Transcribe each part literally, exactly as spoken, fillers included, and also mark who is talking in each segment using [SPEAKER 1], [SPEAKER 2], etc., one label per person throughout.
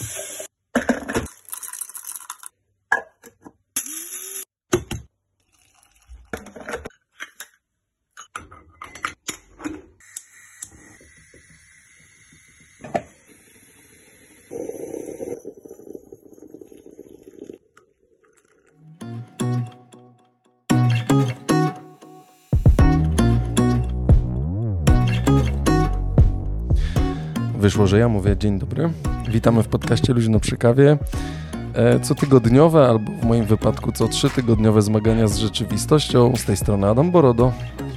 [SPEAKER 1] Wyszło, że ja mówię dzień dobry. Witamy w podcaście Luźno przy kawie. E, cotygodniowe, albo w moim wypadku co trzytygodniowe zmagania z rzeczywistością. Z tej strony Adam Borodo.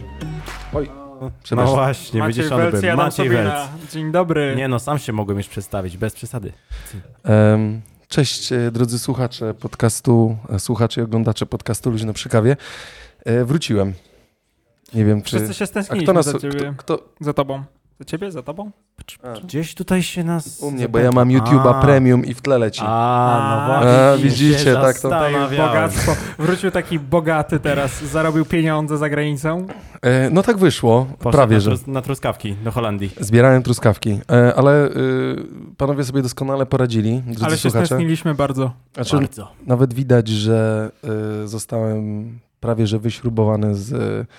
[SPEAKER 1] Oj,
[SPEAKER 2] no właśnie,
[SPEAKER 3] Maciej
[SPEAKER 2] Welc,
[SPEAKER 3] Adam
[SPEAKER 2] Maciej Welc.
[SPEAKER 3] Dzień dobry.
[SPEAKER 2] Nie no, sam się mogłem już przedstawić, bez przesady.
[SPEAKER 1] E, cześć drodzy słuchacze podcastu, słuchacze i oglądacze podcastu Luźno przy kawie. E, wróciłem. Nie wiem, czy...
[SPEAKER 3] Wszyscy się stęskniliśmy
[SPEAKER 1] kto nas...
[SPEAKER 3] za ciebie,
[SPEAKER 1] kto, kto...
[SPEAKER 3] za tobą. Za ciebie? Za tobą?
[SPEAKER 1] A.
[SPEAKER 2] Gdzieś tutaj się nas...
[SPEAKER 1] U mnie, bo ja mam YouTube'a Premium i w tle leci.
[SPEAKER 2] A, no właśnie.
[SPEAKER 1] A, widzicie, tak to...
[SPEAKER 3] Bogactwo. Wrócił taki bogaty teraz, zarobił pieniądze za granicą.
[SPEAKER 1] E, no tak wyszło,
[SPEAKER 2] Poszedł
[SPEAKER 1] prawie
[SPEAKER 2] na
[SPEAKER 1] że.
[SPEAKER 2] Trus- na truskawki do Holandii.
[SPEAKER 1] Zbierałem truskawki, e, ale e, panowie sobie doskonale poradzili, drodzy
[SPEAKER 3] Ale się
[SPEAKER 1] słuchacze.
[SPEAKER 3] stęskniliśmy bardzo.
[SPEAKER 1] Znaczy,
[SPEAKER 2] Bardzo.
[SPEAKER 1] nawet widać, że e, zostałem prawie że wyśrubowany z,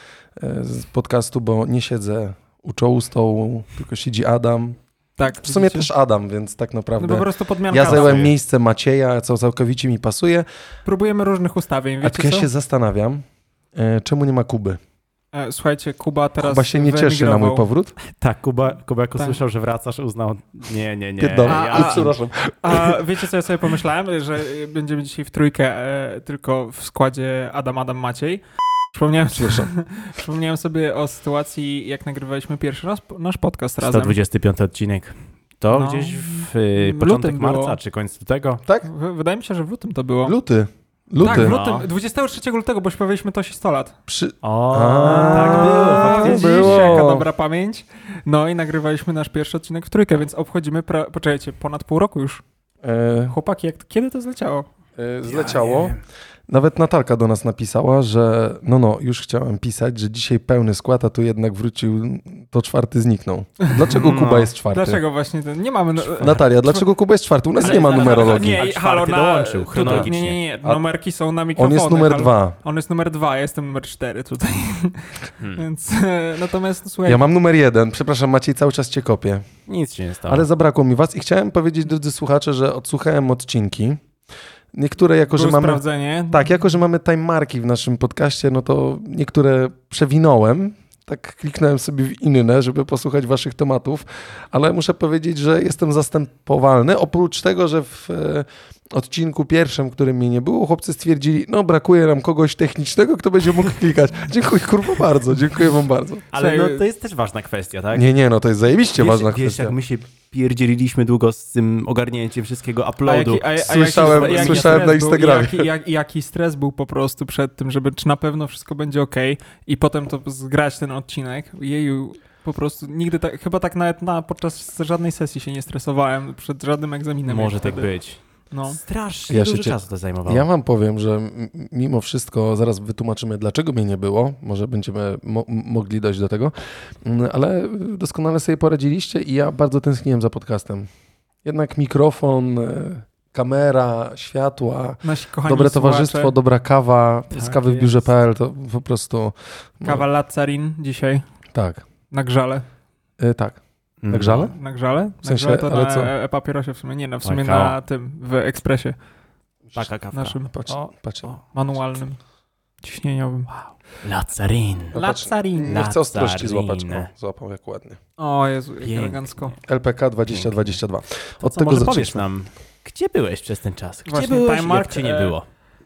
[SPEAKER 1] e, z podcastu, bo nie siedzę u czołu stołu, tylko siedzi Adam.
[SPEAKER 3] Tak.
[SPEAKER 1] W sumie
[SPEAKER 3] widzicie?
[SPEAKER 1] też Adam, więc tak
[SPEAKER 3] No
[SPEAKER 1] naprawdę
[SPEAKER 3] po prostu podmianka.
[SPEAKER 1] ja zająłem
[SPEAKER 3] pasuje.
[SPEAKER 1] miejsce Macieja, co całkowicie mi pasuje.
[SPEAKER 3] Próbujemy różnych ustawień,
[SPEAKER 1] A
[SPEAKER 3] wiecie
[SPEAKER 1] tylko ja
[SPEAKER 3] co?
[SPEAKER 1] się zastanawiam, e, czemu nie ma Kuby.
[SPEAKER 3] E, Słuchajcie, Kuba teraz
[SPEAKER 1] Kuba się nie cieszy na mój
[SPEAKER 3] wyemigrował.
[SPEAKER 1] powrót.
[SPEAKER 2] Tak, Kuba, Kuba jak
[SPEAKER 3] Tak.
[SPEAKER 2] usłyszał, że wracasz, uznał, nie, nie, nie.
[SPEAKER 1] Pierdolę.
[SPEAKER 3] A,
[SPEAKER 2] ja,
[SPEAKER 3] a-
[SPEAKER 1] Przepraszam.
[SPEAKER 3] A wiecie co ja sobie pomyślałem? Że będziemy dzisiaj w trójkę e, tylko w składzie Adam, Adam, Maciej. Przypomniałem,
[SPEAKER 1] Przepraszam.
[SPEAKER 3] przypomniałem sobie o sytuacji, jak nagrywaliśmy pierwszy raz nasz podcast
[SPEAKER 2] sto
[SPEAKER 3] razem.
[SPEAKER 2] dwudziesty piąty odcinek. To
[SPEAKER 3] No.
[SPEAKER 2] gdzieś w y,
[SPEAKER 3] W
[SPEAKER 2] początek
[SPEAKER 3] lutym było.
[SPEAKER 2] marca, czy końcu lutego?
[SPEAKER 1] Tak?
[SPEAKER 3] W- Wydaje mi się, że w lutym to było.
[SPEAKER 1] Luty. Luty.
[SPEAKER 3] Tak, w
[SPEAKER 2] No.
[SPEAKER 3] lutym. dwudziestego trzeciego lutego, bo śpiewaliśmy to się sto lat.
[SPEAKER 1] Przy...
[SPEAKER 2] O,
[SPEAKER 1] A,
[SPEAKER 2] tak było, faktycznie.
[SPEAKER 3] Widzisz,
[SPEAKER 1] było.
[SPEAKER 3] jaka dobra pamięć. No i nagrywaliśmy nasz pierwszy odcinek w trójkę, więc obchodzimy, pra... poczekajcie, ponad pół roku już.
[SPEAKER 1] E,
[SPEAKER 3] Chłopaki, jak... kiedy to zleciało?
[SPEAKER 1] e, zleciało.
[SPEAKER 2] Ja nie wiem.
[SPEAKER 1] Nawet Natalka do nas napisała, że no no, już chciałem pisać, że dzisiaj pełny skład, a tu jednak wrócił, to czwarty zniknął. Dlaczego
[SPEAKER 2] No.
[SPEAKER 1] Kuba jest czwarty?
[SPEAKER 3] Dlaczego właśnie to? Nie mamy... No...
[SPEAKER 1] Natalia, dlaczego Kuba jest czwarty? U nas
[SPEAKER 3] Ale-
[SPEAKER 1] nie ma
[SPEAKER 3] ale-
[SPEAKER 1] numerologii.
[SPEAKER 3] Nie,
[SPEAKER 2] A
[SPEAKER 3] halo,
[SPEAKER 2] czwarty
[SPEAKER 3] na...
[SPEAKER 2] dołączył
[SPEAKER 3] tutaj-
[SPEAKER 2] chronologicznie.
[SPEAKER 3] Nie, nie, nie,
[SPEAKER 1] A-
[SPEAKER 3] numerki są na mikrofony.
[SPEAKER 1] On jest numer
[SPEAKER 3] halo.
[SPEAKER 1] dwa.
[SPEAKER 3] On jest numer dwa, ja jestem numer cztery tutaj.
[SPEAKER 2] Hmm.
[SPEAKER 3] Więc e, natomiast, no, słuchaj,
[SPEAKER 1] Ja mam numer jeden. Przepraszam, Maciej, cały czas cię kopię.
[SPEAKER 2] Nic się nie stało.
[SPEAKER 1] Ale zabrakło mi was i chciałem powiedzieć, drodzy słuchacze, że odsłuchałem odcinki. Niektóre jako, że
[SPEAKER 3] było
[SPEAKER 1] mamy...
[SPEAKER 3] sprawdzenie.
[SPEAKER 1] Tak, jako, że mamy time marki w naszym podcaście, no to niektóre przewinąłem. Tak kliknąłem sobie w inne, żeby posłuchać waszych tematów, ale muszę powiedzieć, że jestem zastępowalny. Oprócz tego, że w e, odcinku pierwszym, którym mnie nie było, chłopcy stwierdzili, no brakuje nam kogoś technicznego, kto będzie mógł klikać. Dziękuję kurwa bardzo, dziękuję wam bardzo.
[SPEAKER 2] Ale no,
[SPEAKER 3] Słuchaj,
[SPEAKER 2] to jest też ważna kwestia, tak?
[SPEAKER 1] Nie, nie, no to jest zajebiście
[SPEAKER 2] wiesz,
[SPEAKER 1] ważna
[SPEAKER 2] wiesz,
[SPEAKER 1] kwestia.
[SPEAKER 2] jak my się pierdzieliliśmy długo z tym ogarnięciem wszystkiego
[SPEAKER 3] A
[SPEAKER 2] uploadu.
[SPEAKER 3] jaki, a, a
[SPEAKER 1] Słyszałem-
[SPEAKER 3] jaki, jaki
[SPEAKER 1] słyszałem
[SPEAKER 3] stres
[SPEAKER 1] na
[SPEAKER 3] był,
[SPEAKER 1] Instagramie.
[SPEAKER 3] Jaki, jak, jaki stres był po prostu przed tym, żeby czy na pewno wszystko będzie okej i potem to zgrać ten odcinek. Jeju, po prostu nigdy tak, chyba tak nawet na, podczas żadnej sesji się nie stresowałem, przed żadnym egzaminem.
[SPEAKER 2] Może
[SPEAKER 3] jak
[SPEAKER 2] tak
[SPEAKER 3] wtedy.
[SPEAKER 2] być.
[SPEAKER 3] No.
[SPEAKER 2] Strasznie
[SPEAKER 1] Ja się
[SPEAKER 2] dużo
[SPEAKER 1] cie-
[SPEAKER 2] czasu to zajmowało.
[SPEAKER 1] Ja wam powiem, że m- mimo wszystko, zaraz wytłumaczymy, dlaczego mnie nie było, może będziemy mo- mogli dojść do tego, Mm, ale doskonale sobie poradziliście i ja bardzo tęskniłem za podcastem. Jednak mikrofon, e, kamera, światła,
[SPEAKER 3] Nasi kochani
[SPEAKER 1] dobre
[SPEAKER 3] słuchacze,
[SPEAKER 1] towarzystwo, dobra kawa,
[SPEAKER 2] Tak
[SPEAKER 1] z kawy w
[SPEAKER 2] jest.
[SPEAKER 1] biurze kropka p l, to po prostu... no,
[SPEAKER 3] Kawa Lazzarin dzisiaj
[SPEAKER 1] tak,
[SPEAKER 3] na grzale.
[SPEAKER 1] e, tak.
[SPEAKER 2] Mm.
[SPEAKER 1] Na grzale?
[SPEAKER 3] Na grzale?
[SPEAKER 1] W sensie,
[SPEAKER 3] na grzale to
[SPEAKER 1] ale
[SPEAKER 3] na
[SPEAKER 1] co?
[SPEAKER 3] e- e-papierosie w sumie. Nie, no w sumie
[SPEAKER 2] Łajkało.
[SPEAKER 3] na tym, w ekspresie
[SPEAKER 2] Taka kawka.
[SPEAKER 3] naszym
[SPEAKER 1] Patrz,
[SPEAKER 2] O,
[SPEAKER 1] patrz.
[SPEAKER 2] o.
[SPEAKER 3] manualnym, ciśnieniowym.
[SPEAKER 2] Lazarin.
[SPEAKER 1] No patrz,
[SPEAKER 3] Lazzarin.
[SPEAKER 1] Nie chcę ostrości
[SPEAKER 2] Lazarin.
[SPEAKER 1] złapać. O, złapał jak ładnie.
[SPEAKER 3] O Jezu, jak
[SPEAKER 2] Pięknie.
[SPEAKER 3] elegancko.
[SPEAKER 1] L P K dwadzieścia dwadzieścia dwa.
[SPEAKER 2] To
[SPEAKER 1] Od
[SPEAKER 2] co,
[SPEAKER 1] tego
[SPEAKER 2] może powiesz
[SPEAKER 1] zaczęliśmy.
[SPEAKER 2] nam, gdzie byłeś przez ten czas? Gdzie
[SPEAKER 3] Właśnie,
[SPEAKER 2] byłeś,
[SPEAKER 3] Time Mark,
[SPEAKER 2] jak cię nie
[SPEAKER 3] e,
[SPEAKER 2] było?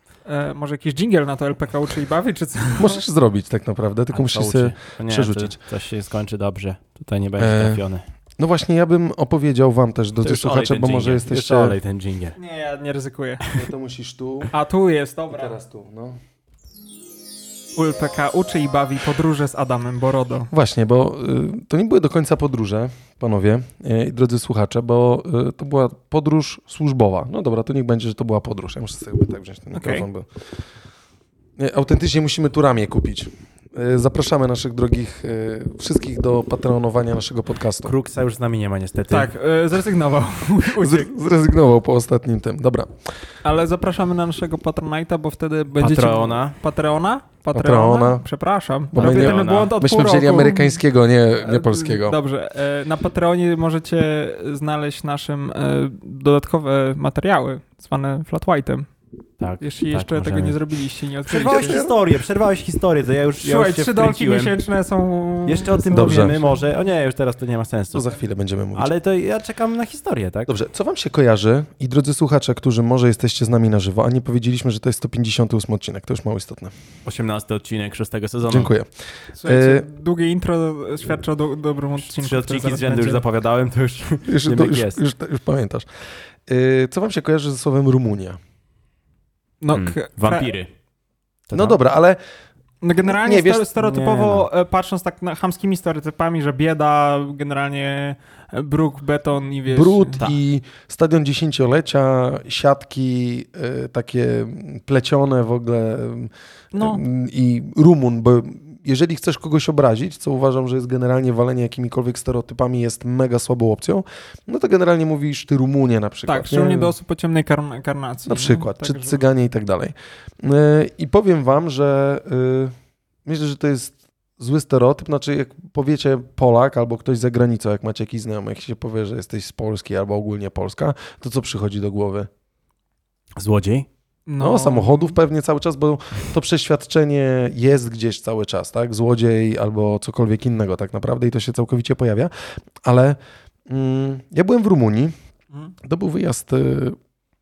[SPEAKER 3] E, może jakiś dżingiel na to L P K uczy i bawi, czy co?
[SPEAKER 1] Możesz zrobić tak naprawdę, tylko
[SPEAKER 2] A,
[SPEAKER 1] musisz
[SPEAKER 2] to
[SPEAKER 1] sobie...
[SPEAKER 2] uczy. To nie,
[SPEAKER 1] przerzucić.
[SPEAKER 2] To, coś się skończy dobrze. Tutaj nie będzie
[SPEAKER 1] E,
[SPEAKER 2] trafiony.
[SPEAKER 1] No właśnie, ja bym opowiedział wam też,
[SPEAKER 2] To
[SPEAKER 1] drodzy
[SPEAKER 2] już olej
[SPEAKER 1] słuchacze,
[SPEAKER 2] ten
[SPEAKER 1] bo może
[SPEAKER 2] dżingiel.
[SPEAKER 1] jesteście...
[SPEAKER 2] Już olej ten dżingiel.
[SPEAKER 3] Nie, ja nie ryzykuję.
[SPEAKER 1] No to musisz tu
[SPEAKER 3] A tu jest,
[SPEAKER 1] i
[SPEAKER 3] dobra.
[SPEAKER 1] teraz tu, no.
[SPEAKER 3] L P K uczy i bawi podróże z Adamem Borodo.
[SPEAKER 1] Właśnie, bo y, to nie były do końca podróże, panowie i y, drodzy słuchacze, bo y, to była podróż służbowa. No dobra, to niech będzie, że to była podróż. Ja muszę sobie tak wziąć ten
[SPEAKER 3] Okej.
[SPEAKER 1] mikrofon, bo... Nie, autentycznie musimy tu ramię kupić. Y, Zapraszamy naszych drogich y, wszystkich do patronowania naszego podcastu.
[SPEAKER 2] Kruksa już z nami nie ma niestety.
[SPEAKER 3] Tak, y, zrezygnował.
[SPEAKER 1] Z, zrezygnował po ostatnim tym. Dobra.
[SPEAKER 3] Ale zapraszamy na naszego Patronite'a, bo wtedy będziecie...
[SPEAKER 2] Patreona.
[SPEAKER 3] Patreona?
[SPEAKER 1] Patreona.
[SPEAKER 3] Przepraszam.
[SPEAKER 1] Bo
[SPEAKER 3] Robię
[SPEAKER 1] my nie-
[SPEAKER 3] ten błąd od
[SPEAKER 1] Myśmy
[SPEAKER 3] pół
[SPEAKER 1] wzięli
[SPEAKER 3] roku.
[SPEAKER 1] amerykańskiego, nie, nie polskiego.
[SPEAKER 3] Dobrze. e, Na Patreonie możecie znaleźć naszym e, dodatkowe materiały, zwane flat white'em.
[SPEAKER 2] Tak,
[SPEAKER 3] Jeśli
[SPEAKER 2] tak,
[SPEAKER 3] jeszcze tego
[SPEAKER 2] możemy.
[SPEAKER 3] nie zrobiliście, nie
[SPEAKER 2] Przerwałeś
[SPEAKER 3] odkryliście.
[SPEAKER 2] historię, przerwałeś historię, to ja już, ja
[SPEAKER 3] Słuchaj,
[SPEAKER 2] już się
[SPEAKER 3] trzy dolki
[SPEAKER 2] wkręciłem.
[SPEAKER 3] miesięczne są...
[SPEAKER 2] Jeszcze o tym
[SPEAKER 1] Dobrze.
[SPEAKER 2] powiemy może. O nie, już teraz to nie ma sensu.
[SPEAKER 1] To za chwilę będziemy mówić.
[SPEAKER 2] Ale to ja czekam na historię, tak?
[SPEAKER 1] Dobrze, co wam się kojarzy? I drodzy słuchacze, którzy może jesteście z nami na żywo, a nie powiedzieliśmy, że to jest sto pięćdziesiąty ósmy odcinek, to już mało istotne.
[SPEAKER 2] osiemnasty odcinek szóstego sezonu.
[SPEAKER 1] Dziękuję.
[SPEAKER 3] Słuchajcie,
[SPEAKER 1] E,
[SPEAKER 3] długie intro świadczy o do, dobrym odcinku.
[SPEAKER 2] Trzy
[SPEAKER 3] który
[SPEAKER 2] odcinki
[SPEAKER 3] zaraz
[SPEAKER 2] z rzędu już
[SPEAKER 3] będzie.
[SPEAKER 2] zapowiadałem, to już
[SPEAKER 1] Już,
[SPEAKER 2] wiemy,
[SPEAKER 1] to,
[SPEAKER 2] jak
[SPEAKER 1] już,
[SPEAKER 2] jest.
[SPEAKER 1] już, już pamiętasz. Yy, co wam się kojarzy ze słowem Rumunia?
[SPEAKER 3] No,
[SPEAKER 2] Hmm,
[SPEAKER 3] k-
[SPEAKER 2] Wampiry. To
[SPEAKER 1] No
[SPEAKER 2] tam?
[SPEAKER 1] dobra, ale
[SPEAKER 3] No generalnie
[SPEAKER 1] Nie, wiesz-
[SPEAKER 3] stereo- stereotypowo
[SPEAKER 2] nie no.
[SPEAKER 3] e, patrząc tak na chamskimi stereotypami, że bieda, generalnie e, bruk, beton i wiesz...
[SPEAKER 1] brud
[SPEAKER 2] tak.
[SPEAKER 1] i stadion dziesięciolecia, siatki yy, takie plecione w ogóle yy,
[SPEAKER 3] No,
[SPEAKER 1] i Rumun, bo jeżeli chcesz kogoś obrazić, co uważam, że jest generalnie walenie jakimikolwiek stereotypami jest mega słabą opcją, no to generalnie mówisz ty Rumunie na przykład.
[SPEAKER 3] tak, szczególnie
[SPEAKER 1] nie?
[SPEAKER 3] do osób o ciemnej kar- karnacji.
[SPEAKER 1] Na przykład,
[SPEAKER 3] no,
[SPEAKER 1] czy
[SPEAKER 3] także-
[SPEAKER 1] Cyganie i tak dalej. Yy, I powiem wam, że yy, myślę, że to jest zły stereotyp. Znaczy, jak powiecie Polak albo ktoś za granicą, jak macie jakiś znajomy, jak się powie, że jesteś z Polski albo ogólnie Polska, to co przychodzi do głowy?
[SPEAKER 2] Złodziej?
[SPEAKER 1] No, samochodów pewnie cały czas, bo to przeświadczenie jest gdzieś cały czas, tak? Złodziej albo cokolwiek innego tak naprawdę i to się całkowicie pojawia. Ale mm, ja byłem w Rumunii.
[SPEAKER 3] Mhm.
[SPEAKER 1] To był wyjazd y,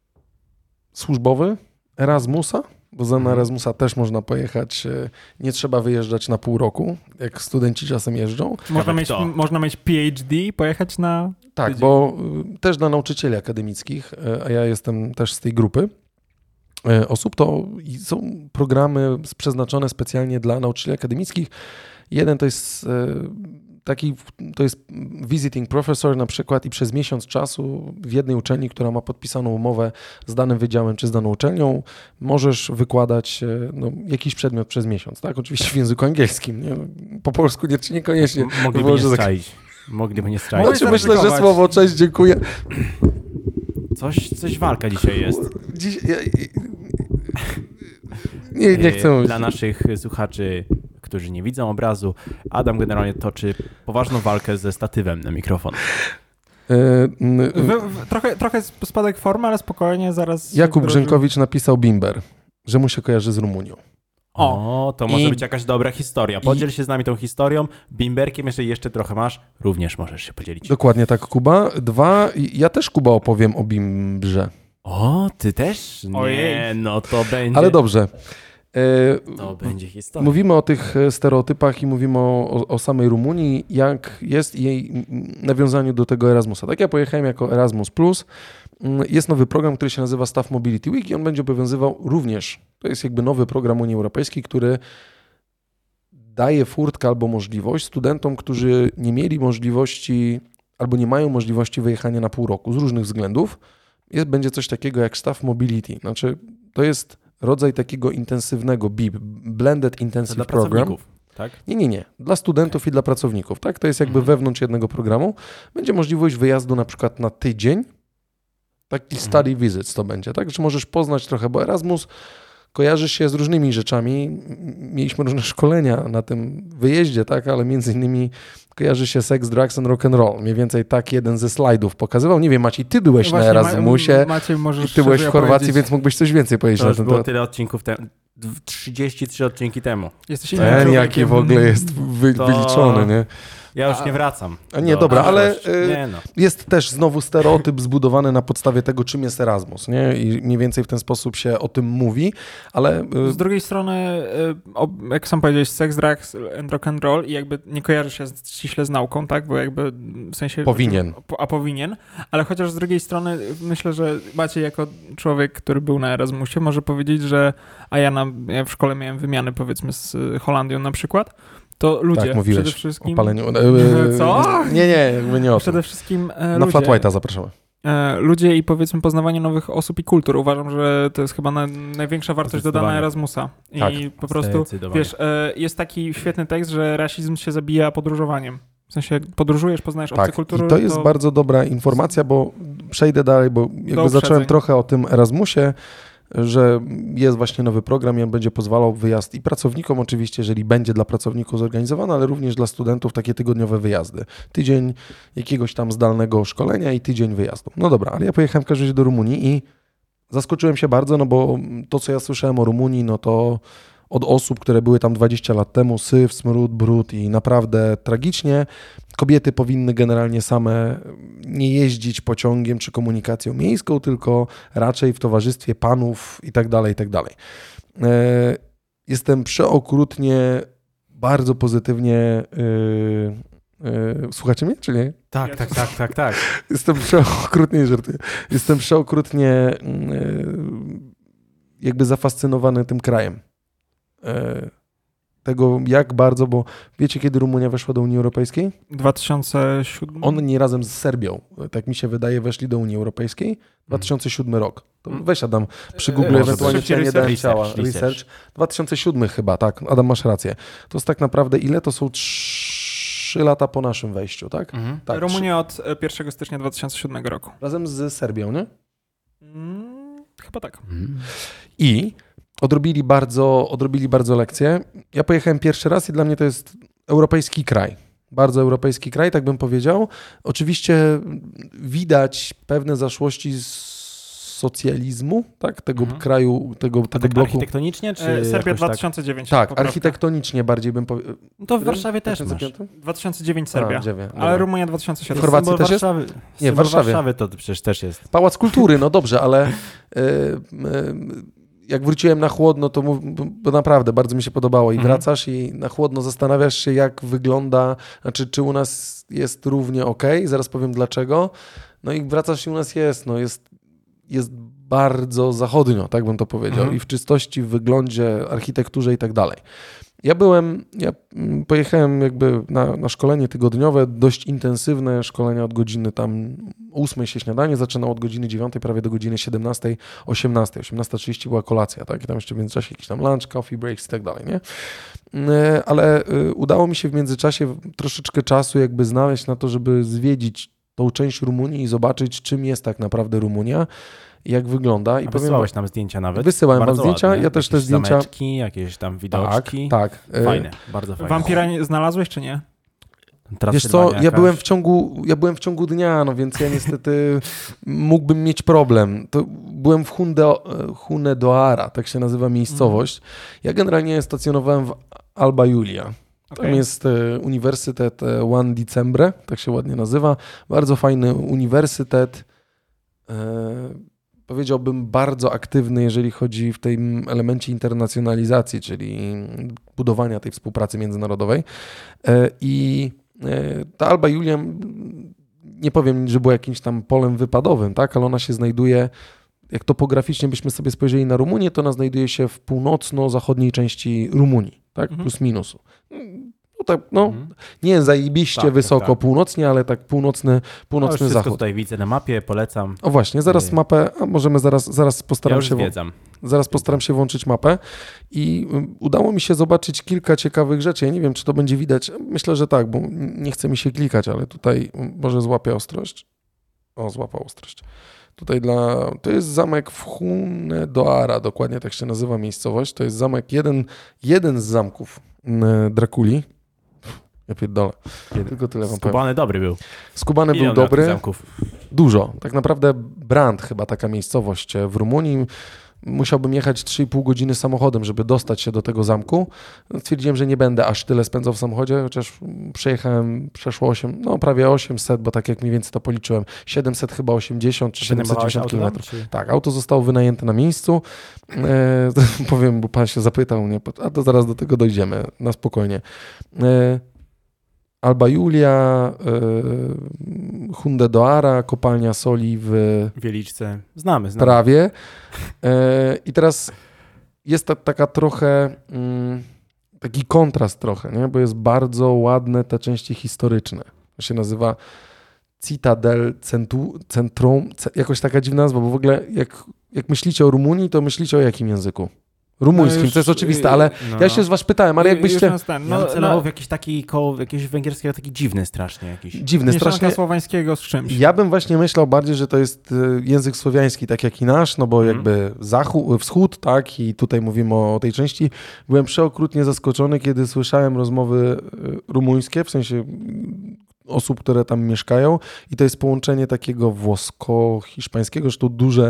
[SPEAKER 1] służbowy Erasmusa, bo za na Erasmusa też można pojechać. Y, nie trzeba wyjeżdżać na pół roku, jak studenci czasem jeżdżą.
[SPEAKER 3] Można mieć,
[SPEAKER 2] kto.
[SPEAKER 3] można mieć P H D, pojechać na...
[SPEAKER 1] Tak,
[SPEAKER 3] Tydzień.
[SPEAKER 1] bo y, też dla nauczycieli akademickich, y, a ja jestem też z tej grupy y, osób, to i są programy przeznaczone specjalnie dla nauczycieli akademickich. Jeden to jest y, taki, to jest visiting professor na przykład i przez miesiąc czasu w jednej uczelni, która ma podpisaną umowę z danym wydziałem czy z daną uczelnią, możesz wykładać y, no, jakiś przedmiot przez miesiąc, tak? Oczywiście w języku angielskim, nie? Po polsku nie, niekoniecznie.
[SPEAKER 2] M- Mogliby
[SPEAKER 1] Może
[SPEAKER 2] nie
[SPEAKER 1] tak-
[SPEAKER 2] strzaić. Mogliby nie strzaić.
[SPEAKER 3] Mogli
[SPEAKER 1] Znaczy, myślę, że
[SPEAKER 3] zaryzykować.
[SPEAKER 1] słowo cześć, dziękuję.
[SPEAKER 2] Coś, coś walka dzisiaj jest.
[SPEAKER 1] Dziś, ja, nie, nie chcę
[SPEAKER 2] Yy,
[SPEAKER 1] mówić.
[SPEAKER 2] Dla naszych słuchaczy, którzy nie widzą obrazu, Adam generalnie toczy poważną walkę ze statywem na mikrofon.
[SPEAKER 1] E, n-
[SPEAKER 3] W, w, trochę, trochę spadek formy, ale spokojnie, zaraz...
[SPEAKER 1] Jakub
[SPEAKER 3] wdroży-
[SPEAKER 1] Brzękowicz napisał Bimber, że mu się kojarzy z Rumunią.
[SPEAKER 2] O, to może
[SPEAKER 1] I-
[SPEAKER 2] być jakaś dobra historia. Podziel się z nami tą historią. Bimberkiem, jeżeli jeszcze trochę masz, również możesz się podzielić.
[SPEAKER 1] Dokładnie tak, Kuba. Dwa, i ja też, Kuba, opowiem o Bimbrze.
[SPEAKER 2] O, ty też? Nie,
[SPEAKER 3] Ojej.
[SPEAKER 2] no to będzie...
[SPEAKER 1] Ale dobrze. E,
[SPEAKER 2] To będzie historia.
[SPEAKER 1] Mówimy o tych stereotypach i mówimy o, o, o samej Rumunii, jak jest i jej mm, nawiązaniu do tego Erasmusa. Tak, ja pojechałem jako Erasmus plus. Mm, Jest nowy program, który się nazywa Staff Mobility Week i on będzie obowiązywał również. To jest jakby nowy program Unii Europejskiej, który daje furtkę albo możliwość studentom, którzy nie mieli możliwości albo nie mają możliwości wyjechania na pół roku z różnych względów. Jest, będzie coś takiego jak Staff Mobility. Znaczy, to jest rodzaj takiego intensywnego B I P, Blended
[SPEAKER 2] To
[SPEAKER 1] Intensive
[SPEAKER 2] dla
[SPEAKER 1] Program.
[SPEAKER 2] pracowników, tak?
[SPEAKER 1] Nie, nie, nie. Dla studentów i dla pracowników. Tak? To jest jakby
[SPEAKER 2] Mhm.
[SPEAKER 1] wewnątrz jednego programu. Będzie możliwość wyjazdu na przykład na tydzień. Taki
[SPEAKER 2] Mhm.
[SPEAKER 1] study visits to będzie. Tak? Że możesz poznać trochę, bo Erasmus kojarzy się z różnymi rzeczami. M- Mieliśmy różne szkolenia na tym wyjeździe, tak? Ale między innymi kojarzy się sex, drugs and rock and roll. Mniej więcej tak jeden ze slajdów pokazywał. Nie wiem, Maciej, ty byłeś
[SPEAKER 3] Właśnie,
[SPEAKER 1] na
[SPEAKER 3] Ma-
[SPEAKER 1] Erasmusie.
[SPEAKER 3] Maciej, możesz
[SPEAKER 1] I ty byłeś w
[SPEAKER 3] szerzej
[SPEAKER 1] Chorwacji,
[SPEAKER 3] opowiedzieć.
[SPEAKER 1] więc mógłbyś coś więcej powiedzieć
[SPEAKER 2] To
[SPEAKER 1] na
[SPEAKER 2] już
[SPEAKER 1] ten
[SPEAKER 2] było
[SPEAKER 1] temat.
[SPEAKER 2] tyle odcinków temu. trzydzieści trzy odcinki temu.
[SPEAKER 3] Jesteś innym
[SPEAKER 1] Ten
[SPEAKER 3] człowiekiem.
[SPEAKER 1] jaki w ogóle jest wy,
[SPEAKER 2] To-
[SPEAKER 1] wyliczony, nie?
[SPEAKER 2] Ja już
[SPEAKER 3] A-
[SPEAKER 2] nie wracam.
[SPEAKER 1] A nie,
[SPEAKER 2] do
[SPEAKER 1] dobra, ale,
[SPEAKER 2] przeszłości.
[SPEAKER 1] y,
[SPEAKER 2] Nie no.
[SPEAKER 1] Jest też znowu stereotyp zbudowany na podstawie tego, czym jest Erasmus, nie? I mniej więcej w ten sposób się o tym mówi, ale y,
[SPEAKER 3] Z drugiej strony, y, o- jak sam powiedziałeś, sex, drugs and rock and roll i jakby nie kojarzy się z- ściśle z nauką, tak? Bo jakby w sensie...
[SPEAKER 1] Powinien.
[SPEAKER 3] A powinien, ale chociaż z drugiej strony myślę, że Maciej jako człowiek, który był na Erasmusie, może powiedzieć, że a ja, na, ja w szkole miałem wymiany powiedzmy z y, Holandią na przykład, to ludzie
[SPEAKER 1] tak mówiłeś
[SPEAKER 3] przede wszystkim...
[SPEAKER 1] o paleniu. y,
[SPEAKER 3] Co?
[SPEAKER 1] Nie, nie, jakby nie o tym.
[SPEAKER 3] Przede wszystkim e,
[SPEAKER 1] Na
[SPEAKER 3] ludzie,
[SPEAKER 1] Flat White'a zapraszamy.
[SPEAKER 3] e, ludzie i powiedzmy poznawanie nowych osób i kultur. Uważam, że to jest chyba na, największa wartość dodana Erasmusa. I
[SPEAKER 1] tak.
[SPEAKER 3] po prostu, wiesz, e, jest taki świetny tekst, że rasizm się zabija podróżowaniem. W sensie podróżujesz, poznajesz
[SPEAKER 1] tak.
[SPEAKER 3] obce kultury.
[SPEAKER 1] I to jest to... bardzo dobra informacja, bo przejdę dalej, bo jakby zacząłem trochę o tym Erasmusie, że jest właśnie nowy program i on będzie pozwalał wyjazd i pracownikom oczywiście, jeżeli będzie dla pracowników zorganizowany, ale również dla studentów takie tygodniowe wyjazdy. Tydzień jakiegoś tam zdalnego szkolenia i tydzień wyjazdu. No dobra, ale ja pojechałem w każdym razie do Rumunii i zaskoczyłem się bardzo, no bo to, co ja słyszałem o Rumunii, no to od osób, które były tam dwadzieścia lat temu, syf, smród, brud i naprawdę tragicznie. Kobiety powinny generalnie same nie jeździć pociągiem czy komunikacją miejską, tylko raczej w towarzystwie panów i tak dalej, i tak dalej. Jestem przeokrutnie, bardzo pozytywnie... Słuchacie mnie, czy nie?
[SPEAKER 2] Tak, tak, tak, tak, tak.
[SPEAKER 1] Jestem przeokrutnie, żartuję. Jestem przeokrutnie jakby zafascynowany tym krajem. Tego jak bardzo, bo wiecie, kiedy Rumunia weszła do Unii Europejskiej?
[SPEAKER 3] dwa tysiące siódmy
[SPEAKER 1] Oni razem z Serbią, tak mi się wydaje, weszli do Unii Europejskiej. dwa tysiące siódmy rok. To weź Adam, przy Google
[SPEAKER 2] Może
[SPEAKER 1] ewentualnie
[SPEAKER 2] coś.
[SPEAKER 1] cię nie dałem ciała.
[SPEAKER 2] Research, research.
[SPEAKER 1] Research. dwa tysiące siódmy chyba, tak. Adam, masz rację. To jest tak naprawdę ile? To są trzy lata po naszym wejściu, tak?
[SPEAKER 2] Mhm.
[SPEAKER 1] tak
[SPEAKER 3] Rumunia od pierwszego stycznia dwa tysiące siódmego roku.
[SPEAKER 1] Razem z Serbią, nie?
[SPEAKER 3] Hmm, chyba tak.
[SPEAKER 2] Mhm.
[SPEAKER 1] I odrobili bardzo, odrobili bardzo lekcje. Ja pojechałem pierwszy raz i dla mnie to jest europejski kraj. Bardzo europejski kraj, tak bym powiedział. Oczywiście widać pewne zaszłości z socjalizmu, tak? Tego
[SPEAKER 2] mhm.
[SPEAKER 1] kraju, tego, tego
[SPEAKER 2] tak
[SPEAKER 1] bloku.
[SPEAKER 2] Architektonicznie, czy
[SPEAKER 3] E, Serbia
[SPEAKER 2] jakoś
[SPEAKER 3] dwa tysiące dziewięć.
[SPEAKER 1] Tak,
[SPEAKER 3] poprawka.
[SPEAKER 1] architektonicznie bardziej bym powiedział.
[SPEAKER 2] To w Warszawie też masz.
[SPEAKER 3] dwa tysiące dziewięć Serbia,
[SPEAKER 1] A, dziewięć,
[SPEAKER 3] ale
[SPEAKER 1] dobra.
[SPEAKER 3] Rumunia dwa tysiące siedem.
[SPEAKER 1] W Chorwacji
[SPEAKER 2] Symbol
[SPEAKER 1] też jest?
[SPEAKER 2] Warszawy,
[SPEAKER 1] Nie, w
[SPEAKER 2] symbol
[SPEAKER 1] Warszawie.
[SPEAKER 2] Warszawy to przecież też jest.
[SPEAKER 1] Pałac Kultury, no dobrze, ale y, y, jak wróciłem na chłodno, to mów, bo naprawdę bardzo mi się podobało i
[SPEAKER 2] Mhm.
[SPEAKER 1] wracasz i na chłodno zastanawiasz się, jak wygląda, znaczy czy u nas jest równie okej, zaraz powiem dlaczego, no i wracasz i u nas jest, no jest, jest bardzo zachodnio, tak bym to powiedział,
[SPEAKER 2] Mhm.
[SPEAKER 1] i w czystości, w wyglądzie, architekturze i tak dalej. Ja byłem, ja pojechałem jakby na, na szkolenie tygodniowe, dość intensywne szkolenia od godziny tam ósmej się śniadanie, zaczynało od godziny dziewiątej prawie do godziny siedemnastej, osiemnastej. osiemnasta trzydzieści była kolacja, tak? I tam jeszcze w międzyczasie jakiś tam lunch, coffee breaks i tak dalej, nie? Ale udało mi się w międzyczasie troszeczkę czasu jakby znaleźć na to, żeby zwiedzić tą część Rumunii i zobaczyć, czym jest tak naprawdę Rumunia. Jak wygląda. I
[SPEAKER 2] A
[SPEAKER 1] powiem,
[SPEAKER 2] wysyłałeś nam zdjęcia nawet?
[SPEAKER 1] Wysyłałem
[SPEAKER 2] bardzo
[SPEAKER 1] wam zdjęcia,
[SPEAKER 2] ładne.
[SPEAKER 1] ja też te
[SPEAKER 2] Jakieś
[SPEAKER 1] zdjęcia...
[SPEAKER 2] zameczki, jakieś tam widoczki.
[SPEAKER 1] Tak, tak.
[SPEAKER 2] Fajne, bardzo fajne.
[SPEAKER 3] Wampira nie znalazłeś, czy nie?
[SPEAKER 1] Wiesz co, ja byłem, w ciągu, ja byłem w ciągu dnia, no więc ja niestety mógłbym mieć problem. To byłem w Hunde, Hunedoara, tak się nazywa miejscowość. Ja generalnie stacjonowałem w Alba Iulia. Tam
[SPEAKER 3] Okay.
[SPEAKER 1] jest e, Uniwersytet One Dicembre, tak się ładnie nazywa. Bardzo fajny uniwersytet. E, powiedziałbym bardzo aktywny, jeżeli chodzi w tym elemencie internacjonalizacji, czyli budowania tej współpracy międzynarodowej. E, I e, ta Alba Iulia, nie powiem, że była jakimś tam polem wypadowym, tak, ale ona się znajduje, jak topograficznie byśmy sobie spojrzeli na Rumunię, to ona znajduje się w północno-zachodniej części Rumunii, tak,
[SPEAKER 3] Mhm.
[SPEAKER 1] plus minus. No, tak, no
[SPEAKER 2] Mhm.
[SPEAKER 1] nie zajebiście
[SPEAKER 2] Tak,
[SPEAKER 1] wysoko
[SPEAKER 2] tak, tak.
[SPEAKER 1] północnie, ale tak północny,
[SPEAKER 2] No,
[SPEAKER 1] północny
[SPEAKER 2] wszystko
[SPEAKER 1] zachód.
[SPEAKER 2] tutaj widzę na mapie, polecam.
[SPEAKER 1] O właśnie, zaraz
[SPEAKER 2] Nie.
[SPEAKER 1] mapę, a możemy zaraz, zaraz
[SPEAKER 2] Ja
[SPEAKER 1] postaram
[SPEAKER 2] już
[SPEAKER 1] się... wo-
[SPEAKER 2] zwiedzam.
[SPEAKER 1] Zaraz postaram się włączyć mapę i y, udało mi się zobaczyć kilka ciekawych rzeczy. Ja nie wiem, czy to będzie widać. Myślę, że tak, bo nie chce mi się klikać, ale tutaj y, może złapię ostrość. O, złapał ostrość. Tutaj dla... To jest zamek w Hunedoara, dokładnie tak się nazywa miejscowość. To jest zamek, jeden, jeden z zamków y, Drakuli. Ja pierdolę. Tylko tyle wam powiem.
[SPEAKER 2] Skubany dobry był.
[SPEAKER 1] Skubany
[SPEAKER 2] Ile
[SPEAKER 1] był
[SPEAKER 2] on miał tych
[SPEAKER 1] dobry.
[SPEAKER 2] zamków?
[SPEAKER 1] Dużo. Tak naprawdę Brand, chyba taka miejscowość w Rumunii. Musiałbym jechać trzy i pół godziny samochodem, żeby dostać się do tego zamku. Stwierdziłem, że nie będę aż tyle spędzał w samochodzie, chociaż przejechałem, przeszło osiem, no prawie osiemset, bo tak jak mniej więcej to policzyłem, siedemset chyba osiemdziesiąt czy siedemset dziewięćdziesiąt kilometrów.
[SPEAKER 2] Czy...
[SPEAKER 1] Tak, auto zostało wynajęte na miejscu. E, powiem, bo pan się zapytał mnie, a to zaraz do tego dojdziemy, na spokojnie. E, Alba Iulia, y, Hunedoara, kopalnia soli w
[SPEAKER 2] Wieliczce. Znamy, znamy.
[SPEAKER 1] Prawie. Y, I teraz jest ta, taka trochę, y, taki kontrast trochę, nie? Bo jest bardzo ładne te części historyczne. To się nazywa Citadel Centu, Centrum, ce, jakoś taka dziwna nazwa, bo w ogóle jak, jak myślicie o Rumunii, to myślicie o jakim języku? Rumuńskim,
[SPEAKER 3] No już,
[SPEAKER 1] to jest oczywiste, ale
[SPEAKER 2] no.
[SPEAKER 1] ja się z was pytałem, ale jakbyście...
[SPEAKER 3] Ten,
[SPEAKER 2] No,
[SPEAKER 3] no,
[SPEAKER 2] celował
[SPEAKER 3] no,
[SPEAKER 2] w jakiś taki koło, jakiegoś węgierskiego, taki dziwny strasznie jakiś.
[SPEAKER 1] Dziwny, strasznie.
[SPEAKER 3] słowańskiego z czymś.
[SPEAKER 1] Ja bym właśnie myślał bardziej, że to jest y, język słowiański, tak jak i nasz, no bo
[SPEAKER 2] Mhm.
[SPEAKER 1] jakby zachód, wschód, tak, i tutaj mówimy o tej części. Byłem przeokrutnie zaskoczony, kiedy słyszałem rozmowy y, rumuńskie, w sensie y, osób, które tam mieszkają i to jest połączenie takiego włosko-hiszpańskiego, że to duże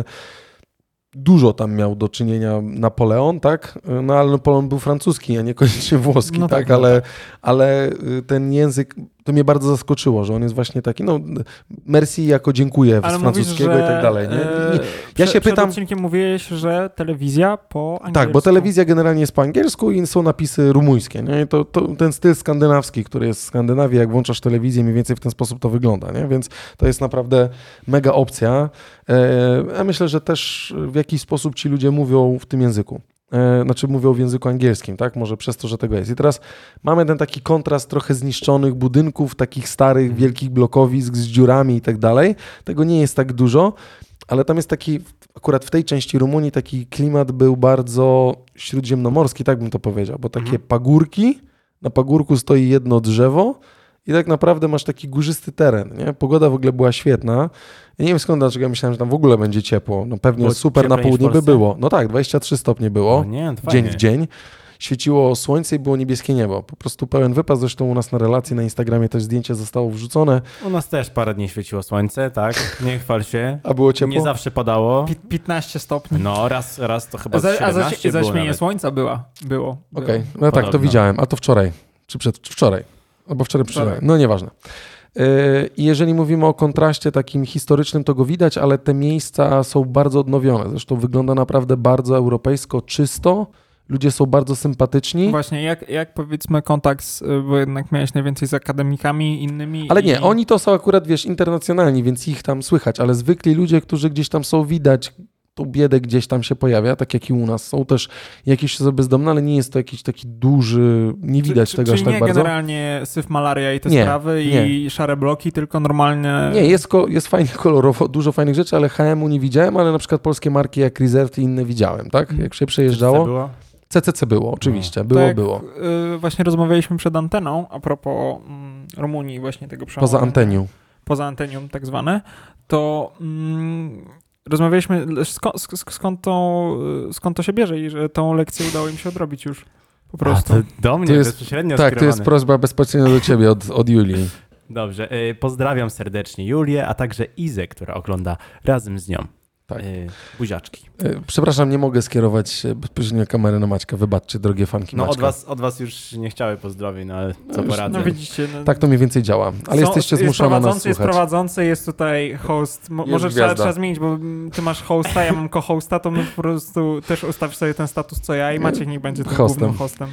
[SPEAKER 1] Dużo tam miał do czynienia Napoleon, tak? No ale Napoleon był francuski, a niekoniecznie włoski,
[SPEAKER 3] No
[SPEAKER 1] tak?
[SPEAKER 3] tak, no
[SPEAKER 1] ale,
[SPEAKER 3] tak.
[SPEAKER 1] ale ten język, to mnie bardzo zaskoczyło, że on jest właśnie taki, no merci jako dziękuję
[SPEAKER 3] Ale
[SPEAKER 1] z francuskiego
[SPEAKER 3] mówisz,
[SPEAKER 1] i tak dalej. Nie?
[SPEAKER 3] e,
[SPEAKER 1] Nie,
[SPEAKER 3] prze-
[SPEAKER 1] się pytam-
[SPEAKER 3] Przed odcinkiem mówiłeś, że telewizja po angielsku.
[SPEAKER 1] Tak, bo telewizja generalnie jest po angielsku i są napisy rumuńskie. Nie? I to, to, ten styl skandynawski, który jest w Skandynawii, jak włączasz telewizję, mniej więcej w ten sposób to wygląda. Nie? Więc to jest naprawdę mega opcja. E, ja myślę, że też w jakiś sposób ci ludzie mówią w tym języku. E, znaczy mówią w języku angielskim, tak? Może przez to, że tego jest. I teraz mamy ten taki kontrast trochę zniszczonych budynków, takich starych, wielkich blokowisk z dziurami i tak dalej. Tego nie jest tak dużo, ale tam jest taki, akurat w tej części Rumunii taki klimat był bardzo śródziemnomorski, tak bym to powiedział, bo takie
[SPEAKER 2] Mhm.
[SPEAKER 1] pagórki, na pagórku stoi jedno drzewo i tak naprawdę masz taki górzysty teren, nie? Pogoda w ogóle była świetna. Ja nie wiem skąd, dlaczego ja myślałem, że tam w ogóle będzie ciepło. No pewnie
[SPEAKER 2] Było
[SPEAKER 1] super na
[SPEAKER 2] cieplej niż w
[SPEAKER 1] południe by
[SPEAKER 2] Polsce?
[SPEAKER 1] było. No tak, dwadzieścia trzy stopnie było,
[SPEAKER 2] O nie, to
[SPEAKER 1] dzień
[SPEAKER 2] fajnie.
[SPEAKER 1] w dzień. Świeciło słońce i było niebieskie niebo. Po prostu pełen wypas. Zresztą u nas na relacji na Instagramie też zdjęcie zostało wrzucone.
[SPEAKER 2] U nas też parę dni świeciło słońce, tak? Nie chwal się.
[SPEAKER 1] A było ciepło?
[SPEAKER 2] Nie zawsze padało.
[SPEAKER 3] Pi- piętnaście stopni.
[SPEAKER 2] No, raz, raz to chyba
[SPEAKER 3] A, za, a
[SPEAKER 2] siedemnaście
[SPEAKER 3] za,
[SPEAKER 2] było
[SPEAKER 3] zaćmienie
[SPEAKER 2] nawet.
[SPEAKER 3] słońca była. Było. było.
[SPEAKER 1] Okej, no tak, to
[SPEAKER 2] Podobno.
[SPEAKER 1] widziałem. A to wczoraj. Czy przed, czy wczoraj? Albo wczoraj, wczoraj.
[SPEAKER 3] Wczoraj.
[SPEAKER 1] No nieważne. Yy, I jeżeli mówimy o kontraście takim historycznym, to go widać, ale te miejsca są bardzo odnowione. Zresztą wygląda naprawdę bardzo europejsko, czysto. Ludzie są bardzo sympatyczni.
[SPEAKER 3] Właśnie, jak, jak powiedzmy kontakt, z, bo jednak miałeś najwięcej z akademikami innymi.
[SPEAKER 1] Ale
[SPEAKER 3] i...
[SPEAKER 1] nie, oni to są akurat, wiesz, internacjonalni, więc ich tam słychać, ale zwykli ludzie, którzy gdzieś tam są, widać, tą biedę gdzieś tam się pojawia, tak jak i u nas. Są też jakieś osoby bezdomne, ale nie jest to jakiś taki duży, nie widać
[SPEAKER 3] Czy-
[SPEAKER 1] tego
[SPEAKER 3] czyli
[SPEAKER 1] aż tak
[SPEAKER 3] nie
[SPEAKER 1] bardzo.
[SPEAKER 3] generalnie syf, malaria i te
[SPEAKER 1] Nie,
[SPEAKER 3] sprawy
[SPEAKER 1] nie.
[SPEAKER 3] i szare bloki, tylko normalnie...
[SPEAKER 1] Nie, jest, ko- jest fajnie kolorowo, dużo fajnych rzeczy, ale H M u nie widziałem, ale na przykład polskie marki jak Reserve i inne widziałem, tak? Jak się
[SPEAKER 2] Co
[SPEAKER 1] przejeżdżało.
[SPEAKER 2] było?
[SPEAKER 1] C C C było, oczywiście,
[SPEAKER 3] To
[SPEAKER 1] było,
[SPEAKER 3] jak,
[SPEAKER 1] było.
[SPEAKER 3] y, właśnie rozmawialiśmy przed anteną a propos mm, Rumunii, właśnie tego przełomu.
[SPEAKER 1] Poza antenią.
[SPEAKER 3] Poza antenium tak zwane, to mm, rozmawialiśmy, skąd, sk- skąd, to, skąd to się bierze i że tą lekcję udało im się odrobić już po prostu.
[SPEAKER 2] A, to do mnie
[SPEAKER 1] To jest-
[SPEAKER 2] bezpośrednio
[SPEAKER 1] Tak, to jest
[SPEAKER 2] skierowane.
[SPEAKER 1] prośba bezpośrednio do ciebie od, od Julii.
[SPEAKER 2] Dobrze, y, pozdrawiam serdecznie Julię, a także Izę, która ogląda razem z nią.
[SPEAKER 1] Tak.
[SPEAKER 2] Y, buziaczki.
[SPEAKER 1] E, Przepraszam, nie mogę skierować e, bezpośrednio kamery na Maćka. Wybaczcie, drogie fanki
[SPEAKER 2] No
[SPEAKER 1] Maćka.
[SPEAKER 2] od was, od was już nie chciały pozdrowień, no ale co
[SPEAKER 1] już-
[SPEAKER 2] poradzę.
[SPEAKER 3] No widzicie. No,
[SPEAKER 1] Tak to mniej więcej działa, ale
[SPEAKER 3] są-
[SPEAKER 1] jesteście
[SPEAKER 3] jest
[SPEAKER 1] zmuszone nas
[SPEAKER 3] prowadzący, Jest
[SPEAKER 1] słuchać.
[SPEAKER 3] prowadzący, jest tutaj host. Mo-
[SPEAKER 1] Jest
[SPEAKER 3] może trzeba,
[SPEAKER 1] gwiazda.
[SPEAKER 3] trzeba zmienić, bo mm, ty masz hosta, ja mam co-hosta, to my po prostu też ustaw sobie ten status co ja i Maciek niech będzie tym
[SPEAKER 1] Hostem.
[SPEAKER 3] głównym hostem.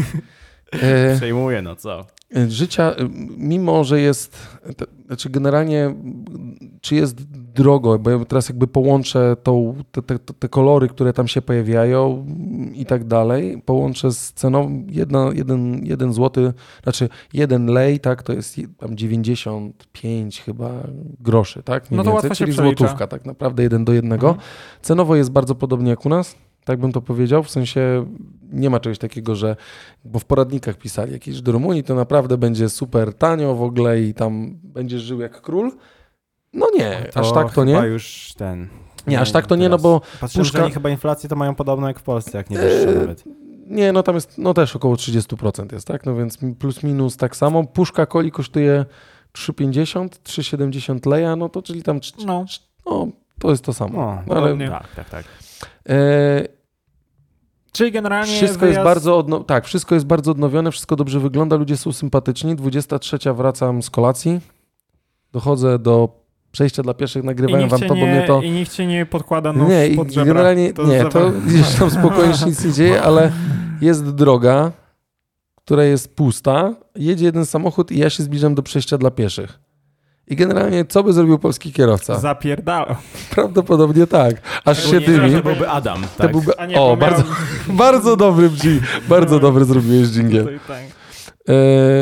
[SPEAKER 1] E,
[SPEAKER 2] Przejmuję, no co?
[SPEAKER 1] Życia, e, mimo że jest, te, znaczy generalnie, m, czy jest drogo, bo ja teraz jakby połączę tą, te, te, te kolory, które tam się pojawiają m, i tak dalej, połączę z ceną, jedna, jeden, jeden złoty, znaczy jeden lej, tak, to jest je- tam dziewięćdziesiąt pięć chyba groszy, tak, mniej
[SPEAKER 3] No to
[SPEAKER 1] więcej,
[SPEAKER 3] łatwo się
[SPEAKER 1] czyli
[SPEAKER 3] przelicza.
[SPEAKER 1] złotówka, tak naprawdę jeden do jednego.
[SPEAKER 3] Mhm.
[SPEAKER 1] Cenowo jest bardzo podobnie jak u nas, tak bym to powiedział, w sensie nie ma czegoś takiego, że, bo w poradnikach pisali, jak idziesz do Rumunii, to naprawdę będzie super tanio w ogóle i tam będziesz żył jak król. No nie, aż tak to
[SPEAKER 2] chyba
[SPEAKER 1] nie.
[SPEAKER 2] już ten...
[SPEAKER 1] Nie, aż tak to nie, no
[SPEAKER 2] teraz.
[SPEAKER 1] bo
[SPEAKER 2] Patrzyłem,
[SPEAKER 1] puszka-
[SPEAKER 2] że oni chyba inflację to mają podobną jak w Polsce, jak nie wyższą
[SPEAKER 1] Eee,
[SPEAKER 2] nawet.
[SPEAKER 1] nie, no tam jest, no też około trzydzieści procent jest, tak, no więc plus minus tak samo. Puszka coli kosztuje trzy pięćdziesiąt, trzy trzydzieści leja, no to czyli tam, cz-
[SPEAKER 3] No,
[SPEAKER 1] no to jest to samo.
[SPEAKER 2] No,
[SPEAKER 1] No, ale
[SPEAKER 3] podobnie.
[SPEAKER 2] tak, tak, tak.
[SPEAKER 1] e,
[SPEAKER 3] czyli generalnie
[SPEAKER 1] Wszystko
[SPEAKER 3] wyjazd...
[SPEAKER 1] jest bardzo odno- tak, wszystko jest bardzo odnowione, wszystko dobrze wygląda, ludzie są sympatyczni. dwudziesta trzecia wracam z kolacji. Dochodzę do przejścia dla pieszych,
[SPEAKER 3] I
[SPEAKER 1] nagrywałem
[SPEAKER 3] nikt,
[SPEAKER 1] wam
[SPEAKER 3] cię
[SPEAKER 1] to, bo
[SPEAKER 3] nie,
[SPEAKER 1] mnie to...
[SPEAKER 3] I nikt cię nie podkłada nóż
[SPEAKER 1] Nie, i
[SPEAKER 3] pod żebra.
[SPEAKER 1] generalnie
[SPEAKER 3] To
[SPEAKER 1] nie,
[SPEAKER 3] za-
[SPEAKER 1] to gdzieś tam spokojnie się nic nie dzieje, ale jest droga, która jest pusta, jedzie jeden samochód i ja się zbliżam do przejścia dla pieszych. I generalnie co by zrobił polski kierowca?
[SPEAKER 3] Zapierdalał.
[SPEAKER 1] Prawdopodobnie tak. Aż się
[SPEAKER 2] Szczególnie, że
[SPEAKER 1] dymi.
[SPEAKER 2] To byłby Adam,
[SPEAKER 1] To
[SPEAKER 2] tak?
[SPEAKER 1] byłby...
[SPEAKER 3] A nie,
[SPEAKER 1] O,
[SPEAKER 3] bo miałem-
[SPEAKER 1] bardzo, bardzo dobry dzi- bardzo dobry zrobiłeś dżingiel.
[SPEAKER 3] Tutaj tak.
[SPEAKER 1] E,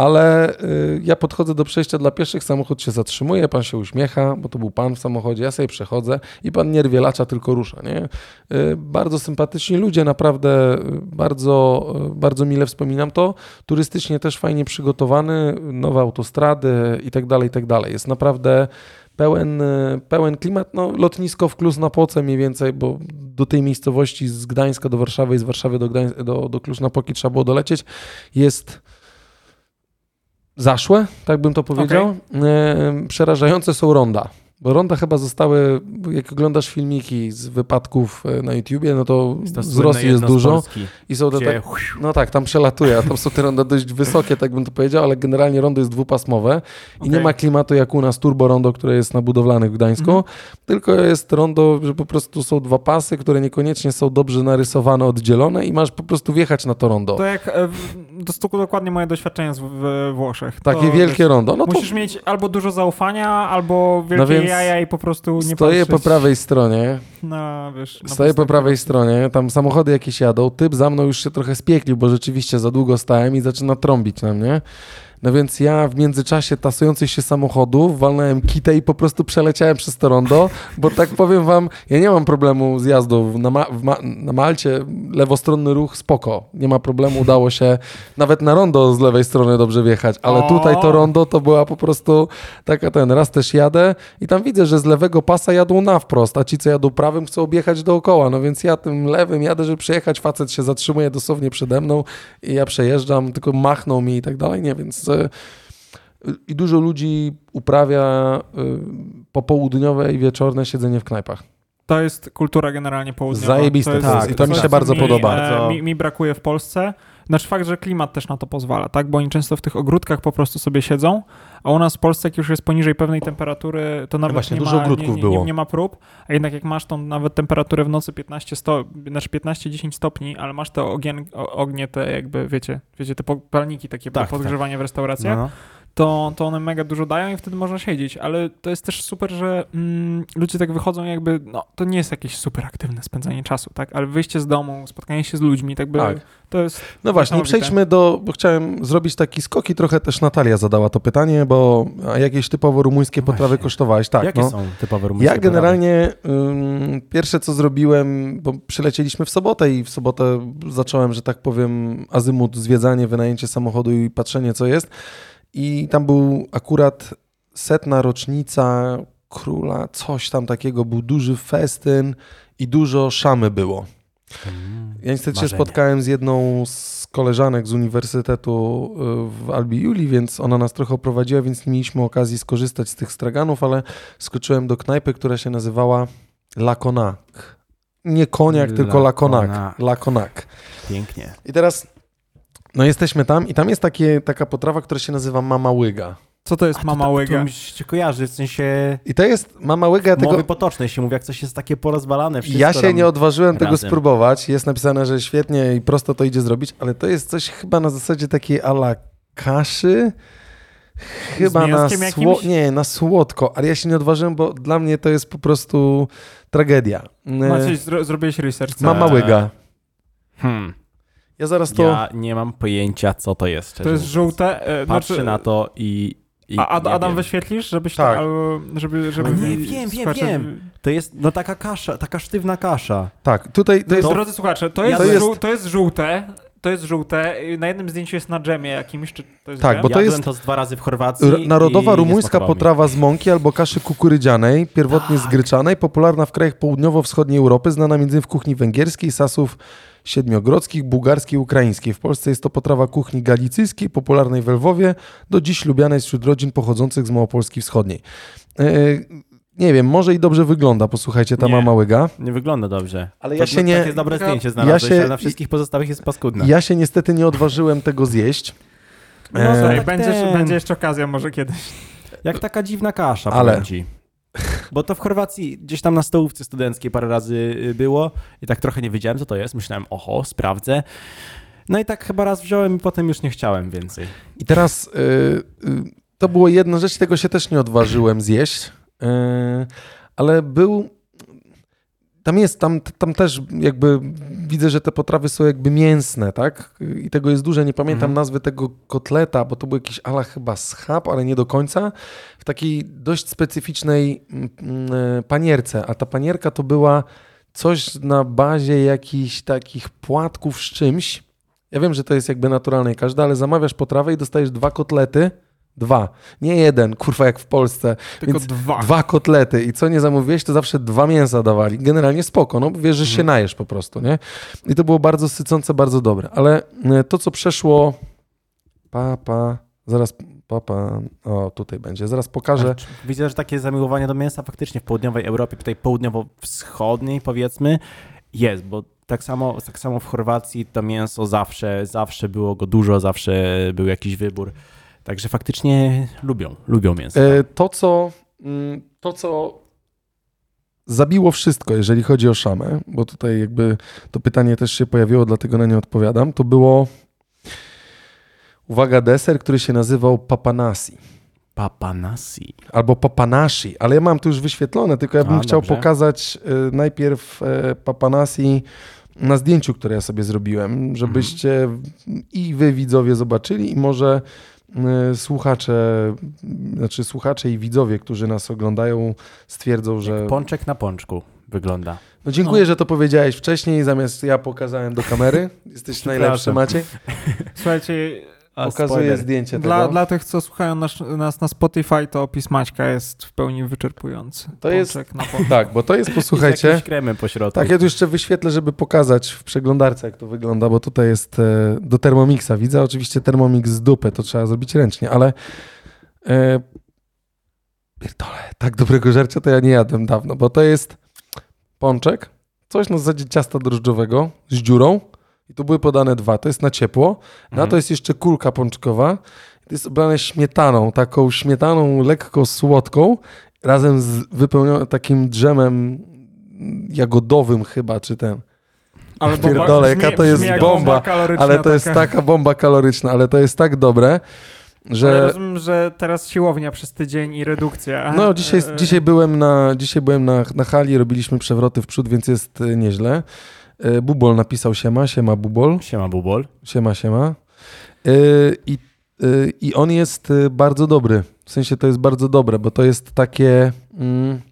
[SPEAKER 1] ale y, ja podchodzę do przejścia dla pieszych, samochód się zatrzymuje, pan się uśmiecha, bo to był pan w samochodzie, ja sobie przechodzę i pan nie rwielacza, tylko rusza, nie? Y, bardzo sympatyczni ludzie, naprawdę y, bardzo, y, bardzo mile wspominam to. Turystycznie też fajnie przygotowany, nowe autostrady i tak dalej, i tak dalej. Jest naprawdę pełen, pełen klimat, no lotnisko w Cluj-Napoce mniej więcej, bo do tej miejscowości z Gdańska do Warszawy i z Warszawy do, Gdań- do, do Cluj-Napoki trzeba było dolecieć, jest zaszłe, tak bym to powiedział. Okay. E, przerażające są ronda. Bo ronda chyba zostały, jak oglądasz filmiki z wypadków na YouTubie, no to, to z Rosji jest dużo. Polski, I są te tak, no tak, tam przelatuje, a tam są te ronda dość wysokie, tak bym to powiedział, ale generalnie rondo jest dwupasmowe i okay. nie ma klimatu jak u nas turbo rondo, które jest na budowlanych w Gdańsku, mm-hmm. tylko jest rondo, że po prostu są dwa pasy, które niekoniecznie są dobrze narysowane, oddzielone i masz po prostu wjechać na to rondo.
[SPEAKER 3] To jak, to dokładnie moje doświadczenie w Włoszech.
[SPEAKER 1] Takie to wielkie wiesz, rondo. No
[SPEAKER 3] musisz
[SPEAKER 1] to...
[SPEAKER 3] mieć albo dużo zaufania, albo wielkie no więc... jaja i po prostu nie
[SPEAKER 1] Stoję
[SPEAKER 3] patrzeć.
[SPEAKER 1] po prawej stronie.
[SPEAKER 3] No, wiesz,
[SPEAKER 1] Stoję po prawej stronie, tam samochody jakieś jadą. Typ za mną już się trochę spieklił, bo rzeczywiście za długo stałem i zaczyna trąbić na mnie. No więc ja w międzyczasie tasujących się samochodów walnąłem kitę i po prostu przeleciałem przez to rondo, bo tak powiem wam, ja nie mam problemu z jazdą. Na, Ma- w Ma- na Malcie lewostronny ruch spoko, nie ma problemu, udało się nawet na rondo z lewej strony dobrze wjechać, ale o! tutaj to rondo to była po prostu taka ten, raz też jadę i tam widzę, że z lewego pasa jadą na wprost, a ci co jadą prawym chcą objechać dookoła, no więc ja tym lewym jadę, żeby przejechać, facet się zatrzymuje dosłownie przede mną i ja przejeżdżam, tylko machnął mi i tak dalej, nie, więc i dużo ludzi uprawia popołudniowe i wieczorne siedzenie w knajpach.
[SPEAKER 3] To jest kultura generalnie południowa.
[SPEAKER 1] Zajebiste to jest, tak, i to mi się bardzo
[SPEAKER 3] mi,
[SPEAKER 1] podoba.
[SPEAKER 3] E, mi, mi brakuje w Polsce. Znaczy fakt, że klimat też na to pozwala, tak? Bo oni często w tych ogródkach po prostu sobie siedzą, a u nas w Polsce jak już jest poniżej pewnej temperatury, to nawet
[SPEAKER 1] Właśnie,
[SPEAKER 3] nie,
[SPEAKER 1] dużo
[SPEAKER 3] ma,
[SPEAKER 1] ogródków
[SPEAKER 3] nie, nie,
[SPEAKER 1] było.
[SPEAKER 3] Nie, nie ma prób, a jednak jak masz tą nawet temperaturę w nocy piętnaście, sto, znaczy piętnaście dziesięć stopni, ale masz te ogien, ognie, te jakby, wiecie, wiecie, te palniki takie tak, podgrzewanie tak. w restauracjach, no. To, to one mega dużo dają i wtedy można siedzieć, ale to jest też super, że mm, ludzie tak wychodzą jakby, no to nie jest jakieś super aktywne spędzanie czasu, tak, ale wyjście z domu, spotkanie się z ludźmi, tak by tak. to jest...
[SPEAKER 1] No właśnie, przejdźmy do, bo chciałem zrobić taki skok i trochę też Natalia zadała to pytanie, bo a jakieś typowo rumuńskie potrawy właśnie. kosztowałeś? Tak.
[SPEAKER 2] Jakie
[SPEAKER 1] no.
[SPEAKER 2] są typowo rumuńskie
[SPEAKER 1] Ja generalnie ym, pierwsze co zrobiłem, bo przylecieliśmy w sobotę i w sobotę zacząłem, że tak powiem, azymut, zwiedzanie, wynajęcie samochodu i patrzenie co jest. I tam był akurat setna rocznica króla, coś tam takiego, był duży festyn i dużo szamy było. Mm, ja niestety marzenie. się spotkałem z jedną z koleżanek z uniwersytetu w Albi Iulia, więc ona nas trochę oprowadziła, więc nie mieliśmy okazji skorzystać z tych straganów, ale skoczyłem do knajpy, która się nazywała La Conac. Nie koniak, La tylko La Conac. La Conac.
[SPEAKER 2] Pięknie.
[SPEAKER 1] I teraz... No jesteśmy tam i tam jest takie, taka potrawa, która się nazywa mama łyga.
[SPEAKER 3] Co to jest A, mama to, łyga?
[SPEAKER 2] To mi się kojarzy, w sensie...
[SPEAKER 1] I to jest mama łyga...
[SPEAKER 2] Mowy
[SPEAKER 1] tego...
[SPEAKER 2] potocznej się mówi, jak coś jest takie porozwalane.
[SPEAKER 1] Ja się nie odważyłem
[SPEAKER 2] razem.
[SPEAKER 1] tego spróbować. Jest napisane, że świetnie i prosto to idzie zrobić, ale to jest coś chyba na zasadzie takiej a la kaszy. Chyba na, sło... nie, na słodko, ale ja się nie odważyłem, bo dla mnie to jest po prostu tragedia.
[SPEAKER 3] Maciej, zro- zrobiłeś research.
[SPEAKER 1] Mama łyga.
[SPEAKER 2] Hmm.
[SPEAKER 1] Ja zaraz to...
[SPEAKER 2] Ja nie mam pojęcia, co to jest.
[SPEAKER 3] To jest żółte.
[SPEAKER 2] E, Patrzę znaczy... na to i... i
[SPEAKER 3] A Ad, Adam wiem. wyświetlisz, żebyś
[SPEAKER 1] tak.
[SPEAKER 3] to, albo żeby, żeby
[SPEAKER 2] nie, wiem, wiem, wiem. To jest no taka kasza, taka sztywna kasza.
[SPEAKER 1] Tak, tutaj... To jest...
[SPEAKER 3] To, drodzy słuchacze, to jest,
[SPEAKER 1] to jest...
[SPEAKER 3] Żół, to jest żółte. To jest żółte. Na jednym zdjęciu jest na dżemie jakimś, czy to jest
[SPEAKER 1] Tak,
[SPEAKER 3] dżem?
[SPEAKER 1] bo to
[SPEAKER 2] Jadłem
[SPEAKER 1] jest
[SPEAKER 2] to z dwa razy w Chorwacji.
[SPEAKER 1] Narodowa rumuńska potrawa z mąki albo kaszy kukurydzianej, pierwotnie tak. z gryczanej, popularna w krajach południowo-wschodniej Europy, znana między innymi w kuchni węgierskiej, Sasów siedmiogrodzkich, bułgarskiej, ukraińskiej. W Polsce jest to potrawa kuchni galicyjskiej, popularnej w Lwowie, do dziś lubianej wśród rodzin pochodzących z Małopolski Wschodniej. Yy, Nie wiem, może i dobrze wygląda, posłuchajcie, ta nie, mama łyga.
[SPEAKER 2] Nie wygląda dobrze.
[SPEAKER 1] Ale ja to, się nie...
[SPEAKER 2] Takie dobre zdjęcie znalazłeś, ja się... ale na wszystkich pozostałych jest paskudne.
[SPEAKER 1] Ja się niestety nie odważyłem tego zjeść.
[SPEAKER 3] No e... tak będziesz, ten... będzie jeszcze okazja może kiedyś.
[SPEAKER 2] Jak taka dziwna kasza,
[SPEAKER 1] ale...
[SPEAKER 2] powiem ci. Bo to w Chorwacji gdzieś tam na stołówce studenckiej parę razy było i tak trochę nie wiedziałem, co to jest. Myślałem, oho, sprawdzę. No i tak chyba raz wziąłem i potem już nie chciałem więcej.
[SPEAKER 1] I teraz yy, yy, to było jedna rzecz, tego się też nie odważyłem zjeść. Yy, ale był... tam jest, tam, tam też jakby widzę, że te potrawy są jakby mięsne, tak? I tego jest dużo. Nie pamiętam
[SPEAKER 2] Mhm.
[SPEAKER 1] nazwy tego kotleta, bo to był jakiś ala chyba schab, ale nie do końca. W takiej dość specyficznej mm, mm, panierce. A ta panierka to była coś na bazie jakichś takich płatków z czymś. Ja wiem, że to jest jakby naturalne i każde, ale zamawiasz potrawę i dostajesz dwa kotlety. Dwa. Nie jeden, kurwa jak w Polsce.
[SPEAKER 3] Tylko
[SPEAKER 1] Więc
[SPEAKER 3] dwa.
[SPEAKER 1] Dwa kotlety i co nie zamówiłeś, to zawsze dwa mięsa dawali. Generalnie spoko, no bo wiesz, że się najesz po prostu, nie? I to było bardzo sycące, bardzo dobre. Ale e, to, co przeszło... Papa... Zaraz... Papa... O, tutaj będzie. Zaraz pokażę.
[SPEAKER 2] Widzę, że takie zamiłowanie do mięsa faktycznie w południowej Europie, tutaj południowo-wschodniej powiedzmy, jest, bo tak samo, tak samo w Chorwacji to mięso zawsze, zawsze było go dużo, zawsze był jakiś wybór. Także faktycznie lubią, lubią mięso.
[SPEAKER 1] E, to, co... mm, To, co zabiło wszystko, jeżeli chodzi o szamę, bo tutaj jakby to pytanie też się pojawiło, dlatego na nie odpowiadam, to było... Uwaga, deser, który się nazywał papanasi.
[SPEAKER 2] Papanasi.
[SPEAKER 1] Albo papanashi, ale ja mam tu już wyświetlone, tylko ja bym
[SPEAKER 2] A,
[SPEAKER 1] chciał
[SPEAKER 2] dobrze.
[SPEAKER 1] pokazać y, najpierw y, papanasi na zdjęciu, które ja sobie zrobiłem, żebyście i wy widzowie zobaczyli i może y, słuchacze, znaczy słuchacze i widzowie, którzy nas oglądają, stwierdzą, że...
[SPEAKER 2] Pączek na pączku wygląda.
[SPEAKER 1] No dziękuję,
[SPEAKER 3] No.
[SPEAKER 1] że to powiedziałeś wcześniej, zamiast ja pokazałem do kamery. Jesteś najlepszy, Maciej.
[SPEAKER 3] Słuchajcie,
[SPEAKER 2] A,
[SPEAKER 1] Pokazuję
[SPEAKER 2] spoiler.
[SPEAKER 1] zdjęcie
[SPEAKER 3] dla,
[SPEAKER 1] tego.
[SPEAKER 3] dla tych, co słuchają nas, nas na Spotify, to opis Maćka jest w pełni wyczerpujący.
[SPEAKER 1] To jest-
[SPEAKER 3] Pączek na pączek.
[SPEAKER 1] Tak, bo to jest,
[SPEAKER 2] Z
[SPEAKER 1] posłuchajcie...
[SPEAKER 2] jakimś kremem po środku.
[SPEAKER 1] Tak, ja tu jeszcze wyświetlę, żeby pokazać w przeglądarce, jak to wygląda, bo tutaj jest e, do Thermomixa. Widzę oczywiście Thermomix z dupy, to trzeba zrobić ręcznie, ale e, pierdolę, tak dobrego żarcia to ja nie jadłem dawno, bo to jest pączek, coś na zasadzie ciasta drożdżowego z dziurą i tu były podane dwa, to jest na ciepło, na
[SPEAKER 2] Mhm.
[SPEAKER 1] to jest jeszcze kulka pączkowa, to jest oblane śmietaną, taką śmietaną lekko słodką, razem z wypełnioną takim dżemem jagodowym chyba, czy ten.
[SPEAKER 3] Ale
[SPEAKER 1] Pierdolę, jaka to jest
[SPEAKER 3] brzmi jak
[SPEAKER 1] bomba,
[SPEAKER 3] kaloryczna
[SPEAKER 1] Ale to jest
[SPEAKER 3] taka.
[SPEAKER 1] taka bomba kaloryczna, ale to jest tak dobre,
[SPEAKER 3] Ale
[SPEAKER 1] że...
[SPEAKER 3] rozumiem, że teraz siłownia przez tydzień i redukcja.
[SPEAKER 1] No, dzisiaj,
[SPEAKER 3] E,
[SPEAKER 1] dzisiaj byłem, na, dzisiaj byłem na, na hali, robiliśmy przewroty w przód, więc jest e, nieźle. E, Bubol napisał siema, siema Bubol,
[SPEAKER 2] Siema Bubol.
[SPEAKER 1] siema, siema. E, I, e, I on jest e, bardzo dobry, w sensie to jest bardzo dobre, bo to jest takie... Mm,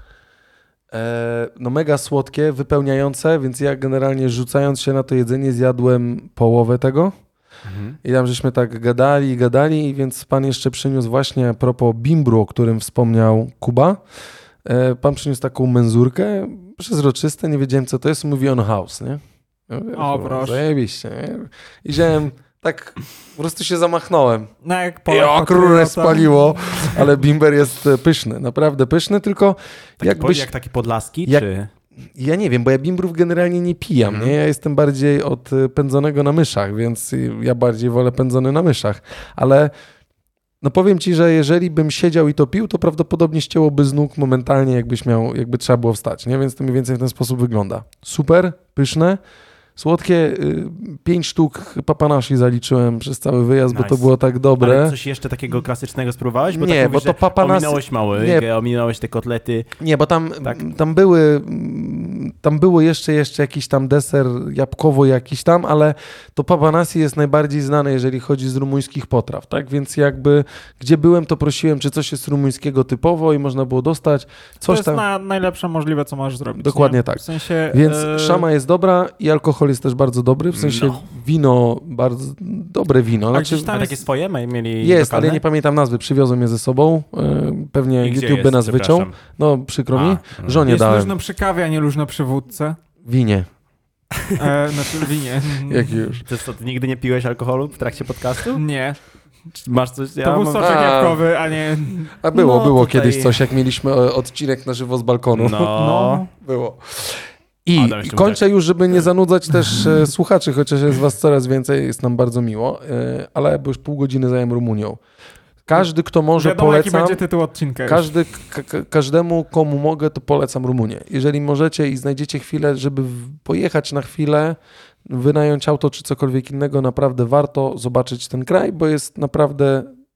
[SPEAKER 1] e, no mega słodkie, wypełniające, więc ja generalnie rzucając się na to jedzenie zjadłem połowę tego.
[SPEAKER 2] Mhm.
[SPEAKER 1] I tam żeśmy tak gadali i gadali, więc pan jeszcze przyniósł właśnie a propos bimbru, o którym wspomniał Kuba. E, pan przyniósł taką menzurkę, przezroczyste, nie wiedziałem co to jest, mówi on house, nie? Ja mówię,
[SPEAKER 3] O,
[SPEAKER 1] kurwa,
[SPEAKER 3] proszę.
[SPEAKER 1] zajebiście, nie? I wziąłem, tak po prostu się zamachnąłem.
[SPEAKER 3] No jak
[SPEAKER 1] I
[SPEAKER 3] Polak
[SPEAKER 1] o,
[SPEAKER 3] patriota.
[SPEAKER 1] królę spaliło, ale bimber jest e, pyszny, naprawdę pyszny, tylko
[SPEAKER 2] Taki
[SPEAKER 1] jakbyś...
[SPEAKER 2] po, jak taki podlaski,
[SPEAKER 1] jak-
[SPEAKER 2] czy...
[SPEAKER 1] Ja nie wiem, bo ja bimbrów generalnie nie pijam,
[SPEAKER 2] Mhm.
[SPEAKER 1] nie? Ja jestem bardziej od y, pędzonego na myszach, więc y, ja bardziej wolę pędzony na myszach. Ale no powiem ci, że jeżeli bym siedział i to pił, to prawdopodobnie ścięłoby z nóg momentalnie, jakbyś miał, jakby trzeba było wstać, nie? Więc to mniej więcej w ten sposób wygląda. Super, pyszne, słodkie. Y, pięć sztuk papanashi zaliczyłem przez cały wyjazd, bo
[SPEAKER 2] Nice.
[SPEAKER 1] to było tak dobre.
[SPEAKER 2] Ale coś jeszcze takiego klasycznego spróbowałeś? Bo
[SPEAKER 1] Nie,
[SPEAKER 2] tak
[SPEAKER 1] bo
[SPEAKER 2] mówisz,
[SPEAKER 1] to
[SPEAKER 2] że
[SPEAKER 1] papanas-
[SPEAKER 2] ominąłeś małygę, ominąłeś te kotlety.
[SPEAKER 1] Nie, bo tam,
[SPEAKER 2] Tak.
[SPEAKER 1] tam były tam było jeszcze, jeszcze jakiś tam deser jabłkowo jakiś tam, ale to papanasi jest najbardziej znane, jeżeli chodzi z rumuńskich potraw, tak? Więc jakby gdzie byłem, to prosiłem, czy coś jest rumuńskiego typowo i można było dostać.
[SPEAKER 3] To
[SPEAKER 1] Coś
[SPEAKER 3] jest
[SPEAKER 1] tam.
[SPEAKER 3] na, najlepsze możliwe, co możesz zrobić.
[SPEAKER 1] Dokładnie
[SPEAKER 3] nie?
[SPEAKER 1] tak.
[SPEAKER 3] W sensie...
[SPEAKER 1] Więc
[SPEAKER 3] e,
[SPEAKER 1] szama jest dobra i alkohol jest też bardzo dobry, w sensie
[SPEAKER 2] No.
[SPEAKER 1] wino, bardzo dobre wino.
[SPEAKER 3] A
[SPEAKER 1] Znaczy,
[SPEAKER 3] gdzieś tam
[SPEAKER 2] A
[SPEAKER 3] jest-
[SPEAKER 2] takie swoje ma- mieli
[SPEAKER 1] jest, ale
[SPEAKER 2] lokalne?
[SPEAKER 1] nie pamiętam nazwy, przywiozłem je ze sobą, e, pewnie
[SPEAKER 2] I gdzie
[SPEAKER 1] YouTube by
[SPEAKER 2] jest?
[SPEAKER 1] nas wyciął.
[SPEAKER 2] Przepraszam.
[SPEAKER 1] No przykro mi,
[SPEAKER 2] A,
[SPEAKER 1] żonie
[SPEAKER 3] Jest
[SPEAKER 1] dałem,
[SPEAKER 3] luźno przy kawie, a nie luźno przy wódce.
[SPEAKER 1] winie,
[SPEAKER 3] E, znaczy winie.
[SPEAKER 1] jak już.
[SPEAKER 2] To co, ty nigdy nie piłeś alkoholu w trakcie podcastu?
[SPEAKER 3] Nie.
[SPEAKER 2] Czy masz coś? Ja
[SPEAKER 3] To był
[SPEAKER 2] mam-
[SPEAKER 3] soczek
[SPEAKER 1] A.
[SPEAKER 3] jabłkowy, a nie...
[SPEAKER 1] A było,
[SPEAKER 2] No,
[SPEAKER 1] było
[SPEAKER 2] tutaj-
[SPEAKER 1] kiedyś coś, jak mieliśmy e, odcinek na żywo z balkonu.
[SPEAKER 2] No.
[SPEAKER 3] No.
[SPEAKER 1] Było. I
[SPEAKER 2] Adam jeszcze
[SPEAKER 1] kończę już, żeby nie zanudzać też e, słuchaczy, chociaż jest was coraz więcej, jest nam bardzo miło, e, ale bo już pół godziny zająłem Rumunią. Każdy, kto może,
[SPEAKER 3] Wiadomo, jaki
[SPEAKER 1] polecam.
[SPEAKER 3] będzie tytuł odcinka. Już.
[SPEAKER 1] Każdy, ka- ka- każdemu, komu mogę, to polecam Rumunię. Jeżeli możecie i znajdziecie chwilę, żeby w- pojechać na chwilę, wynająć auto czy cokolwiek innego, naprawdę warto zobaczyć ten kraj, bo jest naprawdę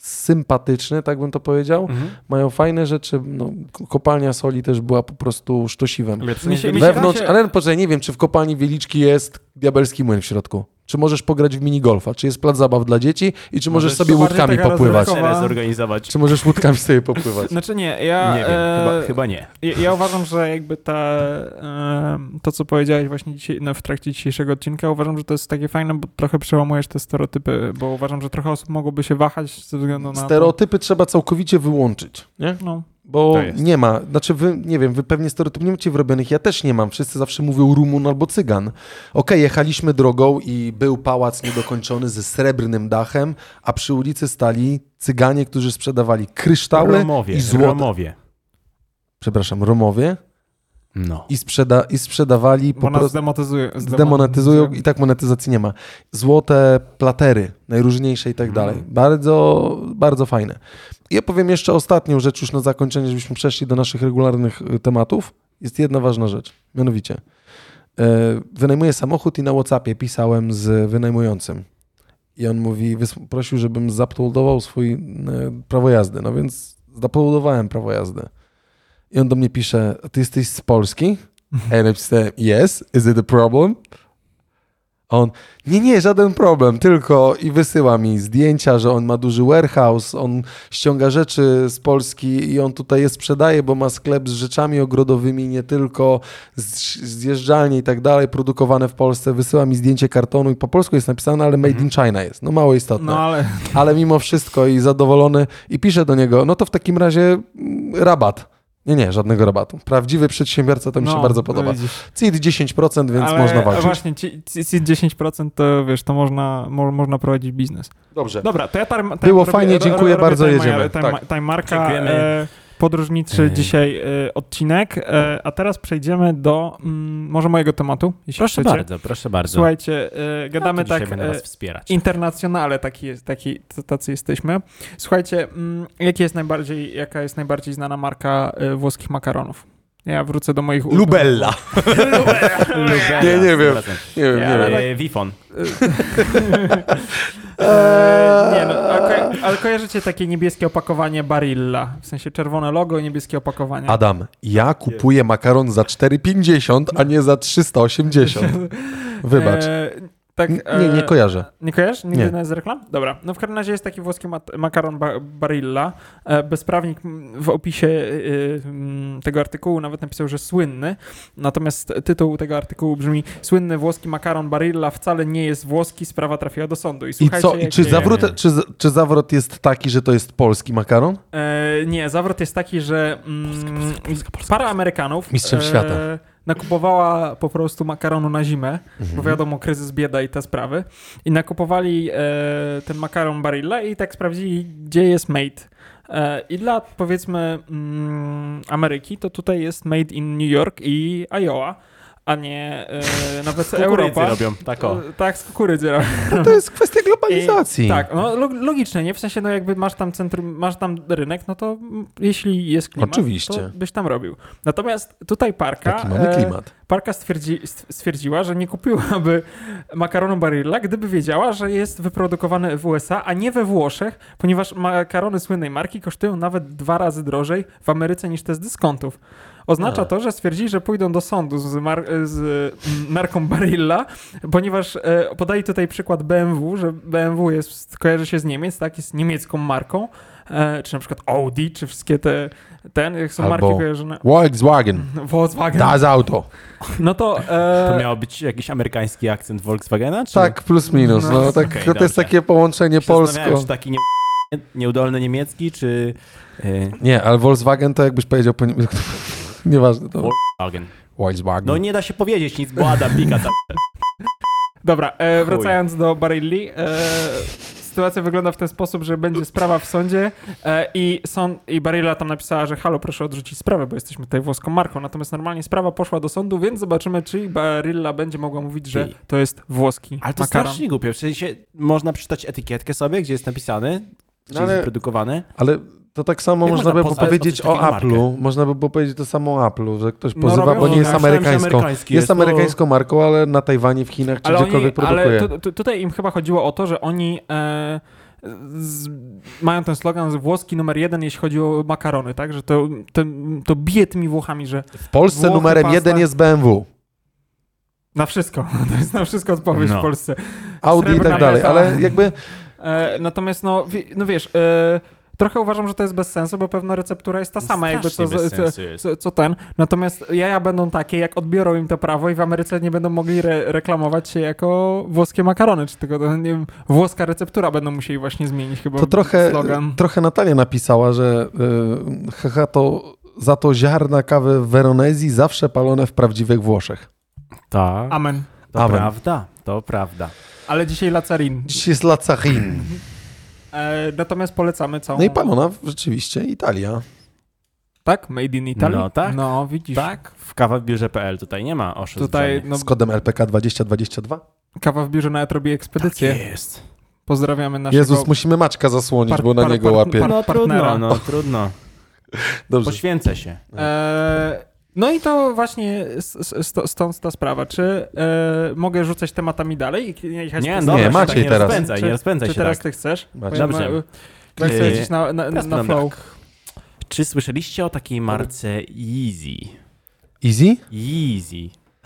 [SPEAKER 1] sympatyczny, tak bym to powiedział.
[SPEAKER 2] Mhm.
[SPEAKER 1] Mają fajne rzeczy. No, kopalnia soli też była po prostu sztosiwem.
[SPEAKER 2] Ale to
[SPEAKER 3] Mi
[SPEAKER 2] nie
[SPEAKER 3] się-
[SPEAKER 2] jest
[SPEAKER 3] mi się-
[SPEAKER 1] Wewnątrz,
[SPEAKER 3] się-
[SPEAKER 1] ale poczekaj, nie wiem, czy w kopalni Wieliczki jest diabelski młyn w środku. Czy możesz pograć w minigolfa? Czy jest plac zabaw dla dzieci? I czy możesz,
[SPEAKER 2] Możesz
[SPEAKER 1] sobie
[SPEAKER 3] to bardziej
[SPEAKER 1] łódkami
[SPEAKER 3] taka
[SPEAKER 1] popływać?
[SPEAKER 3] rozrywkowa-
[SPEAKER 2] Teraz zorganizować.
[SPEAKER 1] Czy możesz łódkami sobie popływać?
[SPEAKER 3] Znaczy nie, ja...
[SPEAKER 2] Nie wiem,
[SPEAKER 3] e,
[SPEAKER 2] chyba, chyba nie.
[SPEAKER 3] Ja, ja uważam, że jakby ta, e, to, co powiedziałeś właśnie dzisiaj, no, w trakcie dzisiejszego odcinka, uważam, że to jest takie fajne, bo trochę przełamujesz te stereotypy, bo uważam, że trochę osób mogłoby się wahać ze względu na
[SPEAKER 1] Stereotypy trzeba całkowicie wyłączyć, nie?
[SPEAKER 3] to. No.
[SPEAKER 1] Bo
[SPEAKER 2] To jest.
[SPEAKER 1] nie ma, znaczy wy, nie wiem, wy pewnie stereotypów nie macie wyrobionych, ja też nie mam. Wszyscy zawsze mówią Rumun albo Cygan. Okej, jechaliśmy drogą i był pałac niedokończony ze srebrnym dachem, a przy ulicy stali Cyganie, którzy sprzedawali kryształy
[SPEAKER 2] Romowie,
[SPEAKER 1] i złoto.
[SPEAKER 2] Romowie.
[SPEAKER 1] Przepraszam, Romowie
[SPEAKER 2] No.
[SPEAKER 1] i, sprzeda i sprzedawali
[SPEAKER 3] Bo
[SPEAKER 1] po
[SPEAKER 3] nas
[SPEAKER 1] prostu...
[SPEAKER 3] zdemonetyzuje.
[SPEAKER 1] Zdemonetyzują i tak monetyzacji nie ma. Złote platery, najróżniejsze i tak
[SPEAKER 2] Mm.
[SPEAKER 1] dalej. Bardzo, bardzo fajne. I ja powiem jeszcze ostatnią rzecz już na zakończenie, żebyśmy przeszli do naszych regularnych y, tematów. Jest jedna ważna rzecz, mianowicie y, wynajmuję samochód i na WhatsAppie pisałem z wynajmującym. I on mówi, wys- prosił, żebym zaploadował swój y, prawo jazdy. No więc zaploadowałem prawo jazdy. I on do mnie pisze, a ty jesteś z Polski? A ja napisałem, yes, is it a problem? A on, nie, nie, żaden problem, tylko i wysyła mi zdjęcia, że on ma duży warehouse, on ściąga rzeczy z Polski i on tutaj je sprzedaje, bo ma sklep z rzeczami ogrodowymi, nie tylko z- zjeżdżalnie i tak dalej, produkowane w Polsce. Wysyła mi zdjęcie kartonu i po polsku jest napisane, ale made in China jest. No mało istotne.
[SPEAKER 3] No ale
[SPEAKER 1] Ale mimo wszystko i zadowolony i piszę do niego, no to w takim razie mm, rabat. Nie, nie, żadnego rabatu. Prawdziwy przedsiębiorca to mi się
[SPEAKER 3] no,
[SPEAKER 1] bardzo podoba.
[SPEAKER 3] widzisz.
[SPEAKER 1] C I D dziesięć procent, więc
[SPEAKER 3] Ale
[SPEAKER 1] można walczyć.
[SPEAKER 3] właśnie, ci, ci, ci dziesięć procent to wiesz, to można, mo, można prowadzić biznes.
[SPEAKER 1] Dobrze.
[SPEAKER 3] Dobra, to ja tam, tam
[SPEAKER 1] Było
[SPEAKER 3] robię,
[SPEAKER 1] fajnie, dziękuję
[SPEAKER 3] robię
[SPEAKER 1] bardzo,
[SPEAKER 3] time,
[SPEAKER 1] jedziemy.
[SPEAKER 3] Time,
[SPEAKER 1] Tak.
[SPEAKER 3] time marka,
[SPEAKER 2] Dziękujemy.
[SPEAKER 3] e, podróżniczy
[SPEAKER 2] E.
[SPEAKER 3] dzisiaj e, odcinek, e, a teraz przejdziemy do mm, może mojego tematu, jeśli
[SPEAKER 2] Proszę
[SPEAKER 3] chcecie.
[SPEAKER 2] bardzo, proszę bardzo.
[SPEAKER 3] Słuchajcie, e, gadamy
[SPEAKER 2] no, to dzisiaj
[SPEAKER 3] tak
[SPEAKER 2] będę
[SPEAKER 3] e,
[SPEAKER 2] was wspierać.
[SPEAKER 3] internacjonale, taki jest, taki, t- tacy jesteśmy. Słuchajcie, mm, jaki jest najbardziej, jaka jest najbardziej znana marka e, włoskich makaronów? Ja wrócę do moich...
[SPEAKER 1] Lubella.
[SPEAKER 2] Lubella,
[SPEAKER 1] Nie, nie wiem.
[SPEAKER 2] sto procent.
[SPEAKER 1] Nie wiem, nie
[SPEAKER 3] Ja, ale
[SPEAKER 1] wiem.
[SPEAKER 3] tak-
[SPEAKER 2] E, Wifon.
[SPEAKER 3] Eee, nie no, a ko- ale kojarzycie takie niebieskie opakowanie Barilla? W sensie czerwone logo i niebieskie opakowanie.
[SPEAKER 1] Adam, ja kupuję makaron za cztery pięćdziesiąt, a nie za trzysta osiemdziesiąt. Wybacz.
[SPEAKER 3] Eee, tak,
[SPEAKER 1] N- nie, nie
[SPEAKER 3] eee,
[SPEAKER 1] kojarzę.
[SPEAKER 3] Nie kojarzysz? Nigdy
[SPEAKER 1] Nie.
[SPEAKER 3] nie. z reklam? Dobra. No w każdym razie jest taki włoski mat- makaron ba- Barilla. E, bezprawnik m, w opisie y, m, tego artykułu nawet napisał, że słynny. Natomiast tytuł tego artykułu brzmi: słynny włoski makaron Barilla wcale nie jest włoski, sprawa trafiła do sądu. I,
[SPEAKER 1] I
[SPEAKER 3] słuchajcie,
[SPEAKER 1] co? I czy,
[SPEAKER 3] jakie-
[SPEAKER 1] zawrót, czy, z- czy zawrot jest taki, że to jest polski makaron?
[SPEAKER 3] E, nie, zawrot jest taki, że mm, para Amerykanów
[SPEAKER 1] Mistrzem świata.
[SPEAKER 3] nakupowała po prostu makaronu na zimę, bo wiadomo, kryzys, bieda i te sprawy. I nakupowali e, ten makaron Barilla i tak sprawdzili, gdzie jest made. E, I dla, powiedzmy, mm, Ameryki, to tutaj jest made in New York i Iowa, a nie e, nawet
[SPEAKER 2] Kukurydzy
[SPEAKER 3] Europa.
[SPEAKER 2] robią, tak o.
[SPEAKER 3] E, Tak, z kukurydzy robią.
[SPEAKER 1] No to jest kwestia globalizacji.
[SPEAKER 3] I, tak, no log- logicznie, nie? W sensie, no jakby masz tam centrum, masz tam rynek, no to mm, jeśli jest klimat,
[SPEAKER 1] Oczywiście.
[SPEAKER 3] to byś tam robił. Natomiast tutaj Parka,
[SPEAKER 1] Taki mamy
[SPEAKER 3] e,
[SPEAKER 1] klimat.
[SPEAKER 3] Parka stwierdzi, st- stwierdziła, że nie kupiłaby makaronu Barilla, gdyby wiedziała, że jest wyprodukowany w U S A, a nie we Włoszech, ponieważ makarony słynnej marki kosztują nawet dwa razy drożej w Ameryce niż te z dyskontów. Oznacza
[SPEAKER 1] A.
[SPEAKER 3] to, że stwierdzili, że pójdą do sądu z, mar- z mm, marką Barilla, ponieważ e, podali tutaj przykład B M W, że B M W jest, kojarzy się z Niemiec, tak, jest niemiecką marką, e, czy na przykład Audi, czy wszystkie te, ten, jak są
[SPEAKER 1] Albo
[SPEAKER 3] marki kojarzone.
[SPEAKER 1] Volkswagen.
[SPEAKER 3] Volkswagen.
[SPEAKER 1] Das Auto.
[SPEAKER 3] No to... E,
[SPEAKER 2] To miał być jakiś amerykański akcent Volkswagena? Czy...
[SPEAKER 1] Tak, plus minus. No,
[SPEAKER 3] No,
[SPEAKER 1] tak,
[SPEAKER 2] okej,
[SPEAKER 1] to jest
[SPEAKER 2] dobrze.
[SPEAKER 1] takie połączenie
[SPEAKER 2] Zastanawiałem,
[SPEAKER 1] polsko.
[SPEAKER 2] czy taki nie... nieudolny niemiecki, czy... Yy,
[SPEAKER 1] Nie, ale Volkswagen to jakbyś powiedział po niemiecku. Nieważne. To...
[SPEAKER 2] Volkswagen.
[SPEAKER 1] Volkswagen.
[SPEAKER 2] No nie da się powiedzieć nic, bo Adam pika tam.
[SPEAKER 3] Dobra, e,
[SPEAKER 2] Chuj.
[SPEAKER 3] wracając do Barilli, e, sytuacja wygląda w ten sposób, że będzie sprawa w sądzie e, i, sąd, i Barilla tam napisała, że halo, proszę odrzucić sprawę, bo jesteśmy tutaj włoską marką, natomiast normalnie sprawa poszła do sądu, więc zobaczymy, czy Barilla będzie mogła mówić, że
[SPEAKER 2] Ty.
[SPEAKER 3] to jest włoski
[SPEAKER 2] Ale to
[SPEAKER 3] makaron.
[SPEAKER 2] strasznie głupie. W sensie można przeczytać etykietkę sobie, gdzie jest napisany, gdzie
[SPEAKER 1] No ale-
[SPEAKER 2] jest wyprodukowany.
[SPEAKER 1] Ale to tak samo
[SPEAKER 2] Jak
[SPEAKER 1] można by
[SPEAKER 2] można pozwać
[SPEAKER 1] powiedzieć
[SPEAKER 2] o coś
[SPEAKER 1] o
[SPEAKER 2] takiego
[SPEAKER 1] Apple'u.
[SPEAKER 2] markę?
[SPEAKER 1] Można by było powiedzieć to samo o Apple'u, że ktoś
[SPEAKER 3] No
[SPEAKER 1] pozywa,
[SPEAKER 3] robią,
[SPEAKER 1] bo nie
[SPEAKER 3] no,
[SPEAKER 1] jest
[SPEAKER 2] ja myślałem, że
[SPEAKER 1] amerykańską.
[SPEAKER 2] amerykański
[SPEAKER 1] Jest
[SPEAKER 2] jest, to-
[SPEAKER 1] amerykańską marką, ale na Tajwanie, w Chinach czy
[SPEAKER 3] Ale, oni,
[SPEAKER 1] gdziekolwiek
[SPEAKER 3] ale
[SPEAKER 1] produkuje.
[SPEAKER 3] tu, tu, tutaj im chyba chodziło o to, że oni... E, z, mają ten slogan włoski numer jeden, jeśli chodzi o makarony, tak? Że to, to, to bije tymi Włochami, że
[SPEAKER 1] W Polsce
[SPEAKER 3] Włochy,
[SPEAKER 1] numerem
[SPEAKER 3] pasta-
[SPEAKER 1] jeden jest B M W,
[SPEAKER 3] na wszystko. To jest na wszystko odpowiedź
[SPEAKER 2] No.
[SPEAKER 3] w Polsce.
[SPEAKER 1] Audi i
[SPEAKER 3] Srebrna
[SPEAKER 1] tak dalej,
[SPEAKER 3] meta.
[SPEAKER 1] ale jakby
[SPEAKER 3] E, natomiast no, wi- no wiesz, e, trochę uważam, że to jest bez sensu, bo pewna receptura jest ta sama, jakby co,
[SPEAKER 2] Strasznie bez
[SPEAKER 3] co,
[SPEAKER 2] sensu jest.
[SPEAKER 3] co, co ten. Natomiast jaja będą takie, jak odbiorą im to prawo i w Ameryce nie będą mogli re- reklamować się jako włoskie makarony, czy tylko to, nie wiem, włoska receptura będą musieli właśnie zmienić chyba
[SPEAKER 1] to trochę,
[SPEAKER 3] slogan.
[SPEAKER 1] trochę Natalia napisała, że y, haha, to za to ziarna kawy w Weronezji zawsze palone w prawdziwych Włoszech.
[SPEAKER 2] Tak,
[SPEAKER 3] Amen.
[SPEAKER 2] to
[SPEAKER 1] Amen.
[SPEAKER 2] prawda, to prawda.
[SPEAKER 3] Ale dzisiaj lacarin.
[SPEAKER 1] Dziś jest Lazarin.
[SPEAKER 3] E, natomiast polecamy całą...
[SPEAKER 1] No i palona rzeczywiście Italia.
[SPEAKER 3] Tak? Made in Italy?
[SPEAKER 2] No tak.
[SPEAKER 3] No, widzisz.
[SPEAKER 2] Tak, w kawa w biurze kropka p l tutaj nie ma oszustw
[SPEAKER 3] Tutaj
[SPEAKER 2] żadnych.
[SPEAKER 3] no,
[SPEAKER 1] Z kodem L P K dwadzieścia dwadzieścia dwa.
[SPEAKER 3] kawa w biurze nawet robi ekspedycję.
[SPEAKER 2] Tak jest.
[SPEAKER 3] Pozdrawiamy naszego...
[SPEAKER 1] Jezus, musimy Maćka zasłonić,
[SPEAKER 3] Par-
[SPEAKER 1] bo na
[SPEAKER 3] par-
[SPEAKER 1] niego
[SPEAKER 3] par-
[SPEAKER 1] łapie.
[SPEAKER 3] par-
[SPEAKER 2] No
[SPEAKER 3] partnera.
[SPEAKER 2] trudno, no trudno.
[SPEAKER 1] Dobrze.
[SPEAKER 2] Poświęcę się.
[SPEAKER 3] E, no i to właśnie s- s- stąd ta sprawa. Czy e, mogę rzucać tematami dalej? I jechać
[SPEAKER 2] Nie,
[SPEAKER 3] po-
[SPEAKER 2] dobra,
[SPEAKER 1] Nie,
[SPEAKER 2] się
[SPEAKER 1] Maciej
[SPEAKER 2] tak nie
[SPEAKER 1] teraz.
[SPEAKER 2] rozpędzaj,
[SPEAKER 3] Czy-
[SPEAKER 2] nie rozpędzaj
[SPEAKER 3] Czy
[SPEAKER 2] się
[SPEAKER 3] teraz
[SPEAKER 2] tak.
[SPEAKER 3] ty chcesz?
[SPEAKER 1] Maciej.
[SPEAKER 3] Bo ja
[SPEAKER 2] Dobrze.
[SPEAKER 3] ma- Tak chcę
[SPEAKER 2] Yy,
[SPEAKER 3] lecieć na, na,
[SPEAKER 2] teraz
[SPEAKER 3] na
[SPEAKER 2] powiem
[SPEAKER 3] flow.
[SPEAKER 2] tak. Czy słyszeliście o takiej marce Yeezy?
[SPEAKER 1] Easy?
[SPEAKER 2] Yeezy.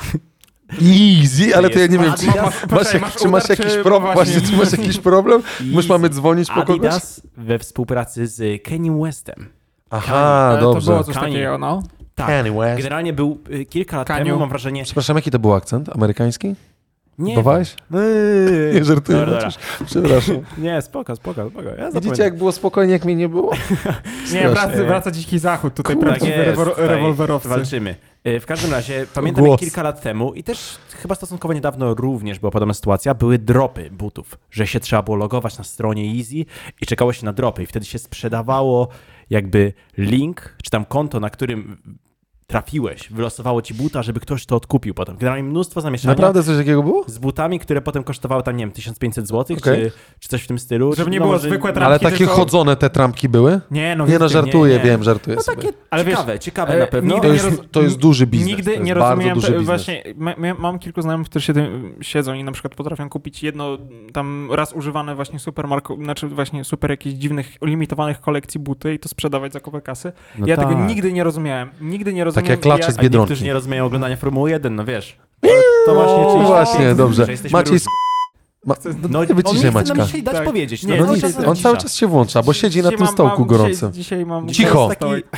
[SPEAKER 1] Easy, ale to ja nie wiem,
[SPEAKER 2] Adidas.
[SPEAKER 1] czy,
[SPEAKER 2] Masz-
[SPEAKER 1] masz,
[SPEAKER 3] poczekaj,
[SPEAKER 1] jak,
[SPEAKER 3] masz
[SPEAKER 1] czy masz
[SPEAKER 3] udar,
[SPEAKER 1] jakiś
[SPEAKER 3] czy
[SPEAKER 1] problem?
[SPEAKER 3] właśnie-
[SPEAKER 1] Właśnie, czy masz jakiś problem? My już mamy dzwonić po kogoś?
[SPEAKER 2] Adidas we współpracy z Kanye Westem.
[SPEAKER 1] Aha,
[SPEAKER 3] Ale to
[SPEAKER 1] dobrze.
[SPEAKER 3] było coś
[SPEAKER 2] Kanye.
[SPEAKER 3] takiego, no.
[SPEAKER 2] Tak.
[SPEAKER 1] Kanye West.
[SPEAKER 2] Generalnie był y, kilka lat
[SPEAKER 3] Kaniu.
[SPEAKER 2] temu, mam wrażenie...
[SPEAKER 1] Przepraszam, jaki to był akcent? Amerykański?
[SPEAKER 2] Nie,
[SPEAKER 1] Bawałeś?
[SPEAKER 2] Eee.
[SPEAKER 1] Nie żartuję.
[SPEAKER 2] Dobra, dobra.
[SPEAKER 1] Maciuś. Przepraszam.
[SPEAKER 2] Nie, spoko, spoko, spoko. Ja
[SPEAKER 1] Widzicie,
[SPEAKER 2] zapomnę.
[SPEAKER 1] jak było spokojnie, jak mnie nie było?
[SPEAKER 3] Nie, wraca,
[SPEAKER 2] Strasznie.
[SPEAKER 3] wraca dziki zachód, tutaj
[SPEAKER 2] Tak
[SPEAKER 3] prawdziwy
[SPEAKER 2] jest,
[SPEAKER 3] rewol-
[SPEAKER 2] tutaj
[SPEAKER 3] rewolwerowcy.
[SPEAKER 2] Walczymy. Y, W każdym razie, pamiętam
[SPEAKER 1] Głos.
[SPEAKER 2] jak kilka lat temu i też chyba stosunkowo niedawno również była podobna sytuacja, były dropy butów, że się trzeba było logować na stronie Yeezy i czekało się na dropy i wtedy się sprzedawało jakby link, czy tam konto, na którym trafiłeś, wylosowało ci buta, żeby ktoś to odkupił potem. Generalnie mnóstwo zamieszania
[SPEAKER 1] Naprawdę coś takiego było?
[SPEAKER 2] z butami, które potem kosztowały tam, nie wiem, tysiąc pięćset złotych,
[SPEAKER 1] Okej.
[SPEAKER 2] czy, czy coś w tym stylu.
[SPEAKER 3] Żeby nie
[SPEAKER 2] No
[SPEAKER 3] było
[SPEAKER 2] może-
[SPEAKER 3] zwykłe
[SPEAKER 1] Ale
[SPEAKER 3] trampki,
[SPEAKER 1] takie
[SPEAKER 3] tylko-
[SPEAKER 1] chodzone te trampki były?
[SPEAKER 3] Nie, no,
[SPEAKER 1] Nie no,
[SPEAKER 3] wiesz,
[SPEAKER 1] żartuję,
[SPEAKER 2] nie.
[SPEAKER 1] wiem, żartuję
[SPEAKER 2] No
[SPEAKER 1] sobie.
[SPEAKER 2] takie
[SPEAKER 3] Ale wiesz,
[SPEAKER 2] ciekawe, ciekawe
[SPEAKER 3] e,
[SPEAKER 2] na pewno.
[SPEAKER 3] nigdy
[SPEAKER 1] To
[SPEAKER 3] nie
[SPEAKER 1] jest,
[SPEAKER 3] roz-
[SPEAKER 1] to jest duży biznes.
[SPEAKER 3] Nigdy
[SPEAKER 1] to jest
[SPEAKER 3] nie
[SPEAKER 1] bardzo
[SPEAKER 3] rozumiałem,
[SPEAKER 1] duży
[SPEAKER 3] te-
[SPEAKER 1] biznes.
[SPEAKER 3] właśnie ma, ma, mam kilku znajomych, którzy się tym siedzą i na przykład potrafią kupić jedno tam raz używane właśnie supermarko, znaczy właśnie super jakichś dziwnych, limitowanych kolekcji buty i to sprzedawać za kupę kasy.
[SPEAKER 2] No
[SPEAKER 3] ja
[SPEAKER 2] tak.
[SPEAKER 3] tego nigdy nie rozumiałem. Nigdy nie rozumiałem.
[SPEAKER 1] jak klacze z
[SPEAKER 2] A
[SPEAKER 1] Biedronki.
[SPEAKER 2] niektórzy nie rozumieją oglądania Formuły jeden, no wiesz. To, to właśnie,
[SPEAKER 1] No
[SPEAKER 2] czyli-
[SPEAKER 1] właśnie, dobrze.
[SPEAKER 2] że jesteśmy
[SPEAKER 1] Maciej,
[SPEAKER 2] różni.
[SPEAKER 1] Ma, no,
[SPEAKER 2] No,
[SPEAKER 1] nie wyciszaj
[SPEAKER 2] on nie chce
[SPEAKER 1] Maćka.
[SPEAKER 2] nam dzisiaj dać
[SPEAKER 3] Tak.
[SPEAKER 2] powiedzieć.
[SPEAKER 3] Nie,
[SPEAKER 2] no,
[SPEAKER 1] No
[SPEAKER 2] cały
[SPEAKER 1] nic,
[SPEAKER 2] czas
[SPEAKER 1] on
[SPEAKER 2] cisza.
[SPEAKER 1] cały czas się włącza, bo siedzi na
[SPEAKER 3] Dzisiaj
[SPEAKER 1] tym
[SPEAKER 3] mam-
[SPEAKER 1] stołku
[SPEAKER 3] mam,
[SPEAKER 1] gorącym.
[SPEAKER 3] Dzisiaj, dzisiaj mam...
[SPEAKER 1] Cicho.
[SPEAKER 2] Jest taki...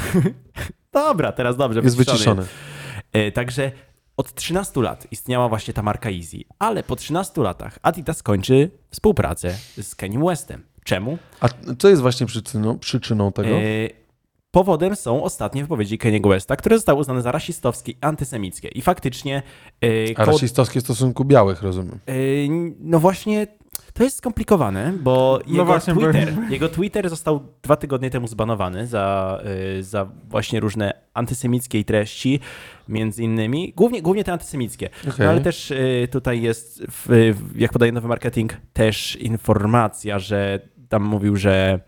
[SPEAKER 2] Dobra, teraz dobrze.
[SPEAKER 1] Jest wyciszony.
[SPEAKER 2] E, Także od trzynastu lat istniała właśnie ta marka Yeezy, ale po trzynastu latach Adidas kończy współpracę z Kanye Westem. Czemu?
[SPEAKER 1] A co jest właśnie przyczyną, przyczyną tego?
[SPEAKER 2] E, Powodem są ostatnie wypowiedzi Kaniego Westa, które zostały uznane za rasistowskie i antysemickie. I faktycznie... e,
[SPEAKER 1] A
[SPEAKER 2] ko-
[SPEAKER 1] rasistowskie w stosunku białych, rozumiem.
[SPEAKER 2] e, No właśnie, to jest skomplikowane, bo
[SPEAKER 3] No
[SPEAKER 2] jego,
[SPEAKER 3] właśnie, bo-
[SPEAKER 2] Twitter, jego Twitter został dwa tygodnie temu zbanowany za, e, za właśnie różne antysemickie treści, między innymi. Głównie, głównie te antysemickie.
[SPEAKER 1] Okej.
[SPEAKER 2] No ale też e, tutaj jest, w, w, jak podaje Nowy Marketing, też informacja, że tam mówił, że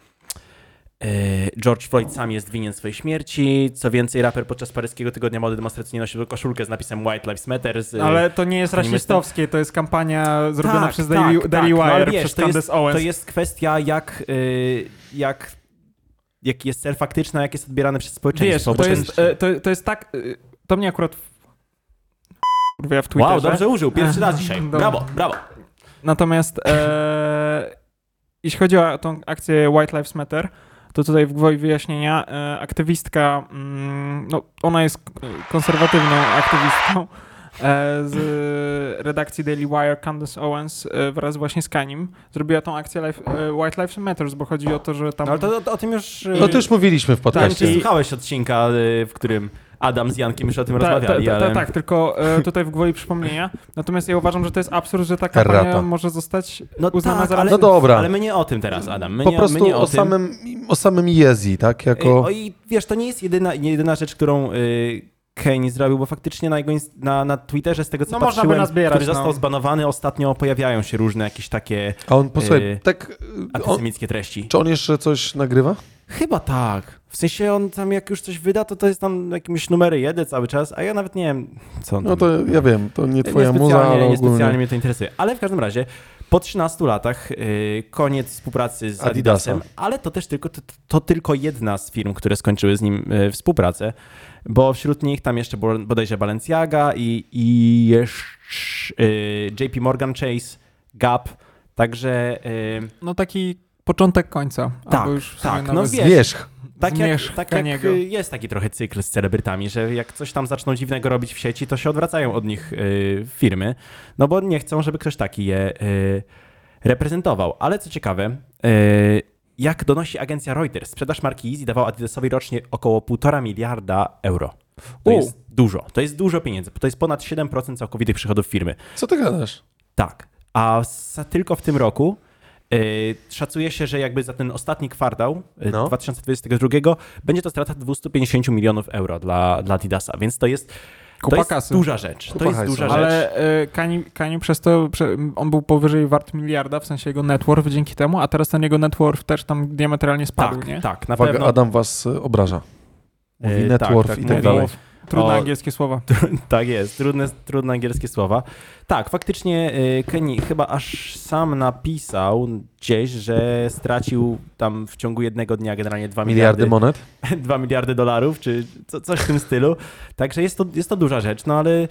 [SPEAKER 2] George Floyd sam jest winien swojej śmierci. Co więcej, raper podczas paryskiego tygodnia mody demonstracyjnie nosił koszulkę z napisem White Lives Matter. Z,
[SPEAKER 3] Ale to nie jest
[SPEAKER 2] Kanye Westem.
[SPEAKER 3] rasistowskie, to jest kampania zrobiona
[SPEAKER 2] Tak,
[SPEAKER 3] przez
[SPEAKER 2] tak,
[SPEAKER 3] Daily,
[SPEAKER 2] tak,
[SPEAKER 3] Daily
[SPEAKER 2] no, ale
[SPEAKER 3] Wire,
[SPEAKER 2] wiesz,
[SPEAKER 3] przez
[SPEAKER 2] to jest,
[SPEAKER 3] Candace Owens.
[SPEAKER 2] to jest kwestia, jak, y, jak, jak jest cel faktyczny, a jak jest odbierany przez
[SPEAKER 3] Wiesz,
[SPEAKER 2] społeczeństwo.
[SPEAKER 3] to
[SPEAKER 2] bo
[SPEAKER 3] jest, e, to, to jest tak... e, To mnie akurat... Kurwa, w Twitterze.
[SPEAKER 2] Wow, dobrze użył. Pierwszy raz
[SPEAKER 3] Aha,
[SPEAKER 2] dzisiaj.
[SPEAKER 3] dobra.
[SPEAKER 2] Brawo, brawo.
[SPEAKER 3] Natomiast e, jeśli chodzi o tą akcję White Lives Matter, to tutaj w gwoli wyjaśnienia e, aktywistka, mm, no ona jest konserwatywną aktywistką e, z redakcji Daily Wire, Candace Owens e, wraz właśnie z Kaniem zrobiła tą akcję Life, e, White Lives Matter, bo chodzi o to, że tam...
[SPEAKER 2] No, ale to, to o tym już... y,
[SPEAKER 1] No to już mówiliśmy w
[SPEAKER 2] tak,
[SPEAKER 1] podcaście.
[SPEAKER 2] czy słuchałeś odcinka, y, w którym Adam z Jankiem już o tym
[SPEAKER 3] Ta- ta-
[SPEAKER 2] rozmawiali,
[SPEAKER 3] ta- ta-
[SPEAKER 2] ale...
[SPEAKER 3] Tak, tylko e, tutaj w gwoli przypomnienia. Natomiast ja uważam, że to jest absurd, że ta kampania
[SPEAKER 1] Errata.
[SPEAKER 3] może zostać
[SPEAKER 2] No
[SPEAKER 3] uznana
[SPEAKER 2] tak,
[SPEAKER 3] za
[SPEAKER 2] ale,
[SPEAKER 1] No dobra.
[SPEAKER 2] ale my nie o tym teraz, Adam. My
[SPEAKER 1] Po
[SPEAKER 2] nie,
[SPEAKER 1] prostu
[SPEAKER 2] my nie o,
[SPEAKER 1] o
[SPEAKER 2] tym.
[SPEAKER 1] samym, o samym Yeezy, tak?
[SPEAKER 2] Ej,
[SPEAKER 1] Jako...
[SPEAKER 2] O i wiesz, to nie jest jedyna, nie jedyna rzecz, którą y, Kanye zrobił, bo faktycznie na jego inst- na, na Twitterze, z tego co
[SPEAKER 3] No można by
[SPEAKER 2] patrzyłem,
[SPEAKER 3] nazbierać,
[SPEAKER 2] który został
[SPEAKER 3] no.
[SPEAKER 2] zbanowany, ostatnio pojawiają się różne jakieś takie
[SPEAKER 1] A on, posłuchaj,
[SPEAKER 2] Yy,
[SPEAKER 1] tak... On,
[SPEAKER 2] antysemickie treści.
[SPEAKER 1] czy on jeszcze coś nagrywa?
[SPEAKER 2] Chyba tak. W sensie on tam jak już coś wyda, to to jest tam jakimś numery jeden cały czas, a ja nawet nie wiem, co on
[SPEAKER 1] No
[SPEAKER 2] tam...
[SPEAKER 1] to ja wiem, to nie twoja muza,
[SPEAKER 2] niespecjalnie,
[SPEAKER 1] ale
[SPEAKER 2] niespecjalnie
[SPEAKER 1] ogólnie...
[SPEAKER 2] mnie to interesuje. Ale w każdym razie po trzynastu latach yy, koniec współpracy z Adidasem,
[SPEAKER 1] Adidasa.
[SPEAKER 2] ale to też tylko, to, to tylko jedna z firm, które skończyły z nim yy, współpracę, bo wśród nich tam jeszcze było bodajże Balenciaga i, i jeszcze yy, J P Morgan Chase, Gap, także... Yy,
[SPEAKER 3] No taki początek końca.
[SPEAKER 2] Tak,
[SPEAKER 3] albo już w sumie
[SPEAKER 2] tak, no
[SPEAKER 3] nawet-
[SPEAKER 2] wiesz,
[SPEAKER 1] Zwierzch.
[SPEAKER 2] Tak jak,
[SPEAKER 3] Zmierzch
[SPEAKER 2] tak jak
[SPEAKER 3] Kaniego.
[SPEAKER 2] y, jest taki trochę cykl z celebrytami, że jak coś tam zaczną dziwnego robić w sieci, to się odwracają od nich y, firmy, no bo nie chcą, żeby ktoś taki je y, reprezentował. Ale co ciekawe, y, jak donosi agencja Reuters, sprzedaż marki Yeezy dawała Adidasowi rocznie około półtora miliarda euro. To
[SPEAKER 3] U.
[SPEAKER 2] jest dużo, to jest dużo pieniędzy, bo to jest ponad siedem procent całkowitych przychodów firmy.
[SPEAKER 1] Co ty gadasz?
[SPEAKER 2] Tak, a za, tylko w tym roku Yy, szacuje się, że jakby za ten ostatni kwartał yy,
[SPEAKER 1] No.
[SPEAKER 2] dwa tysiące dwudziestego drugiego będzie to strata dwieście pięćdziesiąt milionów euro dla, dla Adidasa, więc to jest,
[SPEAKER 3] Kupa
[SPEAKER 2] to jest
[SPEAKER 3] kasy.
[SPEAKER 2] duża rzecz.
[SPEAKER 1] Kupa
[SPEAKER 2] to jest
[SPEAKER 1] hajsu.
[SPEAKER 2] duża rzecz.
[SPEAKER 3] Ale y, Kani, Kani przez to, prze, on był powyżej wart miliarda, w sensie jego net worth dzięki temu, a teraz ten jego net worth też tam diametralnie spadł,
[SPEAKER 2] tak,
[SPEAKER 3] nie?
[SPEAKER 2] tak, na
[SPEAKER 1] Uwaga,
[SPEAKER 2] pewno.
[SPEAKER 1] Adam was y, obraża. Mówi
[SPEAKER 2] Yy,
[SPEAKER 1] net
[SPEAKER 2] tak,
[SPEAKER 1] worth
[SPEAKER 2] tak,
[SPEAKER 1] i tak
[SPEAKER 2] mówi.
[SPEAKER 1] dalej.
[SPEAKER 3] Trudne
[SPEAKER 2] O-
[SPEAKER 3] angielskie słowa.
[SPEAKER 2] Tak jest, trudne, trudne angielskie słowa. Tak, faktycznie yy, Kenny chyba aż sam napisał gdzieś, że stracił tam w ciągu jednego dnia generalnie dwa
[SPEAKER 1] Miliardy
[SPEAKER 2] miliardy,
[SPEAKER 1] monet?
[SPEAKER 2] dwa miliardy dolarów, czy co, coś w tym stylu. Także jest to, jest to duża rzecz, no ale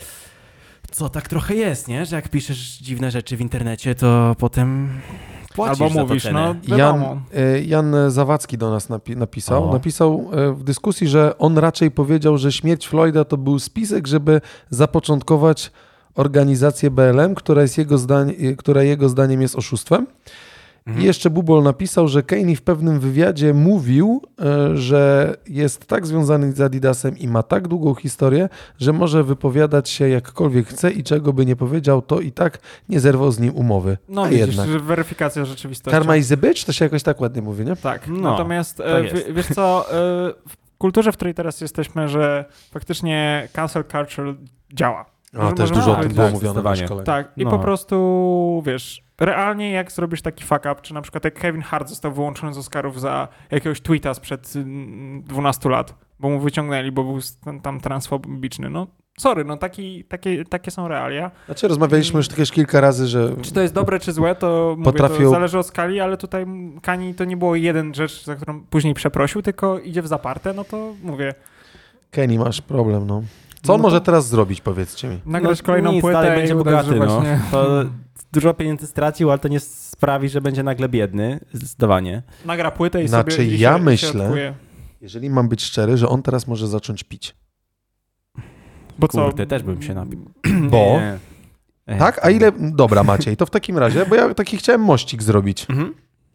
[SPEAKER 2] co tak trochę jest, nie? Że jak piszesz dziwne rzeczy w internecie, to potem płacisz
[SPEAKER 3] Albo
[SPEAKER 2] za
[SPEAKER 3] mówisz,
[SPEAKER 2] to cenę.
[SPEAKER 3] no wiadomo.
[SPEAKER 1] Jan, y, Jan Zawadzki do nas napi- napisał.
[SPEAKER 2] O.
[SPEAKER 1] Napisał y, w dyskusji, że on raczej powiedział, że śmierć Floyda to był spisek, żeby zapoczątkować organizację B L M, która, jest jego, zdań, y, która jego zdaniem jest oszustwem.
[SPEAKER 2] Mhm.
[SPEAKER 1] I jeszcze Bubol napisał, że Kanye w pewnym wywiadzie mówił, y, że jest tak związany z Adidasem i ma tak długą historię, że może wypowiadać się jakkolwiek chce i czego by nie powiedział, to i tak nie zerwał z nim umowy.
[SPEAKER 3] No
[SPEAKER 1] A
[SPEAKER 3] widzisz,
[SPEAKER 1] jednak.
[SPEAKER 3] że weryfikacja rzeczywistości.
[SPEAKER 1] Karma is a bitch? To się jakoś tak ładnie mówi, nie?
[SPEAKER 3] Tak,
[SPEAKER 2] No,
[SPEAKER 3] natomiast e,
[SPEAKER 2] tak jest.
[SPEAKER 3] w, wiesz co, e, w kulturze, w której teraz jesteśmy, że faktycznie cancel culture działa.
[SPEAKER 1] A,
[SPEAKER 3] Może-
[SPEAKER 1] też
[SPEAKER 3] możemy
[SPEAKER 1] dużo o tym
[SPEAKER 3] powiedzieć-
[SPEAKER 1] było
[SPEAKER 2] tak,
[SPEAKER 1] mówione na
[SPEAKER 2] zdecydowanie.
[SPEAKER 1] szkoleniu.
[SPEAKER 3] Tak, i
[SPEAKER 2] No.
[SPEAKER 3] po prostu, wiesz, realnie jak zrobisz taki fuck up, czy na przykład jak Kevin Hart został wyłączony z Oscarów za jakiegoś tweeta sprzed mm, dwunastu lat, bo mu wyciągnęli, bo był s- tam transfobiczny, no sorry, no taki, takie, takie są realia.
[SPEAKER 1] Znaczy rozmawialiśmy już też kilka razy, że
[SPEAKER 3] Czy to jest dobre, czy złe, to mówię,
[SPEAKER 1] Potrafił-
[SPEAKER 3] to zależy od skali, ale tutaj Kani to nie było jeden rzecz, za którą później przeprosił, tylko idzie w zaparte, no to mówię,
[SPEAKER 1] Kenny, masz problem, no. Co on
[SPEAKER 3] No to-
[SPEAKER 1] może teraz zrobić, powiedzcie mi?
[SPEAKER 3] nagrać
[SPEAKER 2] No
[SPEAKER 3] kolejną
[SPEAKER 2] nic,
[SPEAKER 3] płytę
[SPEAKER 2] dalej
[SPEAKER 3] i
[SPEAKER 2] będzie
[SPEAKER 3] uderzyć
[SPEAKER 2] bogaty, no.
[SPEAKER 3] właśnie.
[SPEAKER 2] To dużo pieniędzy stracił, ale to nie sprawi, że będzie nagle biedny, zdecydowanie.
[SPEAKER 3] Nagra płytę i
[SPEAKER 1] Znaczy,
[SPEAKER 3] sobie i
[SPEAKER 1] ja
[SPEAKER 3] się,
[SPEAKER 1] myślę-
[SPEAKER 3] się odkuje.
[SPEAKER 1] Jeżeli mam być szczery, że on teraz może zacząć pić.
[SPEAKER 3] Bo co?
[SPEAKER 2] Kurde, też bym się napił.
[SPEAKER 1] Bo?
[SPEAKER 2] Nie. Ej,
[SPEAKER 1] Tak? A ile... Dobra, Maciej, to w takim razie, bo ja taki chciałem mościk zrobić.
[SPEAKER 2] Mhm.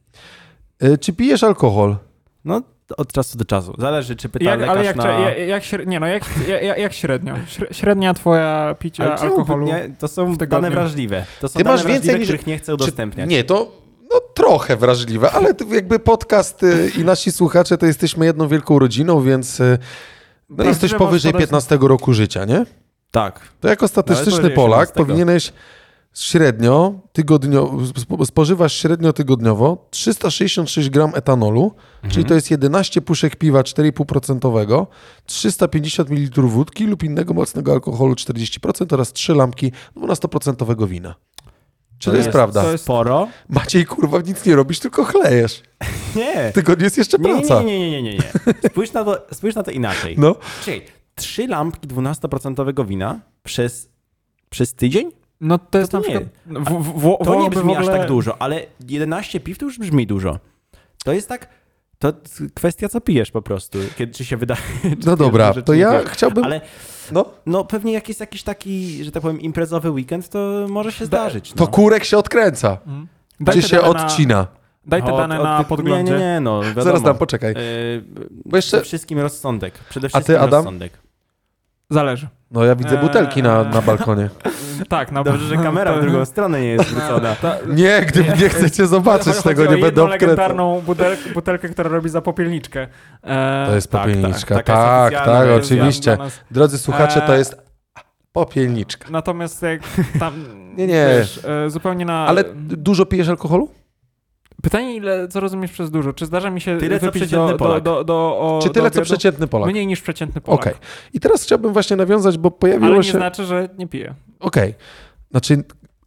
[SPEAKER 1] Y, Czy pijesz alkohol?
[SPEAKER 2] No, od czasu do czasu. Zależy, czy pyta
[SPEAKER 3] Jak,
[SPEAKER 2] lekarz
[SPEAKER 3] ale jak,
[SPEAKER 2] na...
[SPEAKER 3] jak, jak, śre- nie, no jak, jak, jak średnio? Śre- Średnia twoja picia
[SPEAKER 2] Ale czemu
[SPEAKER 3] alkoholu.
[SPEAKER 2] Nie, to są
[SPEAKER 3] w tygodniu?
[SPEAKER 2] dane wrażliwe. To są
[SPEAKER 1] Ty
[SPEAKER 2] dane
[SPEAKER 1] masz więcej
[SPEAKER 2] wrażliwe,
[SPEAKER 1] niż-
[SPEAKER 2] których nie chcę udostępniać.
[SPEAKER 1] Czy... Nie, to no, trochę wrażliwe, ale to jakby podcast y, i nasi słuchacze to jesteśmy jedną wielką rodziną, więc y, no,
[SPEAKER 3] Prawdziwe
[SPEAKER 1] jesteś powyżej
[SPEAKER 3] podać-
[SPEAKER 1] piętnastego roku życia, nie?
[SPEAKER 2] Tak.
[SPEAKER 1] To jako statystyczny
[SPEAKER 2] powyżej
[SPEAKER 1] Polak
[SPEAKER 2] osiemnastego.
[SPEAKER 1] powinieneś średnio, tygodnio, spo- spożywasz średnio tygodniowo trzysta sześćdziesiąt sześć gram etanolu, czyli to jest jedenaście puszek piwa cztery i pół procent, trzysta pięćdziesiąt mililitrów wódki lub innego mocnego alkoholu czterdzieści procent oraz trzy lampki dwanaście procent wina. Czy to, jest, prawda?
[SPEAKER 3] to jest-
[SPEAKER 2] Sporo.
[SPEAKER 1] Maciej, kurwa, nic nie robisz, tylko chlejesz.
[SPEAKER 2] Nie.
[SPEAKER 1] W tygodniu jest jeszcze
[SPEAKER 2] Nie, nie,
[SPEAKER 1] praca.
[SPEAKER 2] nie, nie, nie, nie, nie. Spójrz na to, spójrz na to inaczej.
[SPEAKER 1] No,
[SPEAKER 2] Czyli trzy lampki dwanaście procent wina przez, przez tydzień?
[SPEAKER 3] No to jest
[SPEAKER 2] to
[SPEAKER 3] na
[SPEAKER 2] nie.
[SPEAKER 3] przykład... W, w, w,
[SPEAKER 2] To nie
[SPEAKER 3] wołoby
[SPEAKER 2] brzmi
[SPEAKER 3] w ogóle...
[SPEAKER 2] aż tak dużo, ale jedenaście piw to już brzmi dużo. To jest tak... To kwestia, co pijesz po prostu. Kiedy ci się wydaje... czy
[SPEAKER 1] no
[SPEAKER 2] pijesz
[SPEAKER 1] dobra,
[SPEAKER 2] dużo,
[SPEAKER 1] to
[SPEAKER 2] czy nie
[SPEAKER 1] ja
[SPEAKER 2] pijesz.
[SPEAKER 1] chciałbym...
[SPEAKER 2] Ale
[SPEAKER 1] No,
[SPEAKER 2] no pewnie jak jest jakiś taki, że tak powiem, imprezowy weekend, to może się
[SPEAKER 3] Da-
[SPEAKER 2] zdarzyć.
[SPEAKER 1] to
[SPEAKER 2] no.
[SPEAKER 1] kurek się odkręca,
[SPEAKER 3] Mm.
[SPEAKER 1] czy
[SPEAKER 3] Daj te
[SPEAKER 1] się
[SPEAKER 3] dane
[SPEAKER 1] odcina.
[SPEAKER 3] Na, daj te
[SPEAKER 2] Od-
[SPEAKER 3] dane
[SPEAKER 2] od
[SPEAKER 3] na
[SPEAKER 2] tych-
[SPEAKER 3] podglądzie.
[SPEAKER 2] Nie, nie, nie, no wiadomo.
[SPEAKER 1] Zaraz dam, poczekaj.
[SPEAKER 2] Yy,
[SPEAKER 1] Bo jeszcze-
[SPEAKER 2] Przede wszystkim rozsądek. Przede wszystkim
[SPEAKER 1] Adam?
[SPEAKER 2] rozsądek.
[SPEAKER 3] Zależy.
[SPEAKER 1] No ja widzę
[SPEAKER 3] Eee,
[SPEAKER 1] butelki na, na balkonie.
[SPEAKER 3] Tak, na
[SPEAKER 2] Dobrze, że kamera w
[SPEAKER 3] to-
[SPEAKER 2] drugą stronę nie jest zwrócona.
[SPEAKER 3] to-
[SPEAKER 1] Nie, gdy nie chcecie zobaczyć
[SPEAKER 3] Chodzi
[SPEAKER 1] tego,
[SPEAKER 3] o
[SPEAKER 1] nie
[SPEAKER 3] jedną
[SPEAKER 1] będę obkręcał.
[SPEAKER 3] legendarną butelkę, butelkę, która robi za popielniczkę. Eee,
[SPEAKER 1] To jest
[SPEAKER 2] tak,
[SPEAKER 1] popielniczka,
[SPEAKER 2] tak, taka
[SPEAKER 1] tak,
[SPEAKER 2] jest
[SPEAKER 1] tak,
[SPEAKER 2] oficjalna, to jest
[SPEAKER 1] oczywiście.
[SPEAKER 3] dla nas.
[SPEAKER 1] Drodzy słuchacze, to
[SPEAKER 3] Eee,
[SPEAKER 1] jest popielniczka.
[SPEAKER 3] Natomiast jak tam...
[SPEAKER 1] Nie, nie.
[SPEAKER 3] Wiesz, e, zupełnie na...
[SPEAKER 1] Ale dużo pijesz alkoholu?
[SPEAKER 3] Pytanie, ile, co rozumiesz przez dużo? Czy zdarza mi się
[SPEAKER 2] Tyle, co
[SPEAKER 3] wypić
[SPEAKER 2] przeciętny
[SPEAKER 3] do, do,
[SPEAKER 2] Polak.
[SPEAKER 3] do, do, o,
[SPEAKER 1] Czy tyle,
[SPEAKER 3] do
[SPEAKER 1] co
[SPEAKER 3] obiadu?
[SPEAKER 1] przeciętny Polak?
[SPEAKER 3] Mniej niż przeciętny Polak.
[SPEAKER 1] Okej. I teraz chciałbym właśnie nawiązać, bo pojawiło
[SPEAKER 3] Ale nie
[SPEAKER 1] się...
[SPEAKER 3] znaczy, że nie piję.
[SPEAKER 1] Okej. Znaczy,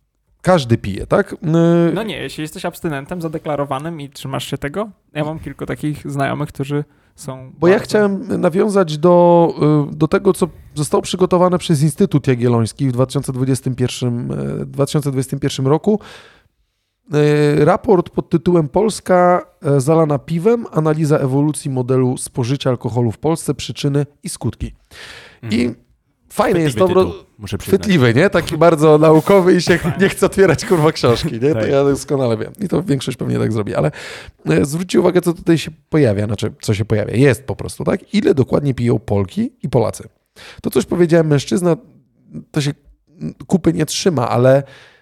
[SPEAKER 1] każdy pije, tak? Yy,
[SPEAKER 3] No nie, jeśli jesteś abstynentem zadeklarowanym i trzymasz się tego, ja mam kilku takich znajomych, którzy są...
[SPEAKER 1] Bo ja
[SPEAKER 3] bardzo-
[SPEAKER 1] chciałem nawiązać do, y, do tego, co zostało przygotowane przez Instytut Jagielloński w dwa tysiące dwudziestym pierwszym, y, dwa tysiące dwudziestym pierwszym roku. Y, Raport pod tytułem Polska y, zalana piwem, analiza ewolucji modelu spożycia alkoholu w Polsce, przyczyny i skutki. I fajne jest to,
[SPEAKER 2] Chwytliwy tytuł, muszę przyznać.
[SPEAKER 1] chwytliwy, nie? Taki bardzo naukowy i się nie chce otwierać kurwa książki, nie? To
[SPEAKER 2] Tak.
[SPEAKER 1] ja doskonale wiem. I to większość pewnie tak zrobi, ale e, zwróćcie uwagę, co tutaj się pojawia, znaczy co się pojawia. Jest po prostu, tak? Ile dokładnie piją Polki i Polacy. To, co już powiedziałem, mężczyzna, to się kupy nie trzyma, ale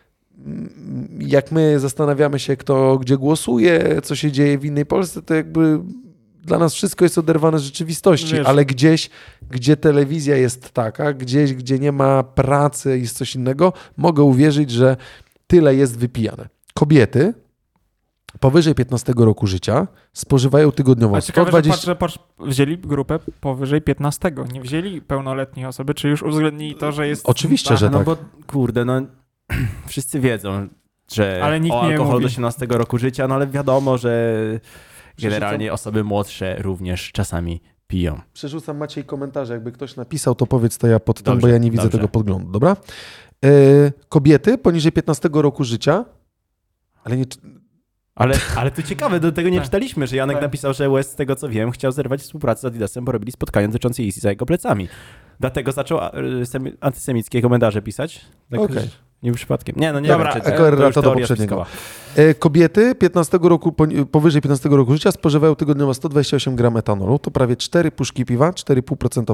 [SPEAKER 1] jak my zastanawiamy się, kto gdzie głosuje, co się dzieje w innej Polsce, to jakby dla nas wszystko jest oderwane z rzeczywistości,
[SPEAKER 3] Wiesz.
[SPEAKER 1] ale gdzieś, gdzie telewizja jest taka, gdzieś, gdzie nie ma pracy, jest coś innego, mogę uwierzyć, że tyle jest wypijane. Kobiety powyżej piętnastego roku życia spożywają tygodniowo
[SPEAKER 3] A ciekawe,
[SPEAKER 1] sto dwadzieścia...
[SPEAKER 3] że patrz, patrz, wzięli grupę powyżej piętnastego, nie wzięli pełnoletniej osoby, czy już uwzględnili to, że jest...
[SPEAKER 1] Oczywiście, że
[SPEAKER 2] No
[SPEAKER 1] tak.
[SPEAKER 2] bo kurde, no wszyscy wiedzą, że
[SPEAKER 3] Ale nikt
[SPEAKER 2] o
[SPEAKER 3] nie
[SPEAKER 2] alkoholu
[SPEAKER 3] mówi.
[SPEAKER 2] do osiemnastego roku życia, no ale wiadomo, że generalnie osoby młodsze również czasami piją.
[SPEAKER 1] Przerzucam Maciej komentarze, jakby ktoś napisał, to powiedz to ja pod tym, bo
[SPEAKER 2] Dobrze,
[SPEAKER 1] ja nie widzę
[SPEAKER 2] dobrze.
[SPEAKER 1] tego podglądu, dobra? Yy, kobiety poniżej piętnastego roku życia, ale nie...
[SPEAKER 2] Ale, ale to ciekawe, do tego nie
[SPEAKER 3] Tak.
[SPEAKER 2] czytaliśmy, że Janek
[SPEAKER 3] Tak.
[SPEAKER 2] napisał, że West, z tego co wiem, chciał zerwać współpracę z Adidasem, bo robili spotkanie dotyczące Yeezy za jego plecami. Dlatego zaczął a, semi- antysemickie komentarze pisać. Tak,
[SPEAKER 1] Okej.
[SPEAKER 2] że nie przypadkiem. Nie, no nie
[SPEAKER 3] Dobra,
[SPEAKER 2] wiem, czy
[SPEAKER 1] jako
[SPEAKER 2] to już
[SPEAKER 1] do
[SPEAKER 2] teoria
[SPEAKER 1] poprzedniego.
[SPEAKER 2] spiskowa.
[SPEAKER 1] E, Kobiety piętnastego roku, poni- powyżej piętnastego roku życia spożywają tygodniowo sto dwadzieścia osiem gram etanolu, to prawie cztery puszki piwa, cztery i pół procent,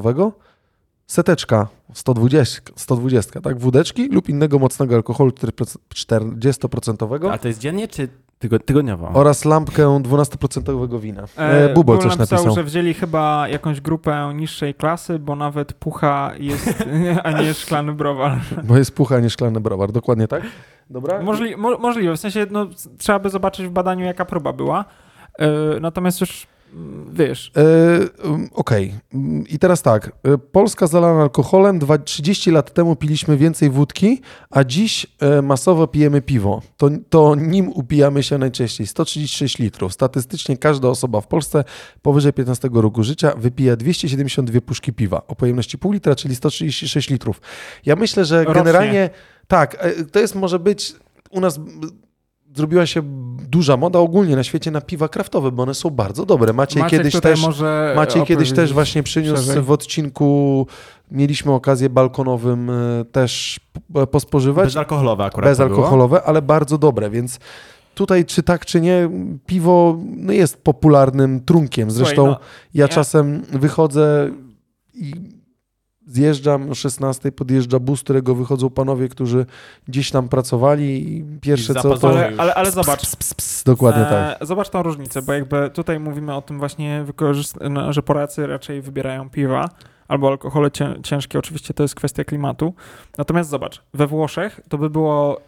[SPEAKER 1] seteczka sto dwadzieścia, sto dwadzieścia, tak, wódeczki lub innego mocnego alkoholu czterdzieści procent
[SPEAKER 2] A to jest dziennie, czy tygo- tygodniowo?
[SPEAKER 1] oraz lampkę dwanaście procent wina. E,
[SPEAKER 3] E,
[SPEAKER 1] Bubol
[SPEAKER 3] Bubol
[SPEAKER 1] coś
[SPEAKER 3] napisał,
[SPEAKER 1] napisał.
[SPEAKER 3] że wzięli chyba jakąś grupę niższej klasy, bo nawet pucha jest, a nie szklany browar.
[SPEAKER 1] Bo jest pucha, a nie szklany browar, dokładnie tak? Dobra?
[SPEAKER 3] Możli, mo, możliwe, w sensie no, trzeba by zobaczyć w badaniu, jaka próba była. E, natomiast już, mm, wiesz,
[SPEAKER 1] E, um, Okej. Mm, I teraz tak. E, Polska zalana alkoholem. Dwa, trzydzieści lat temu piliśmy więcej wódki, a dziś e, masowo pijemy piwo. To, to nim upijamy się najczęściej. sto trzydzieści sześć litrów. Statystycznie każda osoba w Polsce powyżej piętnastego roku życia wypija dwieście siedemdziesiąt dwie puszki piwa o pojemności pół litra, czyli sto trzydzieści sześć litrów. Ja myślę, że
[SPEAKER 3] Rocznie.
[SPEAKER 1] generalnie tak, e, to jest może być u nas... Zrobiła się duża moda ogólnie na świecie na piwa kraftowe, bo one są bardzo dobre. Maciej,
[SPEAKER 3] Maciek
[SPEAKER 1] kiedyś
[SPEAKER 3] tutaj
[SPEAKER 1] też,
[SPEAKER 3] może
[SPEAKER 1] Maciej kiedyś
[SPEAKER 3] opowiedzieć
[SPEAKER 1] też właśnie przyniósł
[SPEAKER 3] szerzej.
[SPEAKER 1] w odcinku, mieliśmy okazję balkonowym e, też p- pospożywać.
[SPEAKER 2] Bezalkoholowe akurat to było.
[SPEAKER 1] Bezalkoholowe, ale bardzo dobre, więc tutaj czy tak, czy nie, piwo no, jest popularnym trunkiem. Zresztą
[SPEAKER 3] Słuchaj, no,
[SPEAKER 1] ja
[SPEAKER 3] ja-
[SPEAKER 1] czasem wychodzę i zjeżdżam o szesnastej, podjeżdża bus, z którego wychodzą panowie, którzy gdzieś tam pracowali i pierwsze
[SPEAKER 2] I
[SPEAKER 1] co to...
[SPEAKER 2] zapazowe.
[SPEAKER 3] Ale, ale, ale zobacz,
[SPEAKER 1] Ps, ps, ps, dokładnie tak.
[SPEAKER 3] E, Zobacz tą różnicę, bo jakby tutaj mówimy o tym właśnie, wykorzyst- no, że Polacy raczej wybierają piwa albo alkohole cię- ciężkie, oczywiście to jest kwestia klimatu. Natomiast zobacz, we Włoszech to by było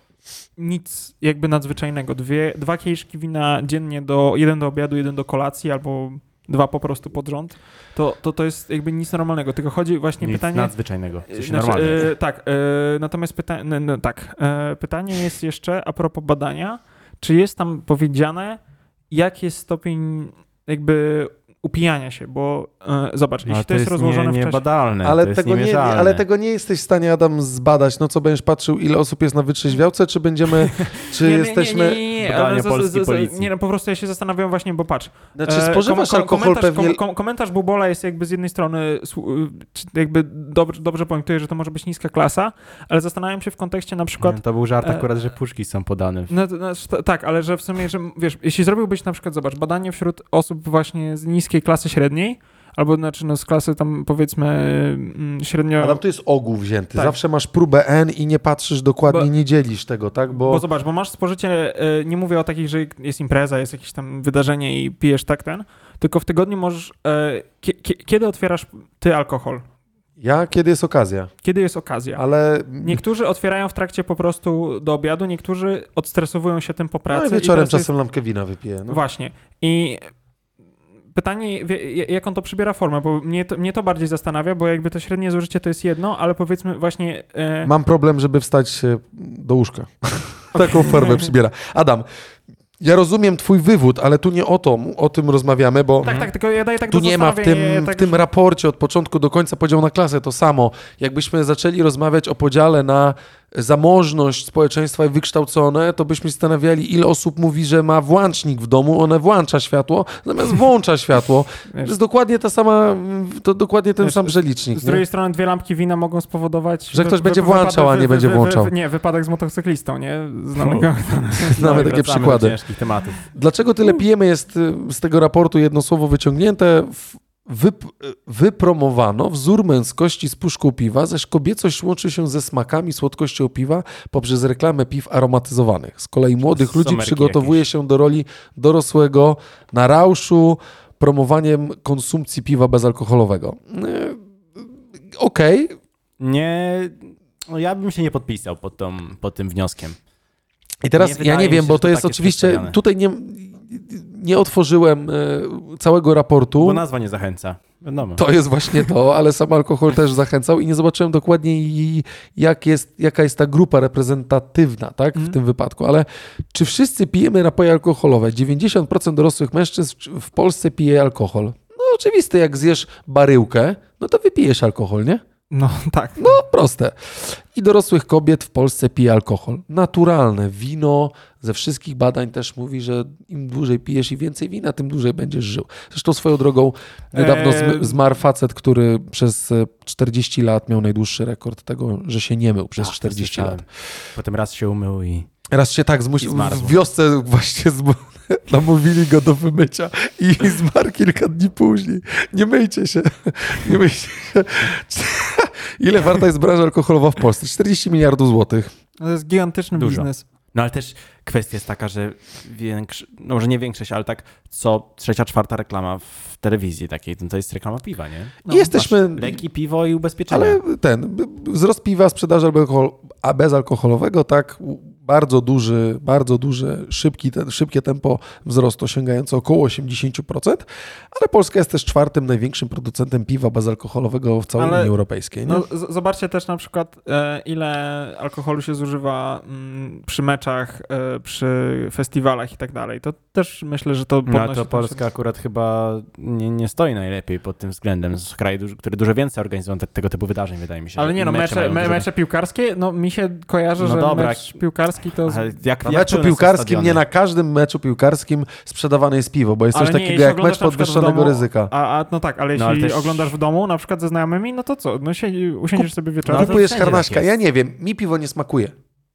[SPEAKER 3] nic jakby nadzwyczajnego. Dwie, dwa kieliszki wina dziennie, do, jeden do obiadu, jeden do kolacji albo dwa po prostu pod rząd. To, to, to jest jakby nic normalnego, tylko chodzi właśnie
[SPEAKER 2] Nic
[SPEAKER 3] pytanie...
[SPEAKER 2] nadzwyczajnego. Coś
[SPEAKER 3] Znaczy,
[SPEAKER 2] normalnego.
[SPEAKER 3] e, tak, e, natomiast pyta- no, no, tak, e, pytanie jest jeszcze a propos badania, czy jest tam powiedziane, jaki jest stopień jakby upijania się, bo e, zobacz, jeśli
[SPEAKER 2] Ale
[SPEAKER 3] to jest rozłożone
[SPEAKER 2] nie,
[SPEAKER 3] w czasie...
[SPEAKER 2] niebadalne,
[SPEAKER 1] Ale
[SPEAKER 2] to jest
[SPEAKER 1] tego, nie,
[SPEAKER 2] niemierzalne.
[SPEAKER 1] ale tego nie jesteś w stanie, Adam, zbadać. No co, będziesz patrzył, ile osób jest na wytrzeźwiałce, czy będziemy, czy
[SPEAKER 3] Nie, nie,
[SPEAKER 1] jesteśmy...
[SPEAKER 3] Nie, nie, nie, nie,
[SPEAKER 2] Badanie
[SPEAKER 3] ale z- z-
[SPEAKER 2] polskiej
[SPEAKER 3] z-
[SPEAKER 2] policji.
[SPEAKER 3] nie, no po prostu ja się zastanawiam właśnie, bo patrz.
[SPEAKER 1] Znaczy
[SPEAKER 3] e,
[SPEAKER 1] spożywasz
[SPEAKER 3] kom- kom-
[SPEAKER 1] alkohol
[SPEAKER 3] komentarz,
[SPEAKER 1] pewnie...
[SPEAKER 3] kom- kom- komentarz Bubola jest jakby z jednej strony słu- czy jakby dobrze, dobrze pointuje, że to może być niska klasa, ale zastanawiam się w kontekście na przykład
[SPEAKER 2] Nie, to był żart
[SPEAKER 3] e,
[SPEAKER 2] akurat, że puszki są podane.
[SPEAKER 3] No, to- no, to- tak, ale że w sumie, że wiesz, jeśli zrobiłbyś na przykład, zobacz, badanie wśród osób właśnie z niskiej klasy średniej, albo znaczy no z klasy tam powiedzmy mm, średnio...
[SPEAKER 1] Adam, to jest ogół wzięty.
[SPEAKER 3] Tak.
[SPEAKER 1] Zawsze masz próbę N i nie patrzysz dokładnie,
[SPEAKER 3] Bo-
[SPEAKER 1] nie dzielisz tego, tak? Bo,
[SPEAKER 3] Bo zobacz, bo masz spożycie, e, nie mówię o takich, że jest impreza, jest jakieś tam wydarzenie i pijesz tak ten, tylko w tygodniu możesz, e, kie, kie, kiedy otwierasz ty alkohol?
[SPEAKER 1] ja, kiedy jest okazja,
[SPEAKER 3] Kiedy jest okazja?
[SPEAKER 1] ale...
[SPEAKER 3] Niektórzy otwierają w trakcie po prostu do obiadu, niektórzy odstresowują się tym po
[SPEAKER 1] No,
[SPEAKER 3] pracy.
[SPEAKER 1] i
[SPEAKER 3] i
[SPEAKER 1] wieczorem
[SPEAKER 3] teraz jest-
[SPEAKER 1] czasem lampkę wina wypiję. No.
[SPEAKER 3] Właśnie. I pytanie, wie- jaką to przybiera formę, bo mnie to, mnie to bardziej zastanawia, bo jakby to średnie zużycie to jest jedno, ale powiedzmy właśnie... E,
[SPEAKER 1] Mam problem, żeby wstać się do łóżka. taką formę przybiera. Adam, ja rozumiem twój wywód, ale tu nie o to, o tym rozmawiamy, bo
[SPEAKER 3] Tak, tak, tylko ja daję tak
[SPEAKER 1] tu
[SPEAKER 3] do
[SPEAKER 1] nie ma w tym,
[SPEAKER 3] zestawienia,
[SPEAKER 1] w
[SPEAKER 3] tak,
[SPEAKER 1] tym
[SPEAKER 3] że-
[SPEAKER 1] raporcie od początku do końca podział na klasę to samo. Jakbyśmy zaczęli rozmawiać o podziale na zamożność społeczeństwa i wykształcone, to byśmy się zastanawiali, ile osób mówi, że ma włącznik w domu, one włącza światło, zamiast włącza światło. To
[SPEAKER 3] Wiesz,
[SPEAKER 1] jest dokładnie ta sama, to dokładnie ten
[SPEAKER 3] Wiesz,
[SPEAKER 1] sam przelicznik.
[SPEAKER 3] Z
[SPEAKER 1] Nie?
[SPEAKER 3] drugiej strony dwie lampki wina mogą spowodować...
[SPEAKER 1] Że ktoś będzie włączał, a nie będzie włączał.
[SPEAKER 3] Nie, wypadek z motocyklistą, nie? Znamy go.
[SPEAKER 1] Znamy
[SPEAKER 2] No i
[SPEAKER 1] takie
[SPEAKER 2] wracamy
[SPEAKER 1] przykłady.
[SPEAKER 2] do ciężkich tematów.
[SPEAKER 1] Dlaczego tyle pijemy jest y, z tego raportu jedno słowo wyciągnięte. W- Wyp- wypromowano wzór męskości z puszką piwa, zaś kobiecość łączy się ze smakami, słodkością piwa poprzez reklamę piw aromatyzowanych. Z kolei młodych ludzi
[SPEAKER 2] Somerki
[SPEAKER 1] przygotowuje
[SPEAKER 2] jakieś.
[SPEAKER 1] się do roli dorosłego na rauszu, promowaniem konsumpcji piwa bezalkoholowego. Y, Okej,
[SPEAKER 2] Nie, no ja bym się nie podpisał pod, tą, pod tym wnioskiem.
[SPEAKER 1] i teraz
[SPEAKER 2] Nie
[SPEAKER 1] ja
[SPEAKER 2] wydaje
[SPEAKER 1] nie
[SPEAKER 2] mi
[SPEAKER 1] wiem,
[SPEAKER 2] się,
[SPEAKER 1] bo
[SPEAKER 2] że
[SPEAKER 1] to
[SPEAKER 2] to
[SPEAKER 1] jest
[SPEAKER 2] tak jest
[SPEAKER 1] oczywiście,
[SPEAKER 2] przedstawiane.
[SPEAKER 1] tutaj nie, nie otworzyłem y, całego raportu.
[SPEAKER 2] Bo nazwa nie zachęca. Wiadomo.
[SPEAKER 1] To jest właśnie to, ale sam alkohol też zachęcał i nie zobaczyłem dokładnie, i- jak jest, jaka jest ta grupa reprezentatywna, tak, w
[SPEAKER 3] Mhm.
[SPEAKER 1] tym wypadku. Ale czy wszyscy pijemy napoje alkoholowe? dziewięćdziesiąt procent dorosłych mężczyzn w Polsce pije alkohol. No oczywiste, jak zjesz baryłkę, no to wypijesz alkohol, nie?
[SPEAKER 3] No tak.
[SPEAKER 1] No proste. I dorosłych kobiet w Polsce pije alkohol. Naturalne. Wino ze wszystkich badań też mówi, że im dłużej pijesz i więcej wina, tym dłużej będziesz żył. Zresztą swoją drogą niedawno
[SPEAKER 3] Eee.
[SPEAKER 1] zm- zmarł facet, który przez e, czterdzieści lat miał najdłuższy rekord tego, że się nie mył przez
[SPEAKER 2] Ach,
[SPEAKER 1] czterdzieści
[SPEAKER 2] słyszałem.
[SPEAKER 1] lat.
[SPEAKER 2] Potem raz się umył i...
[SPEAKER 1] Raz się tak zmusił,
[SPEAKER 2] I zmarł.
[SPEAKER 1] w wiosce właśnie zmu- namówili go do wymycia i zmarł kilka dni później. Nie myjcie się, nie myjcie się. Ile warta jest branża alkoholowa w Polsce? czterdzieści miliardów złotych.
[SPEAKER 3] To jest gigantyczny
[SPEAKER 2] Dużo.
[SPEAKER 3] biznes.
[SPEAKER 2] No ale też kwestia jest taka, że większy, no może nie większość, ale tak co trzecia, czwarta reklama w telewizji takiej, to jest reklama piwa, nie?
[SPEAKER 3] No,
[SPEAKER 1] I jesteśmy...
[SPEAKER 2] Masz leki, piwo i ubezpieczenia.
[SPEAKER 1] Ale ten, b- wzrost piwa, sprzedaży alkohol, a bezalkoholowego, tak, u- bardzo duży, bardzo duży, szybki, ten, szybkie tempo wzrostu, osiągające około osiemdziesiąt procent, ale Polska jest też czwartym największym producentem piwa bezalkoholowego w całej
[SPEAKER 3] Ale-
[SPEAKER 1] Unii Europejskiej. Nie?
[SPEAKER 3] No, z- zobaczcie też na przykład, e, ile alkoholu się zużywa mm, przy meczach, e, przy festiwalach i tak dalej. To też myślę, że to
[SPEAKER 2] No
[SPEAKER 3] podnosi...
[SPEAKER 2] ale to
[SPEAKER 3] ten
[SPEAKER 2] Polska akurat chyba nie, nie stoi najlepiej pod tym względem. Z kraju, duży- który dużo więcej organizują te, tego typu wydarzeń, wydaje mi się.
[SPEAKER 3] Ale
[SPEAKER 2] że
[SPEAKER 3] nie no, mecze,
[SPEAKER 2] mają
[SPEAKER 3] me,
[SPEAKER 2] dużo-
[SPEAKER 3] mecze piłkarskie, no mi się kojarzy,
[SPEAKER 2] No
[SPEAKER 3] że
[SPEAKER 2] dobra,
[SPEAKER 3] mecz piłkarski to...
[SPEAKER 2] Ale jak,
[SPEAKER 1] Na
[SPEAKER 2] jak
[SPEAKER 1] meczu
[SPEAKER 2] pełne są
[SPEAKER 1] piłkarskim,
[SPEAKER 2] stadiony?
[SPEAKER 1] nie na każdym meczu piłkarskim sprzedawane jest piwo, bo jest
[SPEAKER 3] Ale
[SPEAKER 1] coś
[SPEAKER 3] nie,
[SPEAKER 1] takiego
[SPEAKER 3] jeśli
[SPEAKER 1] jak
[SPEAKER 3] oglądasz
[SPEAKER 1] mecz
[SPEAKER 3] na przykład w
[SPEAKER 1] podwyższonego
[SPEAKER 3] domu,
[SPEAKER 1] ryzyka.
[SPEAKER 3] A, a no tak, ale jeśli
[SPEAKER 2] No, ale też-
[SPEAKER 3] oglądasz w domu, na przykład ze znajomymi, no to co? No się, usiądziesz sobie wieczorem.
[SPEAKER 2] No,
[SPEAKER 1] Kupujesz
[SPEAKER 2] wszędzie
[SPEAKER 1] harnaśka,
[SPEAKER 2] tak jest.
[SPEAKER 1] ja nie wiem, mi piwo nie smakuje.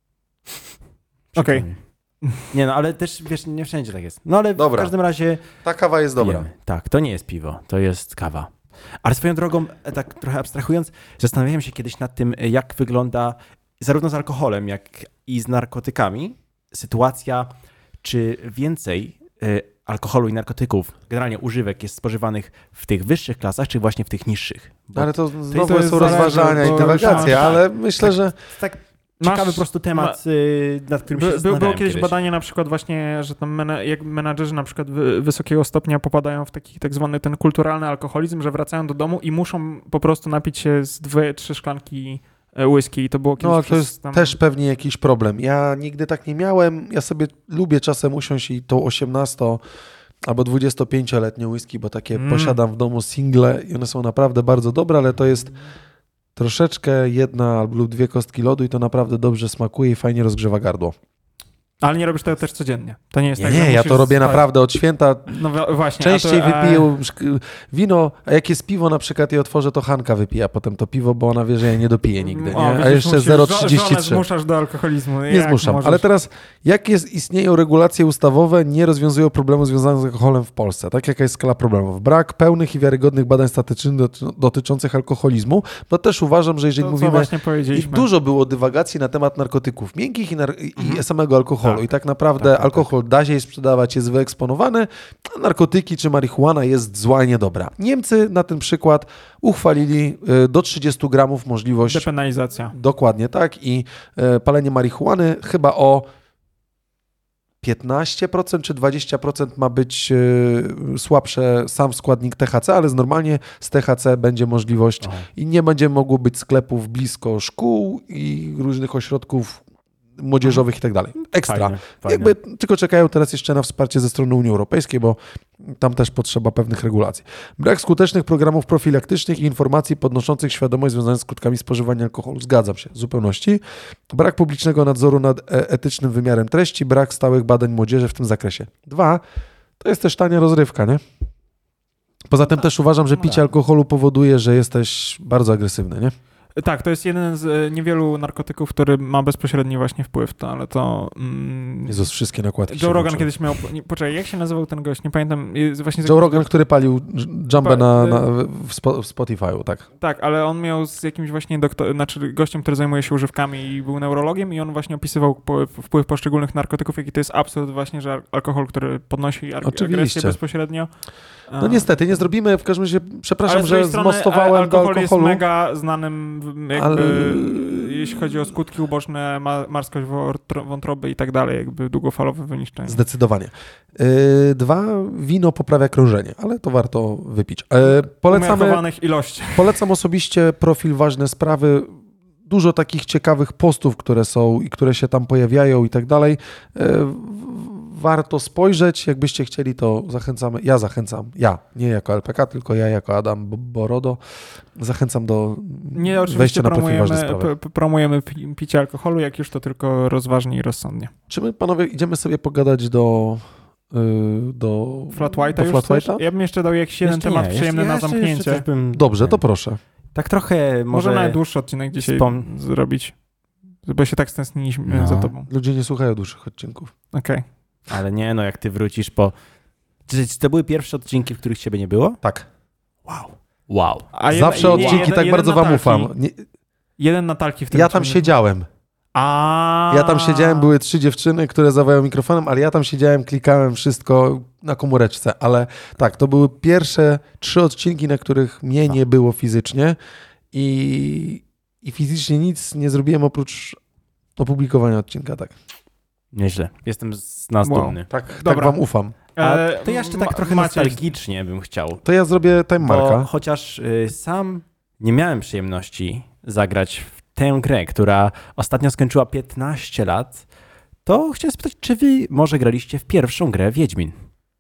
[SPEAKER 3] Okej.
[SPEAKER 2] Nie no, ale też wiesz, nie wszędzie tak jest. No ale
[SPEAKER 1] Dobra.
[SPEAKER 2] w każdym razie
[SPEAKER 1] Ta kawa jest dobra.
[SPEAKER 2] pijemy. Tak, to nie jest piwo, to jest kawa. Ale swoją drogą, e, tak trochę abstrahując, zastanawiałem się kiedyś nad tym, e, jak wygląda zarówno z alkoholem, jak i z narkotykami sytuacja, czy więcej e, alkoholu i narkotyków, generalnie używek jest spożywanych w tych wyższych klasach, czy właśnie w tych niższych. Bo
[SPEAKER 1] Ale to znowu
[SPEAKER 3] jest
[SPEAKER 1] są
[SPEAKER 3] zależy,
[SPEAKER 1] rozważania i
[SPEAKER 3] bo-
[SPEAKER 1] dywagacje,
[SPEAKER 3] tak,
[SPEAKER 1] ale myślę, że
[SPEAKER 2] to jest tak ciekawy po prostu temat, y, nad którym się
[SPEAKER 3] By, by,
[SPEAKER 2] zastanawiałem
[SPEAKER 3] było kiedyś
[SPEAKER 2] kiedyś.
[SPEAKER 3] badanie na przykład właśnie, że tam mena, jak menadżerzy na przykład wy, wysokiego stopnia popadają w taki tak zwany ten kulturalny alkoholizm, że wracają do domu i muszą po prostu napić się z dwie, trzy szklanki e, whisky i to było kiedyś
[SPEAKER 1] no, ale to
[SPEAKER 3] przez
[SPEAKER 1] jest
[SPEAKER 3] tam...
[SPEAKER 1] też pewnie jakiś problem. Ja nigdy tak nie miałem. Ja sobie lubię czasem usiąść i tą osiemnasto albo dwudziestopięcioletnią whisky, bo takie
[SPEAKER 3] Mm.
[SPEAKER 1] posiadam w domu single i one są naprawdę bardzo dobre, ale to jest troszeczkę jedna albo lub dwie kostki lodu i to naprawdę dobrze smakuje i fajnie rozgrzewa gardło.
[SPEAKER 3] Ale nie robisz tego też codziennie. To nie jest
[SPEAKER 1] Nie,
[SPEAKER 3] tak, że
[SPEAKER 1] nie, ja
[SPEAKER 3] musisz
[SPEAKER 1] to robię
[SPEAKER 3] spać-
[SPEAKER 1] naprawdę od święta.
[SPEAKER 3] No wa- właśnie.
[SPEAKER 1] Częściej
[SPEAKER 3] a to, e,
[SPEAKER 1] wypiję szk- wino, a jak jest piwo na przykład i otworzę, to Hanka wypija potem to piwo, bo ona wie, że ja nie dopiję nigdy.
[SPEAKER 3] o,
[SPEAKER 1] Nie?
[SPEAKER 3] widzisz,
[SPEAKER 1] A jeszcze
[SPEAKER 3] musisz-
[SPEAKER 1] zero
[SPEAKER 3] żo-
[SPEAKER 1] trzydzieści
[SPEAKER 3] żonę
[SPEAKER 1] trzy.
[SPEAKER 3] zmuszasz do alkoholizmu.
[SPEAKER 1] Nie
[SPEAKER 3] Jak
[SPEAKER 1] zmuszam,
[SPEAKER 3] możesz?
[SPEAKER 1] ale teraz jakie jest, istnieją regulacje ustawowe, nie rozwiązują problemu związanych z alkoholem w Polsce? Tak, jaka jest skala problemów? Brak pełnych i wiarygodnych badań statystycznych doty- dotyczących alkoholizmu, bo też uważam, że jeżeli
[SPEAKER 3] to, co
[SPEAKER 1] mówimy...
[SPEAKER 3] właśnie
[SPEAKER 1] I
[SPEAKER 3] powiedzieliśmy.
[SPEAKER 1] dużo było dywagacji na temat narkotyków miękkich i, nar- i
[SPEAKER 3] Mhm.
[SPEAKER 1] samego alkoholu.
[SPEAKER 2] Tak.
[SPEAKER 1] I tak naprawdę
[SPEAKER 2] Tak, tak,
[SPEAKER 1] alkohol da się sprzedawać, jest wyeksponowany, a narkotyki czy marihuana jest zła i niedobra. Niemcy na ten przykład uchwalili y, do trzydziestu gramów możliwość...
[SPEAKER 3] Depenalizacja.
[SPEAKER 1] Dokładnie tak i e, palenie marihuany chyba o piętnaście procent czy dwadzieścia procent ma być e, słabsze sam składnik T H C, ale z normalnie z T H C będzie możliwość
[SPEAKER 2] O.
[SPEAKER 1] i nie będzie mogło być sklepów blisko szkół i różnych ośrodków młodzieżowych i tak dalej. Ekstra.
[SPEAKER 2] Fajne, fajne.
[SPEAKER 1] Jakby tylko czekają teraz jeszcze na wsparcie ze strony Unii Europejskiej, bo tam też potrzeba pewnych regulacji. Brak skutecznych programów profilaktycznych i informacji podnoszących świadomość związanych z skutkami spożywania alkoholu. Zgadzam się, w zupełności. Brak publicznego nadzoru nad etycznym wymiarem treści, brak stałych badań młodzieży w tym zakresie. Dwa, to jest też tania rozrywka, nie? Poza tym też uważam, że picie alkoholu powoduje, że jesteś bardzo agresywny, nie?
[SPEAKER 3] Tak, to jest jeden z e, niewielu narkotyków, który ma bezpośredni właśnie wpływ, to, ale to... Mm,
[SPEAKER 1] Jezus, wszystkie nakładki.
[SPEAKER 3] Joe Rogan kiedyś miał... Nie, poczekaj, jak się nazywał ten gość? Nie pamiętam. Jest właśnie z
[SPEAKER 1] Joe Rogan, który palił jumbę na,
[SPEAKER 3] Pa-
[SPEAKER 1] na, w, spo, w Spotify'u, tak.
[SPEAKER 3] Tak, ale on miał z jakimś właśnie doktor, znaczy gościem, który zajmuje się używkami i był neurologiem i on właśnie opisywał po, wpływ poszczególnych narkotyków, jaki to jest absurd właśnie, że alkohol, który podnosi ar- agresję bezpośrednio.
[SPEAKER 1] No niestety, nie zrobimy, w każdym razie, przepraszam, że
[SPEAKER 3] strony,
[SPEAKER 1] zmostowałem
[SPEAKER 3] alkohol
[SPEAKER 1] do alkoholu.
[SPEAKER 3] Alkohol jest mega znanym, jakby,
[SPEAKER 1] ale...
[SPEAKER 3] jeśli chodzi o skutki uboczne, ma, marskość wątroby i tak dalej, jakby długofalowe wyniszczenie.
[SPEAKER 1] Zdecydowanie. Yy, dwa, wino poprawia krążenie, ale to warto wypić. Yy, polecamy,
[SPEAKER 3] ilości.
[SPEAKER 1] Polecam osobiście profil Ważne Sprawy. Dużo takich ciekawych postów, które są i które się tam pojawiają i tak dalej. Yy, warto spojrzeć, jakbyście chcieli, to zachęcamy, ja zachęcam, ja, nie jako L P K, tylko ja jako Adam Borodo, zachęcam do
[SPEAKER 3] nie,
[SPEAKER 1] wejścia na profil Ważne Sprawy.
[SPEAKER 3] P- promujemy picie alkoholu, jak już to tylko rozważnie i rozsądnie.
[SPEAKER 1] Czy my, panowie, idziemy sobie pogadać do yy, do
[SPEAKER 3] Flat White'a już
[SPEAKER 1] Flat
[SPEAKER 3] White'a? Ja bym jeszcze dał jakiś jeden temat nie, przyjemny
[SPEAKER 2] jeszcze,
[SPEAKER 3] na zamknięcie.
[SPEAKER 2] Jeszcze bym,
[SPEAKER 1] Dobrze, to proszę.
[SPEAKER 2] Tak trochę może...
[SPEAKER 3] Może nawet dłuższy odcinek dzisiaj wspom- zrobić, bo się tak stęskniliśmy no. za tobą.
[SPEAKER 1] Ludzie nie słuchają dłuższych odcinków.
[SPEAKER 3] Okej. Okay.
[SPEAKER 2] Ale nie, no jak ty wrócisz po... Czy to były pierwsze odcinki, w których ciebie nie było?
[SPEAKER 1] Tak.
[SPEAKER 2] Wow. Wow.
[SPEAKER 1] A Zawsze jeden, odcinki, jeden, tak jeden bardzo wam ufam. Nie...
[SPEAKER 3] Jeden Natalki w tym.
[SPEAKER 1] Ja tam siedziałem.
[SPEAKER 3] A.
[SPEAKER 1] Ja tam siedziałem, były trzy dziewczyny, które zawają mikrofonem, ale ja tam siedziałem, klikałem wszystko na komóreczce, ale tak, to były pierwsze trzy odcinki, na których mnie nie było fizycznie i, i fizycznie nic nie zrobiłem oprócz opublikowania odcinka, tak.
[SPEAKER 2] Nieźle. Jestem z nas
[SPEAKER 1] wow.
[SPEAKER 2] dumny.
[SPEAKER 1] Tak, tak wam ufam.
[SPEAKER 2] A to ja jeszcze tak trochę Ma- nostalgicznie bym chciał.
[SPEAKER 1] To ja zrobię time marka.
[SPEAKER 2] Chociaż y, sam nie miałem przyjemności zagrać w tę grę, która ostatnio skończyła piętnaście lat, to chciałem spytać, czy wy może graliście w pierwszą grę Wiedźmin?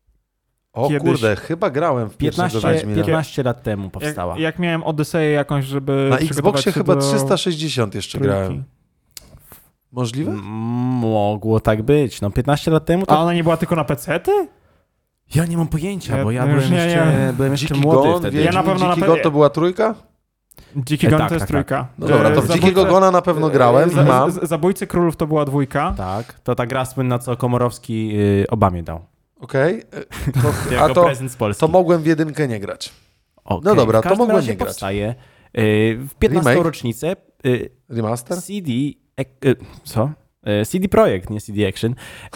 [SPEAKER 1] O Kiedyś... kurde, chyba grałem w
[SPEAKER 2] piętnaście, piętnaście lat temu powstała.
[SPEAKER 3] Jak, jak miałem Odyseję jakąś, żeby
[SPEAKER 1] na Xboxie chyba
[SPEAKER 3] do...
[SPEAKER 1] trzysta sześćdziesiąt jeszcze trójki. Grałem. Możliwe?
[SPEAKER 2] M- mogło tak być. No piętnaście lat temu to...
[SPEAKER 3] A ona nie była tylko na pecety?
[SPEAKER 2] Ja nie mam pojęcia,
[SPEAKER 3] ja,
[SPEAKER 2] bo ja
[SPEAKER 3] no
[SPEAKER 2] byłem,
[SPEAKER 3] nie,
[SPEAKER 2] jeszcze,
[SPEAKER 3] nie.
[SPEAKER 2] byłem jeszcze
[SPEAKER 1] Dziki
[SPEAKER 2] młody
[SPEAKER 1] Gon,
[SPEAKER 2] wtedy.
[SPEAKER 1] Wiedźmin,
[SPEAKER 3] ja na pewno
[SPEAKER 1] Dziki
[SPEAKER 3] na
[SPEAKER 1] Gon to była trójka?
[SPEAKER 3] Dziki Gon tak, to jest tak, trójka.
[SPEAKER 1] Tak. No dobra, to w Zabójcy... Dzikiego Gona na pewno grałem
[SPEAKER 3] za,
[SPEAKER 1] i mam.
[SPEAKER 3] z, Zabójcy Królów to była dwójka.
[SPEAKER 2] Tak, to ta gra słynna, co Komorowski yy, Obamie dał.
[SPEAKER 1] Okej. Okay.
[SPEAKER 2] A to, prezent z Polski.
[SPEAKER 1] To mogłem w jedynkę nie grać.
[SPEAKER 2] Okay.
[SPEAKER 1] No dobra, to mogłem
[SPEAKER 2] razie
[SPEAKER 1] nie grać.
[SPEAKER 2] Powstaje yy, w piętnastą rocznicę yy,
[SPEAKER 1] Remaster?
[SPEAKER 2] C D... Yy, co? C D Projekt, nie C D Action.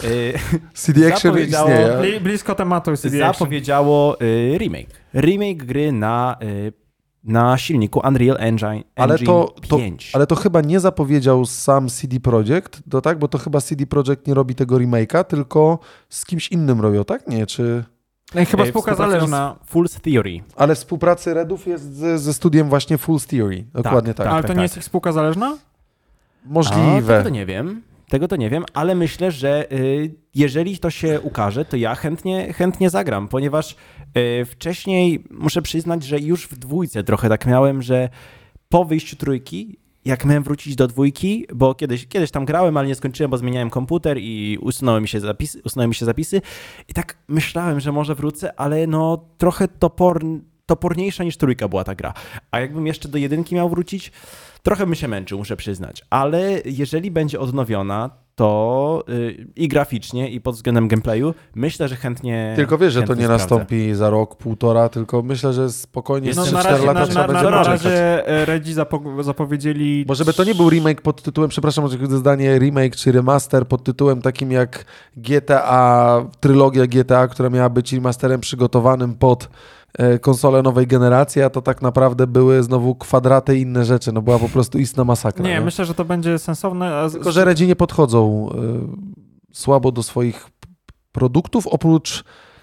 [SPEAKER 1] C D Action istnieje.
[SPEAKER 3] Bli, blisko tematu C D Action.
[SPEAKER 2] Zapowiedziało y, remake. Remake gry na, y, na silniku Unreal Engine,
[SPEAKER 1] ale
[SPEAKER 2] Engine
[SPEAKER 1] to, to,
[SPEAKER 2] pięć.
[SPEAKER 1] Ale to chyba nie zapowiedział sam C D Projekt, to tak? Bo to chyba C D Projekt nie robi tego remake'a, tylko z kimś innym robią, tak? Nie, czy...
[SPEAKER 3] No chyba spółka zależna.
[SPEAKER 2] Fool's Theory.
[SPEAKER 1] Ale współpracy Redów jest ze, ze studiem właśnie Fool's Theory. Dokładnie tak. tak.
[SPEAKER 3] Ale
[SPEAKER 1] tak,
[SPEAKER 3] to
[SPEAKER 1] tak,
[SPEAKER 3] nie jest ich spółka zależna?
[SPEAKER 1] Możliwe.
[SPEAKER 2] A, tego to nie wiem. Tego to nie wiem, ale myślę, że y, jeżeli to się ukaże, to ja chętnie, chętnie zagram, ponieważ y, wcześniej muszę przyznać, że już w dwójce trochę tak miałem, że po wyjściu trójki, jak miałem wrócić do dwójki, bo kiedyś, kiedyś tam grałem, ale nie skończyłem, bo zmieniałem komputer i usunęły mi się zapisy, usunęły mi się zapisy i tak myślałem, że może wrócę, ale no trochę topor, toporniejsza niż trójka była ta gra. A jakbym jeszcze do jedynki miał wrócić, trochę bym się męczył, muszę przyznać, ale jeżeli będzie odnowiona, to yy, i graficznie, i pod względem gameplayu, myślę, że chętnie.
[SPEAKER 1] Tylko wiesz, że to nie
[SPEAKER 2] sprawdzę.
[SPEAKER 1] nastąpi za rok, półtora, tylko myślę, że spokojnie
[SPEAKER 3] no,
[SPEAKER 1] trzy
[SPEAKER 3] na
[SPEAKER 1] cztery
[SPEAKER 3] razie,
[SPEAKER 1] lata
[SPEAKER 3] na,
[SPEAKER 1] trzeba
[SPEAKER 3] na,
[SPEAKER 1] będzie
[SPEAKER 3] na, na
[SPEAKER 1] poczekać.
[SPEAKER 3] razie Redzi zapo- zapowiedzieli...
[SPEAKER 1] Bo żeby to nie był remake pod tytułem, przepraszam, że zdanie remake czy remaster pod tytułem takim jak G T A, trylogia G T A, która miała być remasterem przygotowanym pod konsolę nowej generacji, a to tak naprawdę były znowu kwadraty i inne rzeczy. No była po prostu istna masakra.
[SPEAKER 3] Nie,
[SPEAKER 1] nie?
[SPEAKER 3] myślę, że to będzie sensowne. A...
[SPEAKER 1] Tylko, że Redzi nie podchodzą y, słabo do swoich produktów, oprócz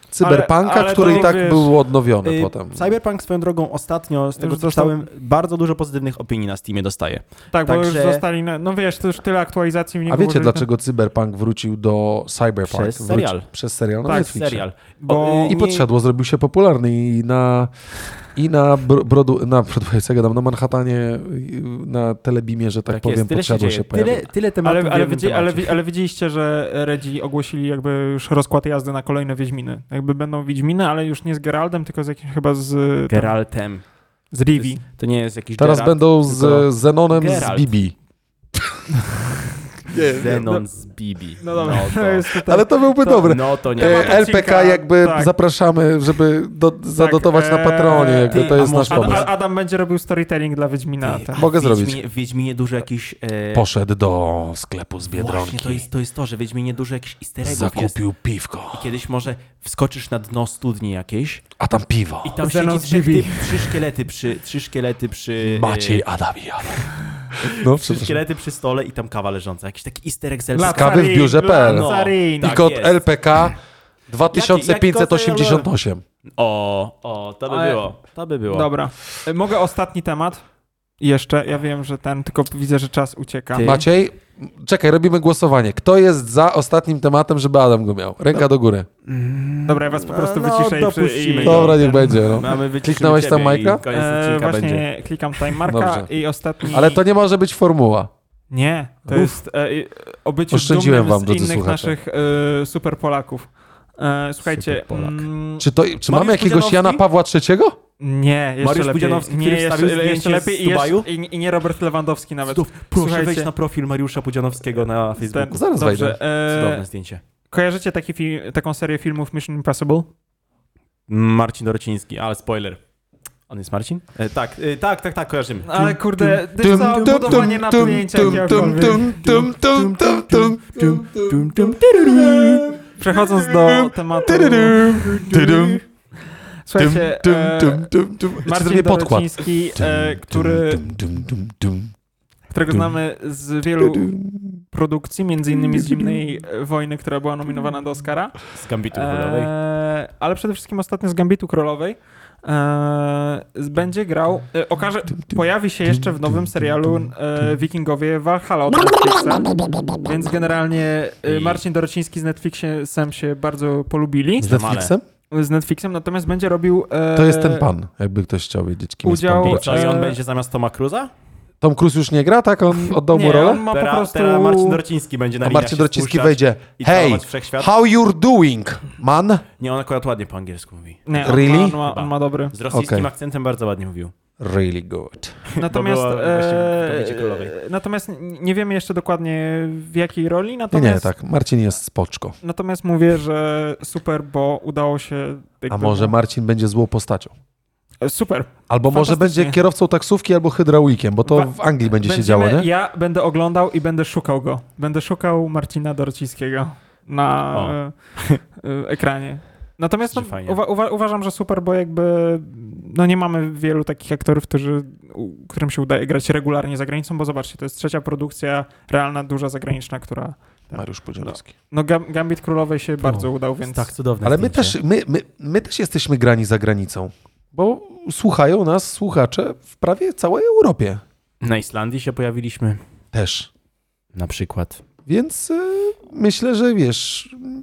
[SPEAKER 1] Cyberpunka,
[SPEAKER 3] ale- ale
[SPEAKER 1] który
[SPEAKER 3] to
[SPEAKER 1] i tak
[SPEAKER 3] wiesz,
[SPEAKER 1] był odnowiony
[SPEAKER 2] Y,
[SPEAKER 1] potem.
[SPEAKER 2] Cyberpunk swoją drogą ostatnio, z tego
[SPEAKER 3] Już
[SPEAKER 2] co
[SPEAKER 3] dostał-
[SPEAKER 2] czytałem, bardzo dużo pozytywnych opinii na Steamie dostaje.
[SPEAKER 3] Tak, bo
[SPEAKER 2] Także-
[SPEAKER 3] już zostali, na, no wiesz, to już tyle aktualizacji w niego
[SPEAKER 1] A wiecie,
[SPEAKER 3] włożyli,
[SPEAKER 1] dlaczego Cyberpunk wrócił do Cyberpunk?
[SPEAKER 2] Przez
[SPEAKER 1] Wróci-
[SPEAKER 2] serial.
[SPEAKER 1] Przez serial na
[SPEAKER 3] Tak,
[SPEAKER 1] Netflixie.
[SPEAKER 2] Serial.
[SPEAKER 3] Bo-
[SPEAKER 2] O, y,
[SPEAKER 1] I
[SPEAKER 2] nie-
[SPEAKER 1] podszedło, zrobił się popularny i na, i na, bro, brodu, na, Broadway, co ja gadam, na Manhattanie, y, na Telebimie, że tak,
[SPEAKER 2] Tak
[SPEAKER 1] powiem,
[SPEAKER 2] jest, tyle się
[SPEAKER 1] podszedło
[SPEAKER 2] dzieje.
[SPEAKER 1] się pojawiło.
[SPEAKER 2] Tyle, tyle tematów
[SPEAKER 3] Ale,
[SPEAKER 2] w
[SPEAKER 3] ale,
[SPEAKER 2] jednym
[SPEAKER 3] widzi, ale,
[SPEAKER 2] temacie.
[SPEAKER 3] wi- ale widzieliście, że Redzi ogłosili jakby już rozkład jazdy na kolejne Wiedźminy. Jakby będą Wiedźminy, ale już nie z Geraldem, tylko z jakimś chyba z... tam,
[SPEAKER 2] Geraltem.
[SPEAKER 3] z
[SPEAKER 2] To,
[SPEAKER 3] Rivi.
[SPEAKER 2] jest, to nie jest jakiś
[SPEAKER 1] Teraz
[SPEAKER 2] Geralt,
[SPEAKER 1] będą
[SPEAKER 2] tylko
[SPEAKER 1] z Zenonem
[SPEAKER 2] Geralt.
[SPEAKER 1] z Bibi.
[SPEAKER 2] Zenon z Bibi.
[SPEAKER 3] No dobra,
[SPEAKER 2] to,
[SPEAKER 3] to jest tutaj...
[SPEAKER 1] Ale to byłby
[SPEAKER 3] To-
[SPEAKER 1] dobre.
[SPEAKER 2] no to nie.
[SPEAKER 3] Temat
[SPEAKER 1] E, L P K
[SPEAKER 3] odcinka,
[SPEAKER 1] jakby
[SPEAKER 3] tak.
[SPEAKER 1] zapraszamy, żeby do, zadotować na
[SPEAKER 3] e,
[SPEAKER 1] Patreonie, jakby
[SPEAKER 2] ty,
[SPEAKER 1] to
[SPEAKER 2] a
[SPEAKER 1] jest nasz
[SPEAKER 2] może-
[SPEAKER 3] Adam,
[SPEAKER 1] pomysł.
[SPEAKER 3] Adam będzie robił storytelling dla Wiedźmina.
[SPEAKER 2] Ty,
[SPEAKER 3] tak.
[SPEAKER 2] a
[SPEAKER 1] Mogę
[SPEAKER 2] w
[SPEAKER 1] zrobić.
[SPEAKER 2] Wiedźminie, w Wiedźminie dużo jakichś... E,
[SPEAKER 1] Poszedł do sklepu z Biedronki,
[SPEAKER 2] Właśnie, to jest, to jest to, że w Wiedźminie dużo jakichś easter eggów jest.
[SPEAKER 1] zakupił piwko,
[SPEAKER 2] I kiedyś może wskoczysz na dno studni jakiejś
[SPEAKER 1] a tam piwo.
[SPEAKER 2] i tam
[SPEAKER 3] Zenon
[SPEAKER 2] siedzi
[SPEAKER 3] z
[SPEAKER 2] trzech
[SPEAKER 3] Bibi.
[SPEAKER 2] typ, trzy szkielety przy... Trzy szkielety przy... e,
[SPEAKER 1] Maciej, Adam i Adam. No,
[SPEAKER 2] Trzy
[SPEAKER 1] przepraszam.
[SPEAKER 2] szkielety przy stole i tam kawa leżąca. Jakiś taki easter egg z
[SPEAKER 3] Dla
[SPEAKER 1] kawy w
[SPEAKER 3] Carin,
[SPEAKER 1] biurze
[SPEAKER 3] dla
[SPEAKER 1] kropka p l.
[SPEAKER 3] Carin.
[SPEAKER 1] I
[SPEAKER 2] Tak
[SPEAKER 1] kod
[SPEAKER 2] jest.
[SPEAKER 1] L P K dwa tysiące pięćset osiemdziesiąt osiem.
[SPEAKER 2] O, o, to by
[SPEAKER 3] Ale-
[SPEAKER 2] było. To by było.
[SPEAKER 3] Dobra. E, Mogę ostatni temat? Jeszcze, ja wiem, że ten, tylko widzę, że czas ucieka.
[SPEAKER 2] Ty.
[SPEAKER 1] Maciej, czekaj, robimy głosowanie. Kto jest za ostatnim tematem, żeby Adam go miał? Ręka do góry.
[SPEAKER 3] Dobra, ja was po prostu
[SPEAKER 2] No,
[SPEAKER 3] wyciszę i,
[SPEAKER 2] dopuścimy
[SPEAKER 3] przy, i
[SPEAKER 2] go.
[SPEAKER 1] Dobra, niech
[SPEAKER 3] ten-
[SPEAKER 1] będzie. No.
[SPEAKER 2] Mamy wyciszymy
[SPEAKER 1] Kliknąłeś tam
[SPEAKER 2] ciebie
[SPEAKER 1] Majka?
[SPEAKER 2] i Koniec
[SPEAKER 3] E,
[SPEAKER 2] odcinka
[SPEAKER 3] właśnie
[SPEAKER 2] będzie.
[SPEAKER 3] klikam time marka
[SPEAKER 1] Dobrze.
[SPEAKER 3] i ostatni...
[SPEAKER 1] Ale to nie może być formuła.
[SPEAKER 3] Nie, to
[SPEAKER 1] Uf.
[SPEAKER 3] jest e, o byciu
[SPEAKER 1] Oszczędziłem
[SPEAKER 3] dumnym
[SPEAKER 1] wam,
[SPEAKER 3] z
[SPEAKER 1] drodzy
[SPEAKER 3] innych
[SPEAKER 1] słuchacze.
[SPEAKER 3] naszych e, super Polaków. E, słuchajcie,
[SPEAKER 2] Super Polak.
[SPEAKER 3] mm,
[SPEAKER 1] Czy, to, czy mamy
[SPEAKER 2] Mariusz
[SPEAKER 1] jakiegoś
[SPEAKER 2] Pudzianowski?
[SPEAKER 1] Jana Pawła trzeciego?
[SPEAKER 3] nie, jeszcze
[SPEAKER 2] Mariusz
[SPEAKER 3] lepiej.
[SPEAKER 2] Pudzianowski,
[SPEAKER 3] nie,
[SPEAKER 2] który
[SPEAKER 3] jeszcze,
[SPEAKER 2] wstawił
[SPEAKER 3] jeszcze
[SPEAKER 2] zdjęcie
[SPEAKER 3] lepiej
[SPEAKER 2] z
[SPEAKER 3] i, jeszcze,
[SPEAKER 2] Dubaju?
[SPEAKER 3] i, i nie Robert Lewandowski nawet.
[SPEAKER 2] Stów, proszę
[SPEAKER 3] Słuchajcie.
[SPEAKER 2] wejść na profil Mariusza Pudzianowskiego na Facebooku.
[SPEAKER 1] Zaraz
[SPEAKER 3] Dobrze,
[SPEAKER 1] wejdę.
[SPEAKER 2] Cudowne
[SPEAKER 3] e,
[SPEAKER 2] zdjęcie.
[SPEAKER 3] kojarzycie taki fi- taką serię filmów Mission Impossible?
[SPEAKER 2] Marcin Dorociński, ale spoiler. On jest Marcin? E, tak, e, tak, tak, tak, kojarzymy.
[SPEAKER 3] Ale kurde, wiesz co, budowanie napięcia jakiegokolwiek.
[SPEAKER 1] tum, tum, tum, tum, tum, tum, tum.
[SPEAKER 3] Przechodząc do tematu... Słuchajcie,
[SPEAKER 1] Tum,
[SPEAKER 3] e,
[SPEAKER 1] tum, tum, tum. Jeszcze
[SPEAKER 3] Marcin
[SPEAKER 1] zrobię podkład.
[SPEAKER 3] Dorociński, e, który,
[SPEAKER 1] Tum, tum, tum, tum,
[SPEAKER 3] którego
[SPEAKER 1] tum.
[SPEAKER 3] znamy z wielu
[SPEAKER 1] tum.
[SPEAKER 3] produkcji, między innymi z Zimnej Wojny, która była nominowana do Oscara.
[SPEAKER 2] Z Gambitu Królowej.
[SPEAKER 3] E, ale przede wszystkim ostatnio z Gambitu Królowej. E, będzie grał, e, okaże, pojawi się jeszcze w nowym serialu e, Wikingowie Valhalla od Netflixa, więc generalnie e, Marcin Dorociński z Netflixem się bardzo polubili,
[SPEAKER 1] Z Netflixem?
[SPEAKER 3] z Netflixem, natomiast będzie robił... E,
[SPEAKER 1] To jest ten pan, jakby ktoś chciał wiedzieć, kim
[SPEAKER 3] udział-
[SPEAKER 1] jest pan.
[SPEAKER 2] I
[SPEAKER 1] Dorociński.
[SPEAKER 2] co, i on
[SPEAKER 3] e,
[SPEAKER 2] będzie zamiast Toma Cruza?
[SPEAKER 1] Tom Cruise już nie gra, tak? On oddał mu
[SPEAKER 3] nie,
[SPEAKER 1] rolę?
[SPEAKER 3] on ma po
[SPEAKER 2] Teraz,
[SPEAKER 3] prostu...
[SPEAKER 2] teraz Marcin Dorociński będzie na
[SPEAKER 1] A
[SPEAKER 2] liniach
[SPEAKER 1] Marcin
[SPEAKER 2] się
[SPEAKER 1] Dorociński
[SPEAKER 2] spuszczać
[SPEAKER 1] wejdzie.
[SPEAKER 2] i
[SPEAKER 1] Hey,
[SPEAKER 2] czarować wszechświat.
[SPEAKER 1] how you're doing, man?
[SPEAKER 2] Nie, on akurat ładnie po angielsku mówi.
[SPEAKER 3] Nie, on,
[SPEAKER 1] Really?
[SPEAKER 3] ma, on, ma, on ma dobry.
[SPEAKER 2] Z rosyjskim
[SPEAKER 1] Okej.
[SPEAKER 2] akcentem bardzo ładnie mówił.
[SPEAKER 1] Really good.
[SPEAKER 3] Natomiast,
[SPEAKER 2] była właśnie w
[SPEAKER 3] e,
[SPEAKER 2] Kobiecie Królowej.
[SPEAKER 3] natomiast nie wiemy jeszcze dokładnie w jakiej roli,
[SPEAKER 1] Nie,
[SPEAKER 3] natomiast,
[SPEAKER 1] nie, tak. Marcin jest spoczko.
[SPEAKER 3] natomiast mówię, że super, bo udało się... jakby-
[SPEAKER 1] A może Marcin będzie złą postacią?
[SPEAKER 3] Super.
[SPEAKER 1] Albo może
[SPEAKER 3] Fantastycznie.
[SPEAKER 1] będzie kierowcą taksówki albo hydraulikiem, bo to
[SPEAKER 3] Wa-
[SPEAKER 1] w Anglii będzie się
[SPEAKER 3] Będziemy-
[SPEAKER 1] działo, nie?
[SPEAKER 3] Ja będę oglądał i będę szukał go. Będę szukał Marcina Dorocińskiego na
[SPEAKER 2] O.
[SPEAKER 3] e, e, ekranie. Natomiast no,
[SPEAKER 2] Że fajnie.
[SPEAKER 3] uwa- uwa- uważam, że super, bo jakby no nie mamy wielu takich aktorów, którzy, u- którym się udaje grać regularnie za granicą, bo zobaczcie, to jest trzecia produkcja realna, duża, zagraniczna, która...
[SPEAKER 1] Mariusz Pudzianowski.
[SPEAKER 3] No Gam- Gambit Królowej się bardzo udał, więc...
[SPEAKER 2] Tak cudowne
[SPEAKER 1] Ale my
[SPEAKER 2] zdjęcie.
[SPEAKER 1] też, my, my, my też jesteśmy grani za granicą, bo słuchają nas słuchacze w prawie całej Europie.
[SPEAKER 2] Na Islandii się pojawiliśmy.
[SPEAKER 1] Też.
[SPEAKER 2] Na przykład.
[SPEAKER 1] Więc y, myślę, że wiesz, n-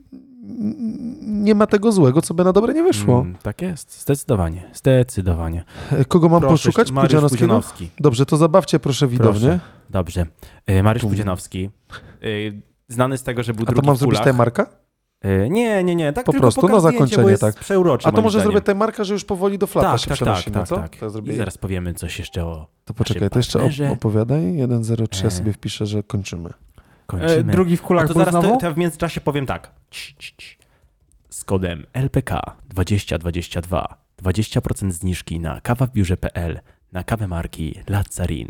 [SPEAKER 1] nie ma tego złego, co by na dobre nie wyszło.
[SPEAKER 2] Mm, tak jest. Zdecydowanie. Zdecydowanie.
[SPEAKER 1] Kogo mam
[SPEAKER 2] Proszę,
[SPEAKER 1] poszukać?
[SPEAKER 2] Mariusz
[SPEAKER 1] Pudzianowskiego?
[SPEAKER 2] Pudzianowski.
[SPEAKER 1] Dobrze, to zabawcie proszę widownię.
[SPEAKER 2] Proszę. Dobrze. E, Mariusz
[SPEAKER 1] Tum.
[SPEAKER 2] Pudzianowski. E, znany z tego, że był
[SPEAKER 1] A to
[SPEAKER 2] drugi
[SPEAKER 1] mam
[SPEAKER 2] w
[SPEAKER 1] zrobić
[SPEAKER 2] kulach.
[SPEAKER 1] Timarka?
[SPEAKER 2] E, nie, nie, nie. Tak
[SPEAKER 1] Po
[SPEAKER 2] tylko
[SPEAKER 1] prostu,
[SPEAKER 2] pokaż
[SPEAKER 1] na
[SPEAKER 2] zdjęcie,
[SPEAKER 1] zakończenie,
[SPEAKER 2] bo jest
[SPEAKER 1] tak.
[SPEAKER 2] przeurocze,
[SPEAKER 1] A to
[SPEAKER 2] moim
[SPEAKER 1] może
[SPEAKER 2] zdaniem.
[SPEAKER 1] zrobię Timarka, że już powoli do flapa
[SPEAKER 2] Tak,
[SPEAKER 1] się
[SPEAKER 2] tak,
[SPEAKER 1] przenosimy,
[SPEAKER 2] tak,
[SPEAKER 1] co?
[SPEAKER 2] tak, tak.
[SPEAKER 1] To, zrobię...
[SPEAKER 2] I zaraz powiemy coś jeszcze o
[SPEAKER 1] to poczekaj,
[SPEAKER 2] naszym
[SPEAKER 1] to jeszcze
[SPEAKER 2] partnerze.
[SPEAKER 1] op- opowiadaj. jeden zero trzy
[SPEAKER 2] E.
[SPEAKER 1] sobie wpiszę, że kończymy.
[SPEAKER 2] kończymy.
[SPEAKER 3] E, drugi w
[SPEAKER 2] A
[SPEAKER 3] kulach
[SPEAKER 2] to
[SPEAKER 3] był
[SPEAKER 2] zaraz
[SPEAKER 3] znowu?
[SPEAKER 2] to, to w międzyczasie powiem tak. Cii, cii, cii. Z kodem L P K dwadzieścia dwadzieścia dwa dwadzieścia procent zniżki na kawa w biurze kropka p l na kawę marki Lazzarin.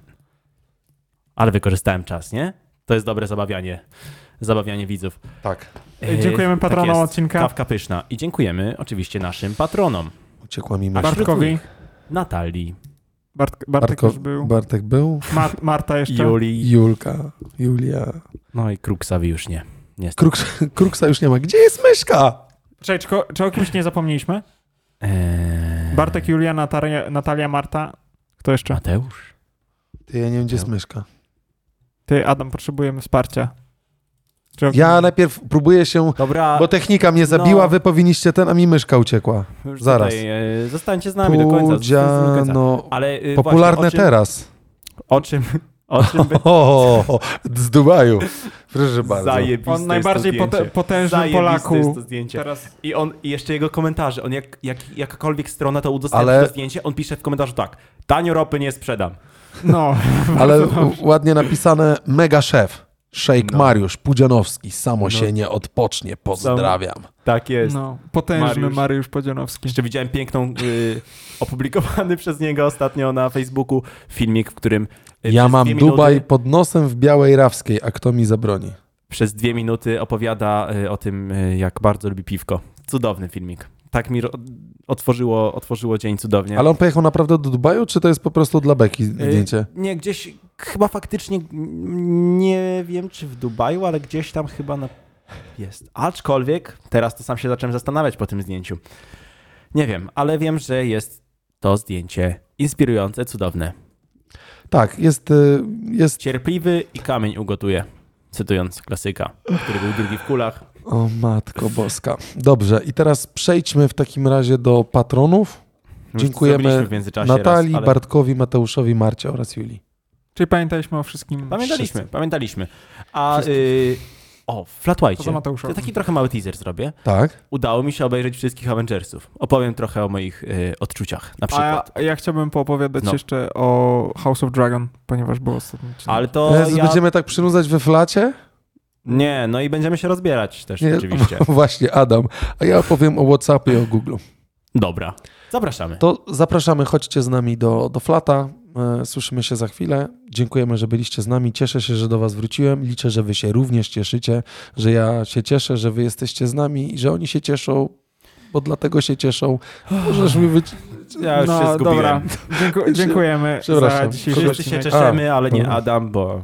[SPEAKER 2] Ale wykorzystałem czas, nie? To jest dobre zabawianie. Zabawianie widzów.
[SPEAKER 1] Tak.
[SPEAKER 3] E, dziękujemy patronom
[SPEAKER 2] tak jest.
[SPEAKER 3] odcinka.
[SPEAKER 2] Kawka pyszna. I dziękujemy oczywiście naszym patronom.
[SPEAKER 1] Uciekła mi
[SPEAKER 2] A
[SPEAKER 1] myśl.
[SPEAKER 2] wśród
[SPEAKER 3] Bartkowi.
[SPEAKER 2] nich Natalii,
[SPEAKER 3] Bart, Bartek
[SPEAKER 1] Bartko,
[SPEAKER 3] już był.
[SPEAKER 1] Bartek był.
[SPEAKER 3] Mar- Marta jeszcze.
[SPEAKER 2] Julii,
[SPEAKER 1] Julka, Julia.
[SPEAKER 2] no i Kruksawi już nie. Niestety.
[SPEAKER 1] Kruks, Kruksa już nie ma. Gdzie jest myszka?
[SPEAKER 3] Czekaj, czy, ko- czy o kimś nie zapomnieliśmy?
[SPEAKER 2] Eee...
[SPEAKER 3] Bartek, Julia, Natalia, Natalia, Marta. Kto jeszcze?
[SPEAKER 2] Mateusz?
[SPEAKER 1] Ty, ja nie wiem, gdzie jest myszka.
[SPEAKER 3] Ty, Adam, potrzebujemy wsparcia. Czy o-
[SPEAKER 1] Ja najpierw próbuję się,
[SPEAKER 2] Dobra,
[SPEAKER 1] bo technika mnie zabiła,
[SPEAKER 2] no.
[SPEAKER 1] wy powinniście ten, a mi myszka uciekła.
[SPEAKER 2] już
[SPEAKER 1] zaraz.
[SPEAKER 2] Tutaj, e, zostańcie z nami do końca. zostańcie do końca.
[SPEAKER 1] Pudziano...
[SPEAKER 2] Ale e,
[SPEAKER 1] Popularne
[SPEAKER 2] właśnie, o czym,
[SPEAKER 1] teraz.
[SPEAKER 2] O czym, o czym by...
[SPEAKER 1] O, z Dubaju. Proszę bardzo.
[SPEAKER 2] Zajebiste
[SPEAKER 3] On najbardziej
[SPEAKER 2] jest to
[SPEAKER 3] pote-
[SPEAKER 2] zdjęcie.
[SPEAKER 3] potężny
[SPEAKER 2] Zajebiste
[SPEAKER 3] Polaku.
[SPEAKER 2] jest to zdjęcie.
[SPEAKER 3] Teraz
[SPEAKER 2] I on i jeszcze jego komentarze. On jak, jak jakakolwiek strona to udostępni
[SPEAKER 1] Ale-
[SPEAKER 2] to zdjęcie, on pisze w komentarzu tak. Tanio ropy nie sprzedam.
[SPEAKER 3] no.
[SPEAKER 1] Ale
[SPEAKER 3] bardzo dobrze.
[SPEAKER 1] u- ładnie napisane mega szef. Szejk
[SPEAKER 2] No.
[SPEAKER 1] Mariusz Pudzianowski. Samo
[SPEAKER 2] No.
[SPEAKER 1] się nie odpocznie. Pozdrawiam.
[SPEAKER 2] Tak jest.
[SPEAKER 3] No, potężny
[SPEAKER 2] Mariusz.
[SPEAKER 3] Mariusz Podzianowski.
[SPEAKER 2] Jeszcze widziałem piękną, y, opublikowany przez niego ostatnio na Facebooku filmik, w którym y,
[SPEAKER 1] Ja
[SPEAKER 2] przez
[SPEAKER 1] mam
[SPEAKER 2] dwie
[SPEAKER 1] Dubaj
[SPEAKER 2] minuty,
[SPEAKER 1] pod nosem w Białej Rawskiej, a kto mi zabroni?
[SPEAKER 2] przez dwie minuty opowiada y, o tym, y, jak bardzo lubi piwko. Cudowny filmik. Tak mi ro- otworzyło, otworzyło dzień cudownie.
[SPEAKER 1] Ale on pojechał naprawdę do Dubaju, czy to jest po prostu dla beki zdjęcie?
[SPEAKER 2] Y, Nie, gdzieś chyba faktycznie, mm, nie wiem czy w Dubaju, ale gdzieś tam chyba na... jest. Aczkolwiek teraz to sam się zacząłem zastanawiać po tym zdjęciu. Nie wiem, ale wiem, że jest to zdjęcie inspirujące, cudowne.
[SPEAKER 1] Tak, jest, y, jest...
[SPEAKER 2] Cierpliwy i kamień ugotuje. Cytując klasyka, który był drugi w kulach.
[SPEAKER 1] O matko boska. Dobrze, i teraz przejdźmy w takim razie do patronów.
[SPEAKER 2] Już
[SPEAKER 1] Dziękujemy
[SPEAKER 2] zrobiliśmy w międzyczasie
[SPEAKER 1] Natalii,
[SPEAKER 2] raz, ale
[SPEAKER 1] Bartkowi, Mateuszowi, Marcie oraz Julii.
[SPEAKER 3] Czyli pamiętaliśmy o wszystkim.
[SPEAKER 2] Pamiętaliśmy,
[SPEAKER 3] wszyscy.
[SPEAKER 2] pamiętaliśmy. A
[SPEAKER 3] Wszystkich.
[SPEAKER 2] y, o, Flat
[SPEAKER 3] Poza
[SPEAKER 2] White.
[SPEAKER 3] Mateuszem.
[SPEAKER 2] Taki trochę mały teaser zrobię.
[SPEAKER 1] Tak?
[SPEAKER 2] Udało mi się obejrzeć wszystkich Avengersów. Opowiem trochę o moich y, odczuciach, na
[SPEAKER 3] A
[SPEAKER 2] przykład.
[SPEAKER 3] ja, ja chciałbym poopowiadać
[SPEAKER 2] No.
[SPEAKER 3] jeszcze o House of Dragon, ponieważ było ostatnio.
[SPEAKER 2] Ale to
[SPEAKER 1] Jezus,
[SPEAKER 2] ja...
[SPEAKER 1] Będziemy tak przynudzać we flacie?
[SPEAKER 2] Nie, no i będziemy się rozbierać też
[SPEAKER 1] Nie,
[SPEAKER 2] oczywiście.
[SPEAKER 1] Właśnie, Adam. A ja opowiem o WhatsAppie i o Google.
[SPEAKER 2] Dobra, zapraszamy.
[SPEAKER 1] To zapraszamy, chodźcie z nami do, do Flata. E, Słyszymy się za chwilę. Dziękujemy, że byliście z nami. Cieszę się, że do was wróciłem. Liczę, że wy się również cieszycie, że ja się cieszę, że wy jesteście z nami i że oni się cieszą, bo dlatego się cieszą. Możesz mi być...
[SPEAKER 2] Ja już się
[SPEAKER 3] No
[SPEAKER 2] zgubiłem.
[SPEAKER 3] dobra, Dzięku- dziękujemy za
[SPEAKER 1] Przepraszam.
[SPEAKER 3] dzisiejszy
[SPEAKER 2] Wszyscy się
[SPEAKER 3] odcinek.
[SPEAKER 2] cieszymy, ale nie
[SPEAKER 1] dobra.
[SPEAKER 2] Adam, bo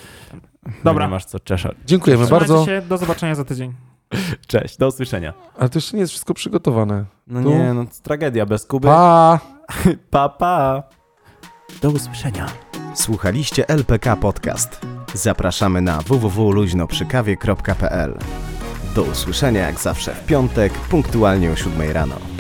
[SPEAKER 3] Dobra.
[SPEAKER 2] nie masz co czeszać.
[SPEAKER 1] Dziękujemy
[SPEAKER 3] Trzymajcie
[SPEAKER 1] bardzo.
[SPEAKER 3] się, do zobaczenia za tydzień.
[SPEAKER 2] Cześć, do usłyszenia.
[SPEAKER 1] Ale to jeszcze nie jest wszystko przygotowane.
[SPEAKER 2] No
[SPEAKER 1] Tu?
[SPEAKER 2] nie, no to tragedia bez Kuby.
[SPEAKER 1] Pa!
[SPEAKER 2] Pa, pa. Do usłyszenia.
[SPEAKER 4] Słuchaliście L P K Podcast. Zapraszamy na w w w kropka luźnoprzykawie kropka p l. Do usłyszenia jak zawsze w piątek, punktualnie o siódmej rano.